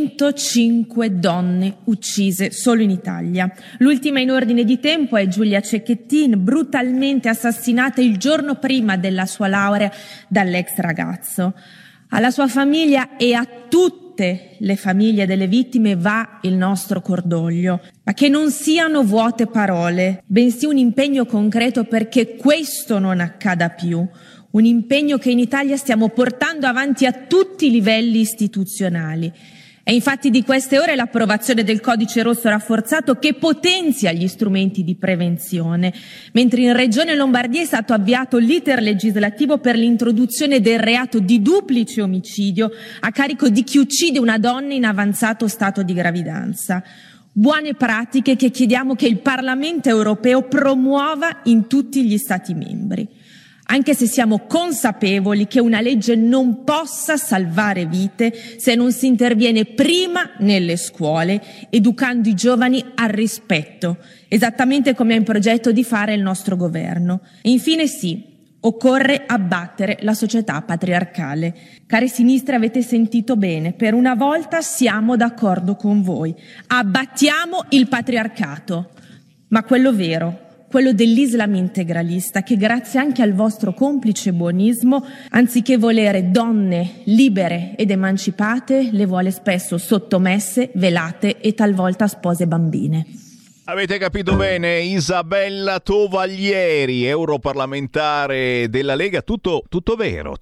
[SPEAKER 14] 105 donne uccise solo in Italia. L'ultima in ordine di tempo è Giulia Cecchettin, brutalmente assassinata il giorno prima della sua laurea dall'ex ragazzo. Alla sua famiglia e a tutte le famiglie delle vittime va il nostro cordoglio, ma che non siano vuote parole, bensì un impegno concreto perché questo non accada più. Un impegno che in Italia stiamo portando avanti a tutti i livelli istituzionali. È infatti di queste ore l'approvazione del Codice Rosso rafforzato che potenzia gli strumenti di prevenzione, mentre in Regione Lombardia è stato avviato l'iter legislativo per l'introduzione del reato di duplice omicidio a carico di chi uccide una donna in avanzato stato di gravidanza. Buone pratiche che chiediamo che il Parlamento europeo promuova in tutti gli Stati membri. Anche se siamo consapevoli che una legge non possa salvare vite se non si interviene prima nelle scuole, educando i giovani al rispetto, esattamente come ha in progetto di fare il nostro governo. E infine sì, occorre abbattere la società patriarcale. Care sinistre, avete sentito bene, per una volta siamo d'accordo con voi. Abbattiamo il patriarcato, ma quello vero, quello dell'Islam integralista, che grazie anche al vostro complice buonismo, anziché volere donne libere ed emancipate, le vuole spesso sottomesse, velate e talvolta spose bambine.
[SPEAKER 2] Avete capito bene, Isabella Tovaglieri, europarlamentare della Lega, tutto vero,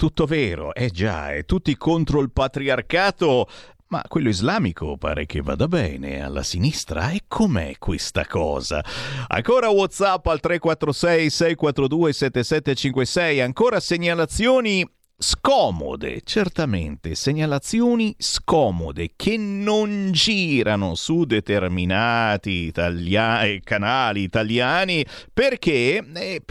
[SPEAKER 2] già, è tutti contro il patriarcato. Ma quello islamico pare che vada bene alla sinistra. E com'è questa cosa? Ancora WhatsApp al 346 642 7756. Ancora segnalazioni scomode, certamente segnalazioni scomode che non girano su determinati canali italiani perché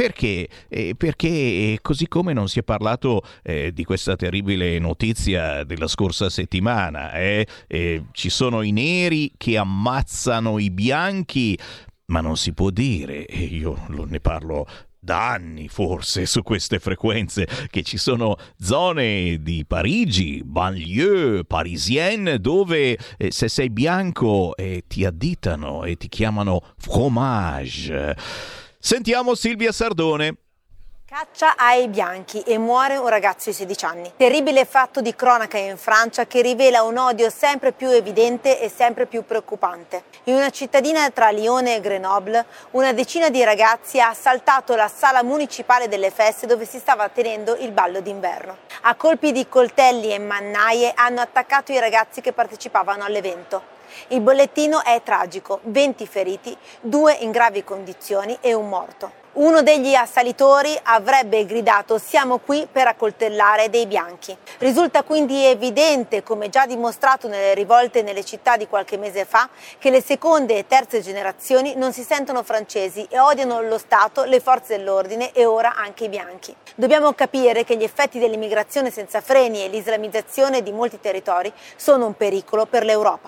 [SPEAKER 2] così come non si è parlato di questa terribile notizia della scorsa settimana, ci sono i neri che ammazzano i bianchi, ma non si può dire, e io ne parlo da anni forse su queste frequenze, che ci sono zone di Parigi, banlieue parisienne, dove se sei bianco ti additano e ti chiamano fromage. Sentiamo Silvia Sardone.
[SPEAKER 15] Caccia ai bianchi e muore un ragazzo di 16 anni. Terribile fatto di cronaca in Francia che rivela un odio sempre più evidente e sempre più preoccupante. In una cittadina tra Lione e Grenoble, una decina di ragazzi ha assaltato la sala municipale delle feste dove si stava tenendo il ballo d'inverno. A colpi di coltelli e mannaie hanno attaccato i ragazzi che partecipavano all'evento. Il bollettino è tragico, 20 feriti, 2 in gravi condizioni e un morto. Uno degli assalitori avrebbe gridato «Siamo qui per accoltellare dei bianchi». Risulta quindi evidente, come già dimostrato nelle rivolte nelle città di qualche mese fa, che le seconde e terze generazioni non si sentono francesi e odiano lo Stato, le forze dell'ordine e ora anche i bianchi. Dobbiamo capire che gli effetti dell'immigrazione senza freni e l'islamizzazione di molti territori sono un pericolo per l'Europa.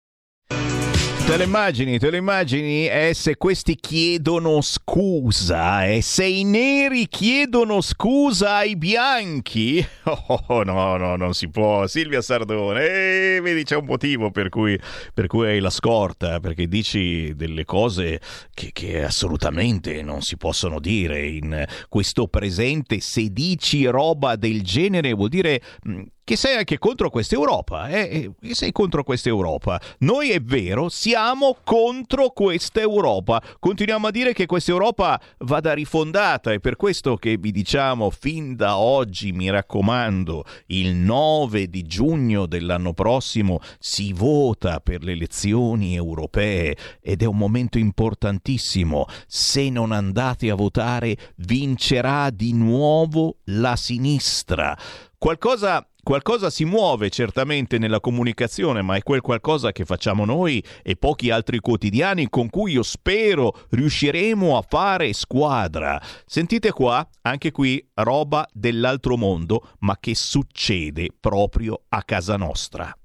[SPEAKER 2] Te le immagini? Se questi chiedono scusa, se i neri chiedono scusa ai bianchi? No, non si può. Silvia Sardone, vedi, c'è un motivo per cui hai la scorta, perché dici delle cose che assolutamente non si possono dire in questo presente. Se dici roba del genere vuol dire che sei anche contro questa Europa, che sei contro questa Europa. Noi, è vero, siamo contro questa Europa. Continuiamo a dire che questa Europa vada rifondata, è per questo che vi diciamo fin da oggi, mi raccomando, il 9 di giugno dell'anno prossimo si vota per le elezioni europee ed è un momento importantissimo. Se non andate a votare, vincerà di nuovo la sinistra. Qualcosa si muove certamente nella comunicazione, ma è quel qualcosa che facciamo noi e pochi altri quotidiani con cui io spero riusciremo a fare squadra. Sentite qua, anche qui, roba dell'altro mondo, ma che succede proprio a casa nostra.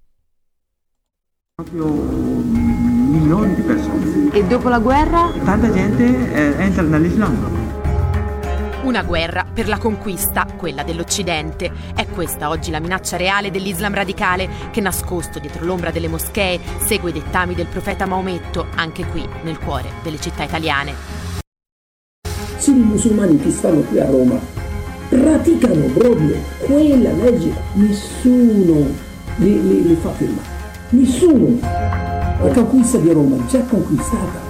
[SPEAKER 17] Proprio milioni di persone.
[SPEAKER 20] E dopo la guerra?
[SPEAKER 17] Tanta gente entra nell'Islam.
[SPEAKER 20] Una guerra per la conquista, quella dell'Occidente. È questa oggi la minaccia reale dell'Islam radicale che, nascosto dietro l'ombra delle moschee, segue i dettami del profeta Maometto, anche qui nel cuore delle città italiane.
[SPEAKER 21] Se i musulmani che stanno qui a Roma praticano proprio quella legge, nessuno li fa firmare. Nessuno. La conquista di Roma è già conquistata.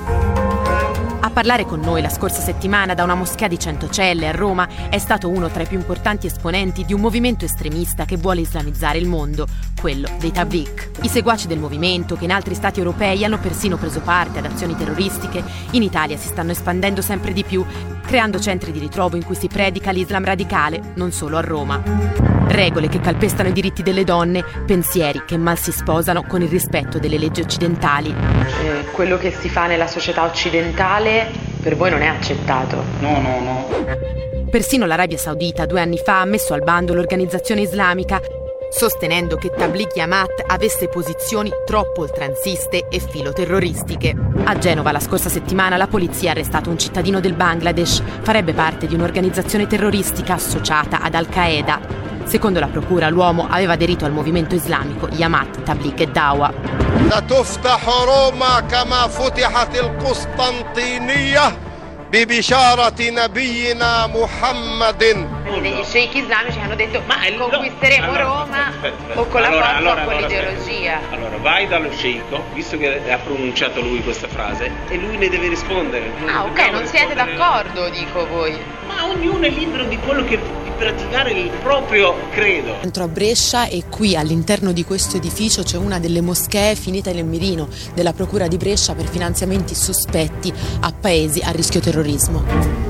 [SPEAKER 20] A parlare con noi la scorsa settimana da una moschea di 100 celle a Roma è stato uno tra i più importanti esponenti di un movimento estremista che vuole islamizzare il mondo, quello dei Tabligh. I seguaci del movimento, che in altri stati europei hanno persino preso parte ad azioni terroristiche, in Italia si stanno espandendo sempre di più, creando centri di ritrovo in cui si predica l'Islam radicale, non solo a Roma. Regole che calpestano i diritti delle donne, pensieri che mal si sposano con il rispetto delle leggi occidentali. Quello che si fa nella società occidentale per voi non è accettato?
[SPEAKER 17] No.
[SPEAKER 20] Persino l'Arabia Saudita 2 anni fa ha messo al bando l'organizzazione islamica, sostenendo che Tabligh Jamaat avesse posizioni troppo oltranziste e filoterroristiche. A Genova la scorsa settimana la polizia ha arrestato un cittadino del Bangladesh, farebbe parte di un'organizzazione terroristica associata ad Al-Qaeda. Secondo la procura l'uomo aveva aderito al movimento islamico Jamaat Tabligh Dawa.
[SPEAKER 22] لا تفتح روما كما فتحت القسطنطينية ببشارة نبينا محمد.
[SPEAKER 20] Degli sceicchi islamici hanno detto ma conquisteremo Roma o con la forza o con l'ideologia.
[SPEAKER 23] Allora vai dallo sceicco, visto che ha pronunciato lui questa frase, e lui ne deve rispondere.
[SPEAKER 20] Ok, non siete d'accordo, dico voi.
[SPEAKER 23] Ma ognuno è libero di quello di praticare il proprio credo.
[SPEAKER 20] Entro a Brescia e qui all'interno di questo edificio c'è una delle moschee finite nel mirino della procura di Brescia per finanziamenti sospetti a paesi a rischio terrorismo.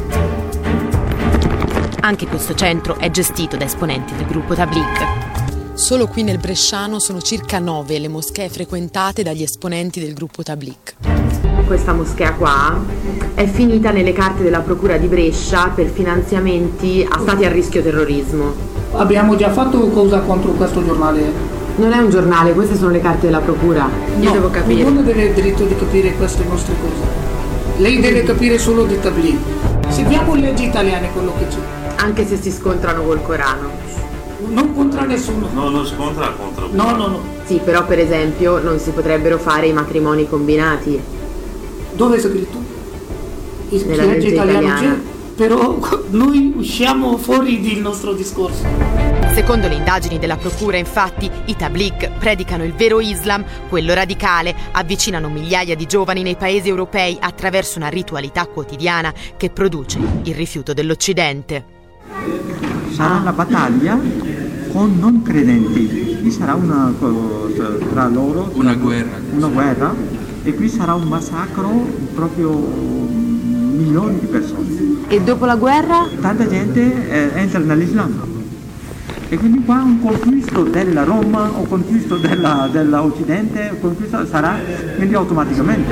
[SPEAKER 20] Anche questo centro è gestito da esponenti del gruppo Tabligh. Solo qui nel Bresciano sono circa 9 le moschee frequentate dagli esponenti del gruppo Tabligh. Questa moschea qua è finita nelle carte della procura di Brescia per finanziamenti a stati a rischio terrorismo.
[SPEAKER 21] Abbiamo già fatto cosa contro questo giornale?
[SPEAKER 20] Non è un giornale, queste sono le carte della procura. Io devo capire.
[SPEAKER 21] Non avere il diritto di capire queste nostre cose. Lei deve capire solo di Tabligh. Seguiamo le leggi italiane, quello che c'è.
[SPEAKER 20] Anche se si scontrano col Corano.
[SPEAKER 21] Non contra nessuno.
[SPEAKER 23] No, non scontra contro.
[SPEAKER 21] No.
[SPEAKER 20] Sì, però per esempio non si potrebbero fare i matrimoni combinati.
[SPEAKER 21] Dove è scritto?
[SPEAKER 20] Nella legge italiana.
[SPEAKER 21] C'è, però noi usciamo fuori del nostro discorso.
[SPEAKER 20] Secondo le indagini della procura, infatti, i Tabligh predicano il vero Islam, quello radicale, avvicinano migliaia di giovani nei paesi europei attraverso una ritualità quotidiana che produce il rifiuto dell'Occidente.
[SPEAKER 17] Sarà una battaglia con non credenti, qui sarà una cosa tra loro, una guerra e qui sarà un massacro proprio milioni di persone.
[SPEAKER 16] E dopo la guerra?
[SPEAKER 17] Tanta gente entra nell'Islam. E quindi qua un conquisto della Roma o conquisto dell'Occidente, conquisto sarà quindi automaticamente.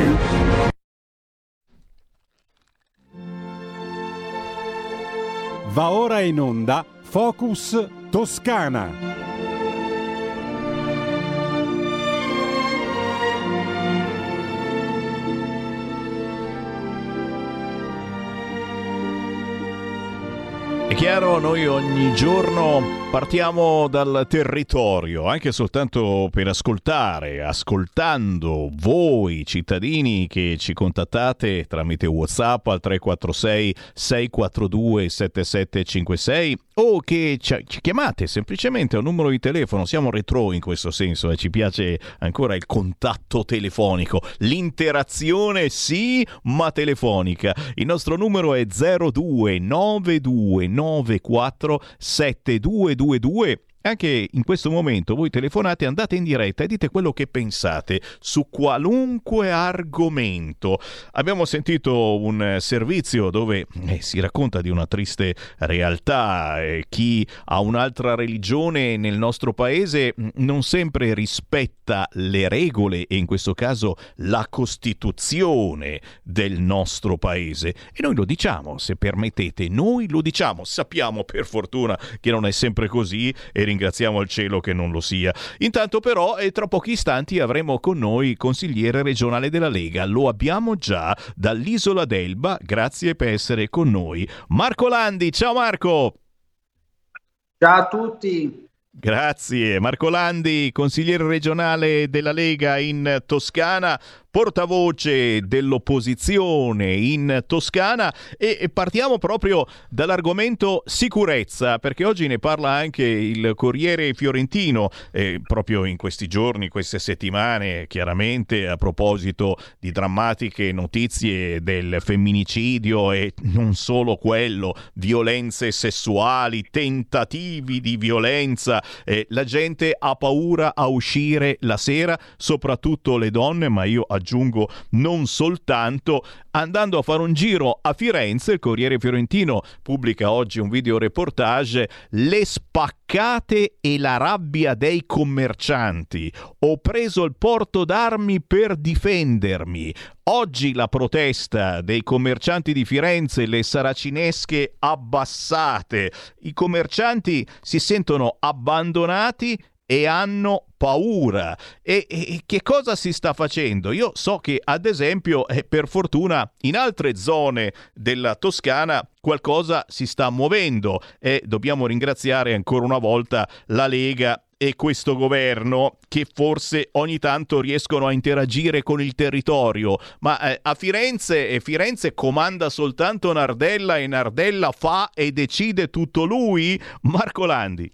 [SPEAKER 9] Va ora in onda Focus Toscana.
[SPEAKER 2] È chiaro, noi ogni giorno partiamo dal territorio, anche soltanto per ascoltando voi cittadini che ci contattate tramite WhatsApp al 346 642 7756 o che ci chiamate semplicemente a un numero di telefono. Siamo retro in questo senso, ci piace ancora il contatto telefonico, l'interazione sì, ma telefonica. Il nostro numero è 029294 7222. Anche in questo momento voi telefonate, andate in diretta e dite quello che pensate su qualunque argomento. Abbiamo sentito un servizio dove si racconta di una triste realtà. Chi ha un'altra religione nel nostro paese non sempre rispetta le regole e in questo caso la Costituzione del nostro paese. E noi lo diciamo, se permettete, noi lo diciamo. Sappiamo per fortuna che non è sempre così e ringraziamo il cielo che non lo sia. Intanto però tra pochi istanti avremo con noi il consigliere regionale della Lega. Lo abbiamo già dall'Isola d'Elba. Grazie per essere con noi, Marco Landi. Ciao Marco.
[SPEAKER 18] Ciao a tutti.
[SPEAKER 2] Grazie. Marco Landi, consigliere regionale della Lega in Toscana, portavoce dell'opposizione in Toscana, e partiamo proprio dall'argomento sicurezza, perché oggi ne parla anche il Corriere Fiorentino, proprio in questi giorni, queste settimane, chiaramente a proposito di drammatiche notizie del femminicidio e non solo quello, violenze sessuali, tentativi di violenza. La gente ha paura a uscire la sera, soprattutto le donne, ma io aggiungo non soltanto. Andando a fare un giro a Firenze, il Corriere Fiorentino pubblica oggi un videoreportage: le spaccate e la rabbia dei commercianti. Ho preso il porto d'armi per difendermi. Oggi la protesta dei commercianti di Firenze, le saracinesche abbassate. I commercianti si sentono abbandonati e hanno paura. E che cosa si sta facendo? Io so che ad esempio, per fortuna, in altre zone della Toscana qualcosa si sta muovendo e dobbiamo ringraziare ancora una volta la Lega e questo governo, che forse ogni tanto riescono a interagire con il territorio, ma a Firenze comanda soltanto Nardella e Nardella fa e decide tutto lui. Marco Landi.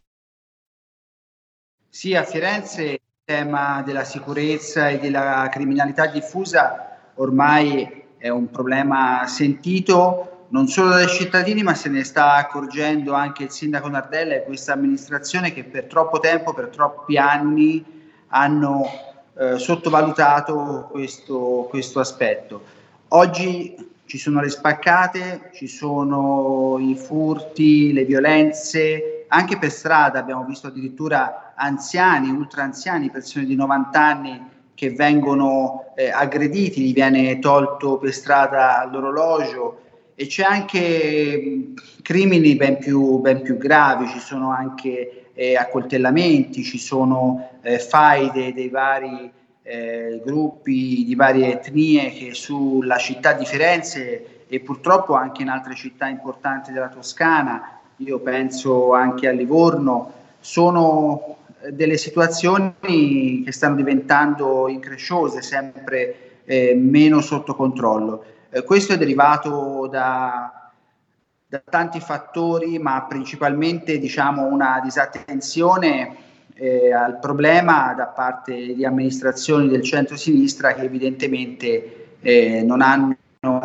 [SPEAKER 18] Sì, a Firenze il tema della sicurezza e della criminalità diffusa ormai è un problema sentito non solo dai cittadini, ma se ne sta accorgendo anche il sindaco Nardella e questa amministrazione, che per troppo tempo, per troppi anni hanno sottovalutato questo aspetto. Oggi ci sono le spaccate, ci sono i furti, le violenze, anche per strada abbiamo visto addirittura anziani, ultra anziani, persone di 90 anni che vengono aggrediti, gli viene tolto per strada l'orologio, e c'è anche crimini ben più gravi, ci sono anche accoltellamenti, ci sono faide dei vari gruppi di varie etnie che sulla città di Firenze e purtroppo anche in altre città importanti della Toscana, io penso anche a Livorno, sono delle situazioni che stanno diventando incresciose, sempre meno sotto controllo. Questo è derivato da tanti fattori, ma principalmente una disattenzione al problema da parte di amministrazioni del centro-sinistra che evidentemente non hanno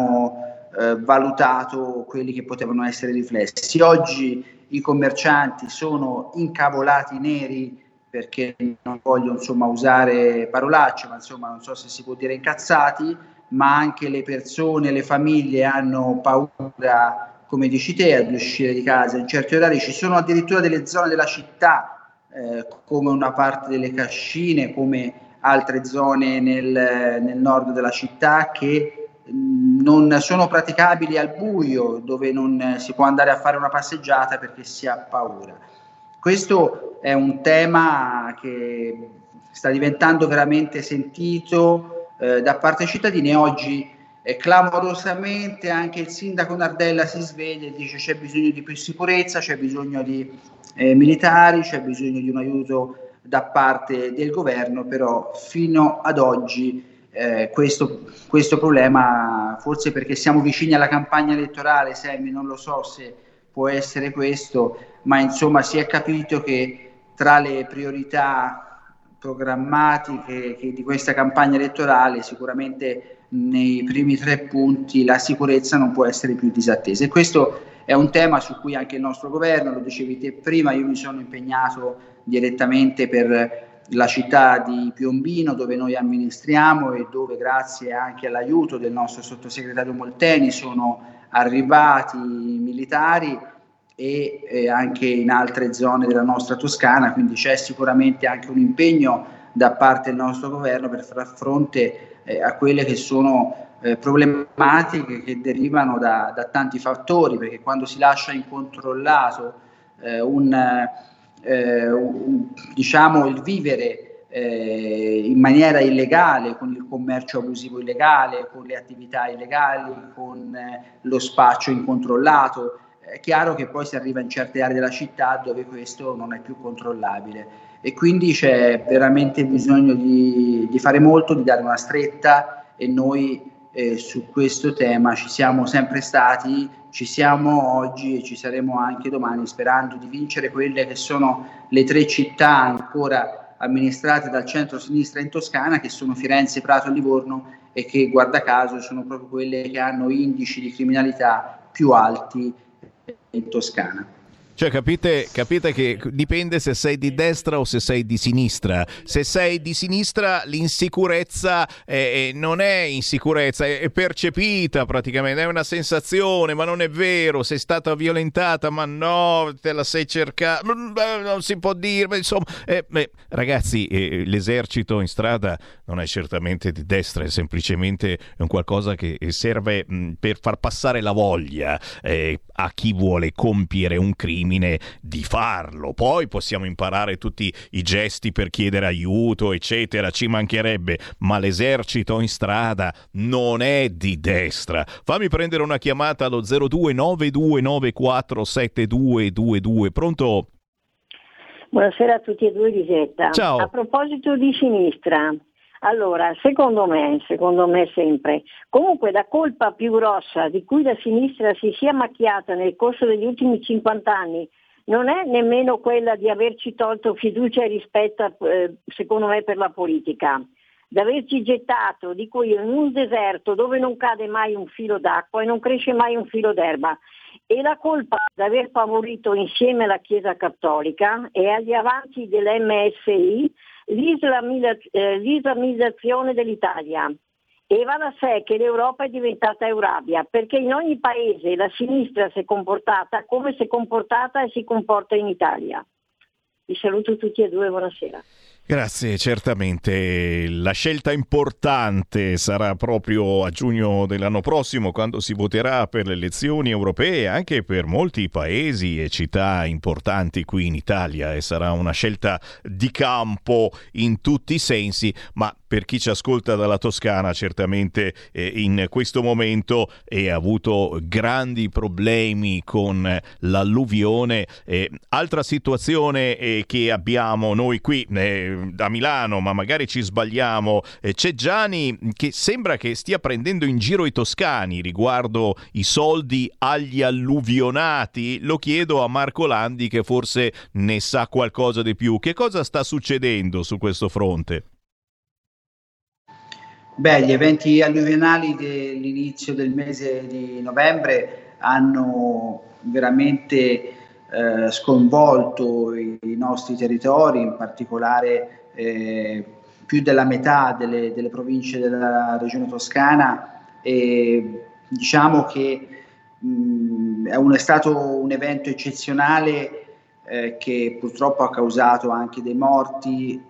[SPEAKER 18] valutato quelli che potevano essere riflessi. Oggi i commercianti sono incavolati neri, perché non voglio usare parolacce, ma non so se si può dire incazzati, ma anche le persone, le famiglie hanno paura come dici te, ad uscire di casa in certi orari. Ci sono addirittura delle zone della città, come una parte delle Cascine, come altre zone nel nord della città, che non sono praticabili al buio, dove non si può andare a fare una passeggiata perché si ha paura. Questo è un tema che sta diventando veramente sentito da parte dei cittadini, e oggi clamorosamente anche il sindaco Nardella si sveglia e dice: c'è bisogno di più sicurezza, c'è bisogno di militari, c'è bisogno di un aiuto da parte del governo. Però fino ad oggi questo problema, forse perché siamo vicini alla campagna elettorale, Sammy, non lo so se può essere questo, ma insomma si è capito che tra le priorità programmatiche di questa campagna elettorale, sicuramente nei primi 3 punti la sicurezza non può essere più disattesa, e questo è un tema su cui anche il nostro governo, lo dicevi te prima, io mi sono impegnato direttamente per la città di Piombino, dove noi amministriamo e dove, grazie anche all'aiuto del nostro sottosegretario Molteni, sono arrivati militari, e anche in altre zone della nostra Toscana, quindi c'è sicuramente anche un impegno da parte del nostro governo per far fronte a quelle che sono problematiche che derivano da tanti fattori, perché quando si lascia incontrollato diciamo il vivere in maniera illegale, con il commercio abusivo illegale, con le attività illegali, con lo spaccio incontrollato, è chiaro che poi si arriva in certe aree della città dove questo non è più controllabile, e quindi c'è veramente bisogno di fare molto, di dare una stretta, e noi su questo tema ci siamo sempre stati, ci siamo oggi e ci saremo anche domani, sperando di vincere quelle che sono le 3 città ancora amministrate dal centro-sinistra in Toscana, che sono Firenze, Prato e Livorno, e che, guarda caso, sono proprio quelle che hanno indici di criminalità più alti in Toscana.
[SPEAKER 2] Cioè, capite che dipende se sei di destra o se sei di sinistra. Se sei di sinistra, l'insicurezza non è insicurezza, è percepita praticamente, è una sensazione, ma non è vero. Sei stata violentata, ma no, te la sei cercata, non si può dire, ma insomma, ragazzi, l'esercito in strada non è certamente di destra, è semplicemente un qualcosa che serve per far passare la voglia a chi vuole compiere un crimine di farlo. Poi possiamo imparare tutti i gesti per chiedere aiuto, eccetera, ci mancherebbe, ma l'esercito in strada non è di destra. Fammi prendere una chiamata allo 0292947222. Pronto?
[SPEAKER 12] Buonasera a tutti e due, Lisetta.
[SPEAKER 2] Ciao.
[SPEAKER 12] A proposito di sinistra, allora, secondo me sempre, comunque la colpa più grossa di cui la sinistra si sia macchiata nel corso degli ultimi 50 anni non è nemmeno quella di averci tolto fiducia e rispetto, secondo me, per la politica, d'averci gettato, dico io, in un deserto dove non cade mai un filo d'acqua e non cresce mai un filo d'erba. E la colpa d'aver favorito insieme alla Chiesa Cattolica e agli avanzi dell'MSI l'islamizzazione dell'Italia. E va da sé che l'Europa è diventata Eurabia, perché in ogni paese la sinistra si è comportata come si è comportata e si comporta in Italia. Vi saluto tutti e due, buonasera.
[SPEAKER 2] Grazie, certamente la scelta importante sarà proprio a giugno dell'anno prossimo, quando si voterà per le elezioni europee anche per molti paesi e città importanti qui in Italia, e sarà una scelta di campo in tutti i sensi, ma per chi ci ascolta dalla Toscana certamente in questo momento ha avuto grandi problemi con l'alluvione. Altra situazione che abbiamo noi qui da Milano, ma magari ci sbagliamo, c'è Gianni che sembra che stia prendendo in giro i toscani riguardo i soldi agli alluvionati. Lo chiedo a Marco Landi, che forse ne sa qualcosa di più. Che cosa sta succedendo su questo fronte?
[SPEAKER 18] Beh, gli eventi alluvionali dell'inizio del mese di novembre hanno veramente sconvolto i nostri territori, in particolare più della metà delle province della regione toscana, e diciamo che È stato un evento eccezionale che purtroppo ha causato anche dei morti,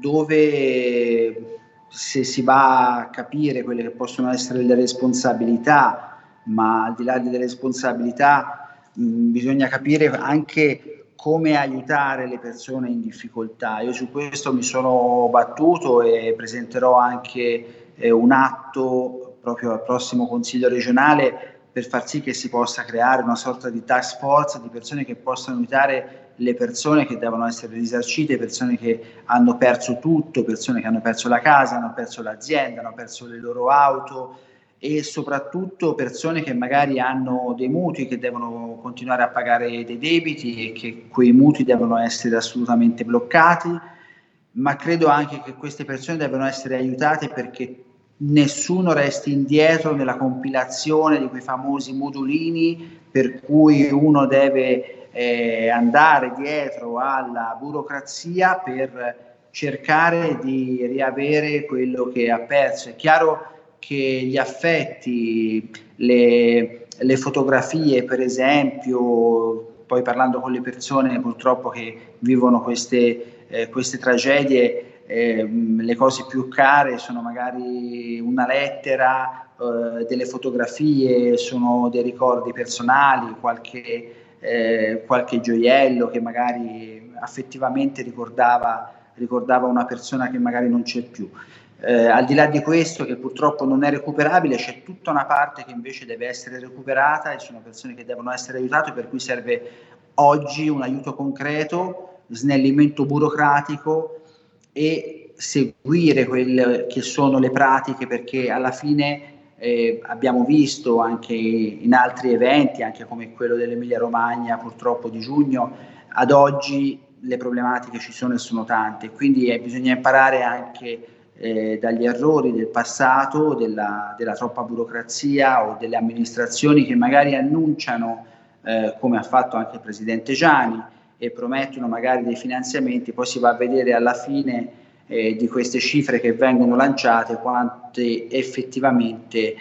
[SPEAKER 18] dove se si va a capire quelle che possono essere le responsabilità, ma al di là delle responsabilità bisogna capire anche come aiutare le persone in difficoltà. Io su questo mi sono battuto e presenterò anche un atto proprio al prossimo Consiglio regionale per far sì che si possa creare una sorta di task force di persone che possano aiutare le persone che devono essere risarcite, persone che hanno perso tutto, persone che hanno perso la casa, hanno perso l'azienda, hanno perso le loro auto, e soprattutto persone che magari hanno dei mutui, che devono continuare a pagare dei debiti e che quei mutui devono essere assolutamente bloccati, ma credo anche che queste persone devono essere aiutate perché nessuno resti indietro nella compilazione di quei famosi modulini per cui uno deve andare dietro alla burocrazia per cercare di riavere quello che ha perso. È chiaro che gli affetti, le fotografie per esempio, poi parlando con le persone purtroppo che vivono queste tragedie, le cose più care sono magari una lettera, delle fotografie, sono dei ricordi personali, qualche gioiello che magari affettivamente ricordava una persona che magari non c'è più. Al di là di questo, che purtroppo non è recuperabile, c'è tutta una parte che invece deve essere recuperata e sono persone che devono essere aiutate, per cui serve oggi un aiuto concreto, snellimento burocratico e seguire quelle che sono le pratiche, perché alla fine abbiamo visto anche in altri eventi, anche come quello dell'Emilia Romagna purtroppo di giugno, ad oggi le problematiche ci sono e sono tante, quindi bisogna imparare anche dagli errori del passato, della troppa burocrazia o delle amministrazioni che magari annunciano, come ha fatto anche il Presidente Gianni, e promettono magari dei finanziamenti, poi si va a vedere alla fine di queste cifre che vengono lanciate quanti effettivamente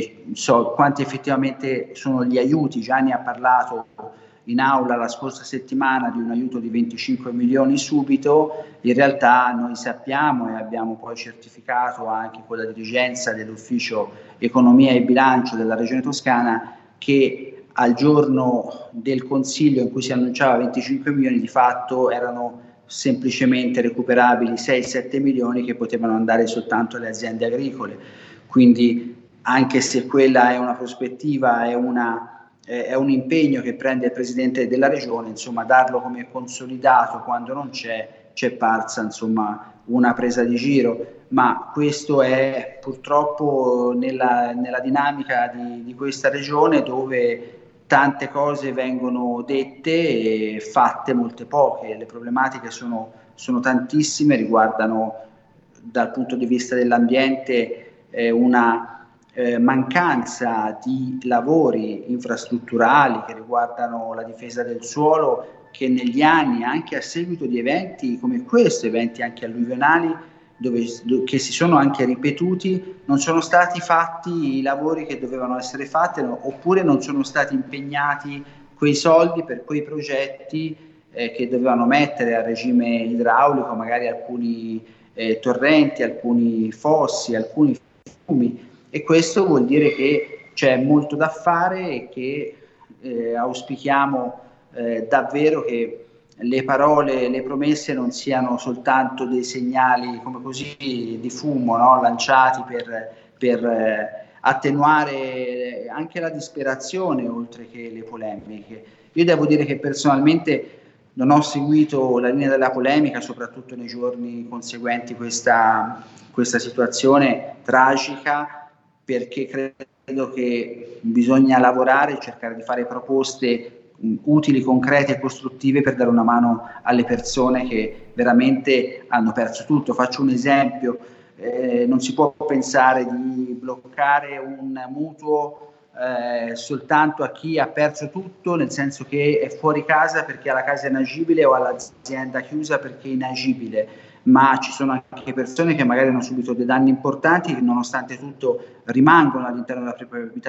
[SPEAKER 18] sono gli aiuti. Gianni ha parlato in aula la scorsa settimana di un aiuto di 25 milioni subito, in realtà noi sappiamo e abbiamo poi certificato anche con la dirigenza dell'ufficio economia e bilancio della regione Toscana che al giorno del consiglio in cui si annunciava 25 milioni di fatto erano semplicemente recuperabili 6-7 milioni che potevano andare soltanto alle aziende agricole. Quindi anche se quella è una prospettiva, è un impegno che prende il Presidente della Regione, insomma darlo come consolidato quando non c'è parsa insomma una presa di giro, ma questo è purtroppo nella dinamica di questa regione, dove tante cose vengono dette e fatte molte poche. Le problematiche sono tantissime, riguardano dal punto di vista dell'ambiente una mancanza di lavori infrastrutturali che riguardano la difesa del suolo, che negli anni, anche a seguito di eventi come questo, eventi anche alluvionali, che si sono anche ripetuti, non sono stati fatti i lavori che dovevano essere fatti, oppure non sono stati impegnati quei soldi per quei progetti che dovevano mettere a regime idraulico magari alcuni torrenti, alcuni fossi, alcuni fiumi, e questo vuol dire che c'è molto da fare e che auspichiamo davvero che le parole, le promesse non siano soltanto dei segnali come così di fumo, no? Lanciati per attenuare anche la disperazione oltre che le polemiche. Io devo dire che personalmente non ho seguito la linea della polemica, soprattutto nei giorni conseguenti questa situazione tragica, perché credo che bisogna lavorare e cercare di fare proposte utili, concrete e costruttive per dare una mano alle persone che veramente hanno perso tutto. Faccio un esempio, non si può pensare di bloccare un mutuo soltanto a chi ha perso tutto, nel senso che è fuori casa perché ha la casa inagibile o ha l'azienda chiusa perché è inagibile, ma ci sono anche persone che magari hanno subito dei danni importanti che nonostante tutto rimangono all'interno della propria abitazione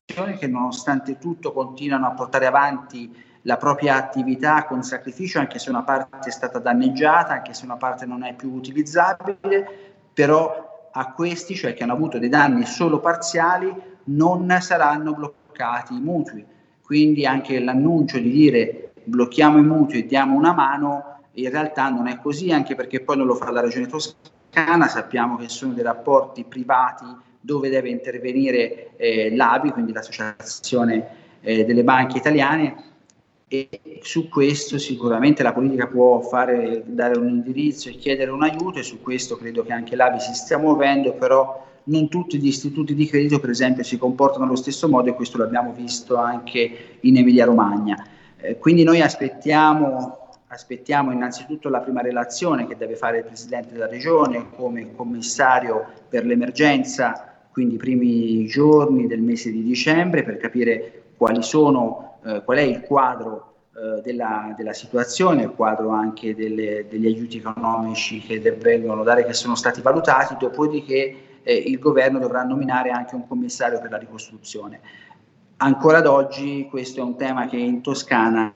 [SPEAKER 18] che nonostante tutto continuano a portare avanti la propria attività con sacrificio, anche se una parte è stata danneggiata, anche se una parte non è più utilizzabile, però a questi, cioè che hanno avuto dei danni solo parziali, non saranno bloccati i mutui. Quindi anche l'annuncio di dire blocchiamo i mutui e diamo una mano, in realtà non è così, anche perché poi non lo fa la Regione Toscana. Sappiamo che sono dei rapporti privati dove deve intervenire l'ABI, quindi l'Associazione delle Banche Italiane, e su questo sicuramente la politica può dare un indirizzo e chiedere un aiuto, e su questo credo che anche l'ABI si stia muovendo, però non tutti gli istituti di credito per esempio si comportano allo stesso modo, e questo l'abbiamo visto anche in Emilia Romagna. Quindi noi aspettiamo innanzitutto la prima relazione che deve fare il Presidente della Regione come commissario per l'emergenza, quindi i primi giorni del mese di dicembre, per capire qual è il quadro della situazione, il quadro anche degli aiuti economici che vengono dare, che sono stati valutati. Dopodiché il governo dovrà nominare anche un commissario per la ricostruzione. Ancora ad oggi questo è un tema che in Toscana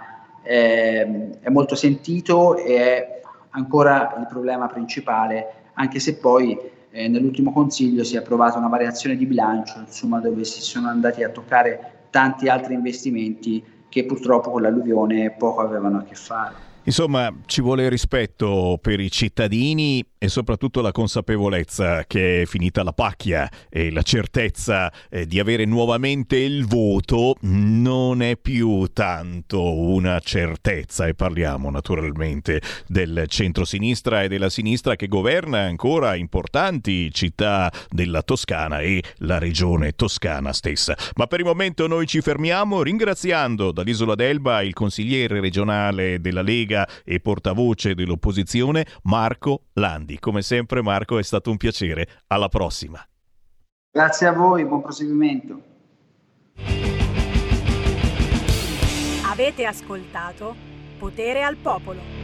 [SPEAKER 18] è molto sentito e è ancora il problema principale, anche se poi nell'ultimo Consiglio si è approvata una variazione di bilancio, insomma, dove si sono andati a toccare tanti altri investimenti che purtroppo con l'alluvione poco avevano a che fare.
[SPEAKER 2] Insomma, ci vuole rispetto per i cittadini e soprattutto la consapevolezza che è finita la pacchia, e la certezza di avere nuovamente il voto non è più tanto una certezza, e parliamo naturalmente del centro-sinistra e della sinistra che governa ancora importanti città della Toscana e la regione toscana stessa. Ma per il momento noi ci fermiamo, ringraziando dall'Isola d'Elba il consigliere regionale della Lega e portavoce dell'opposizione Marco Landi. Come sempre, Marco, è stato un piacere. Alla prossima.
[SPEAKER 18] Grazie a voi, buon proseguimento.
[SPEAKER 11] Avete ascoltato Potere al Popolo.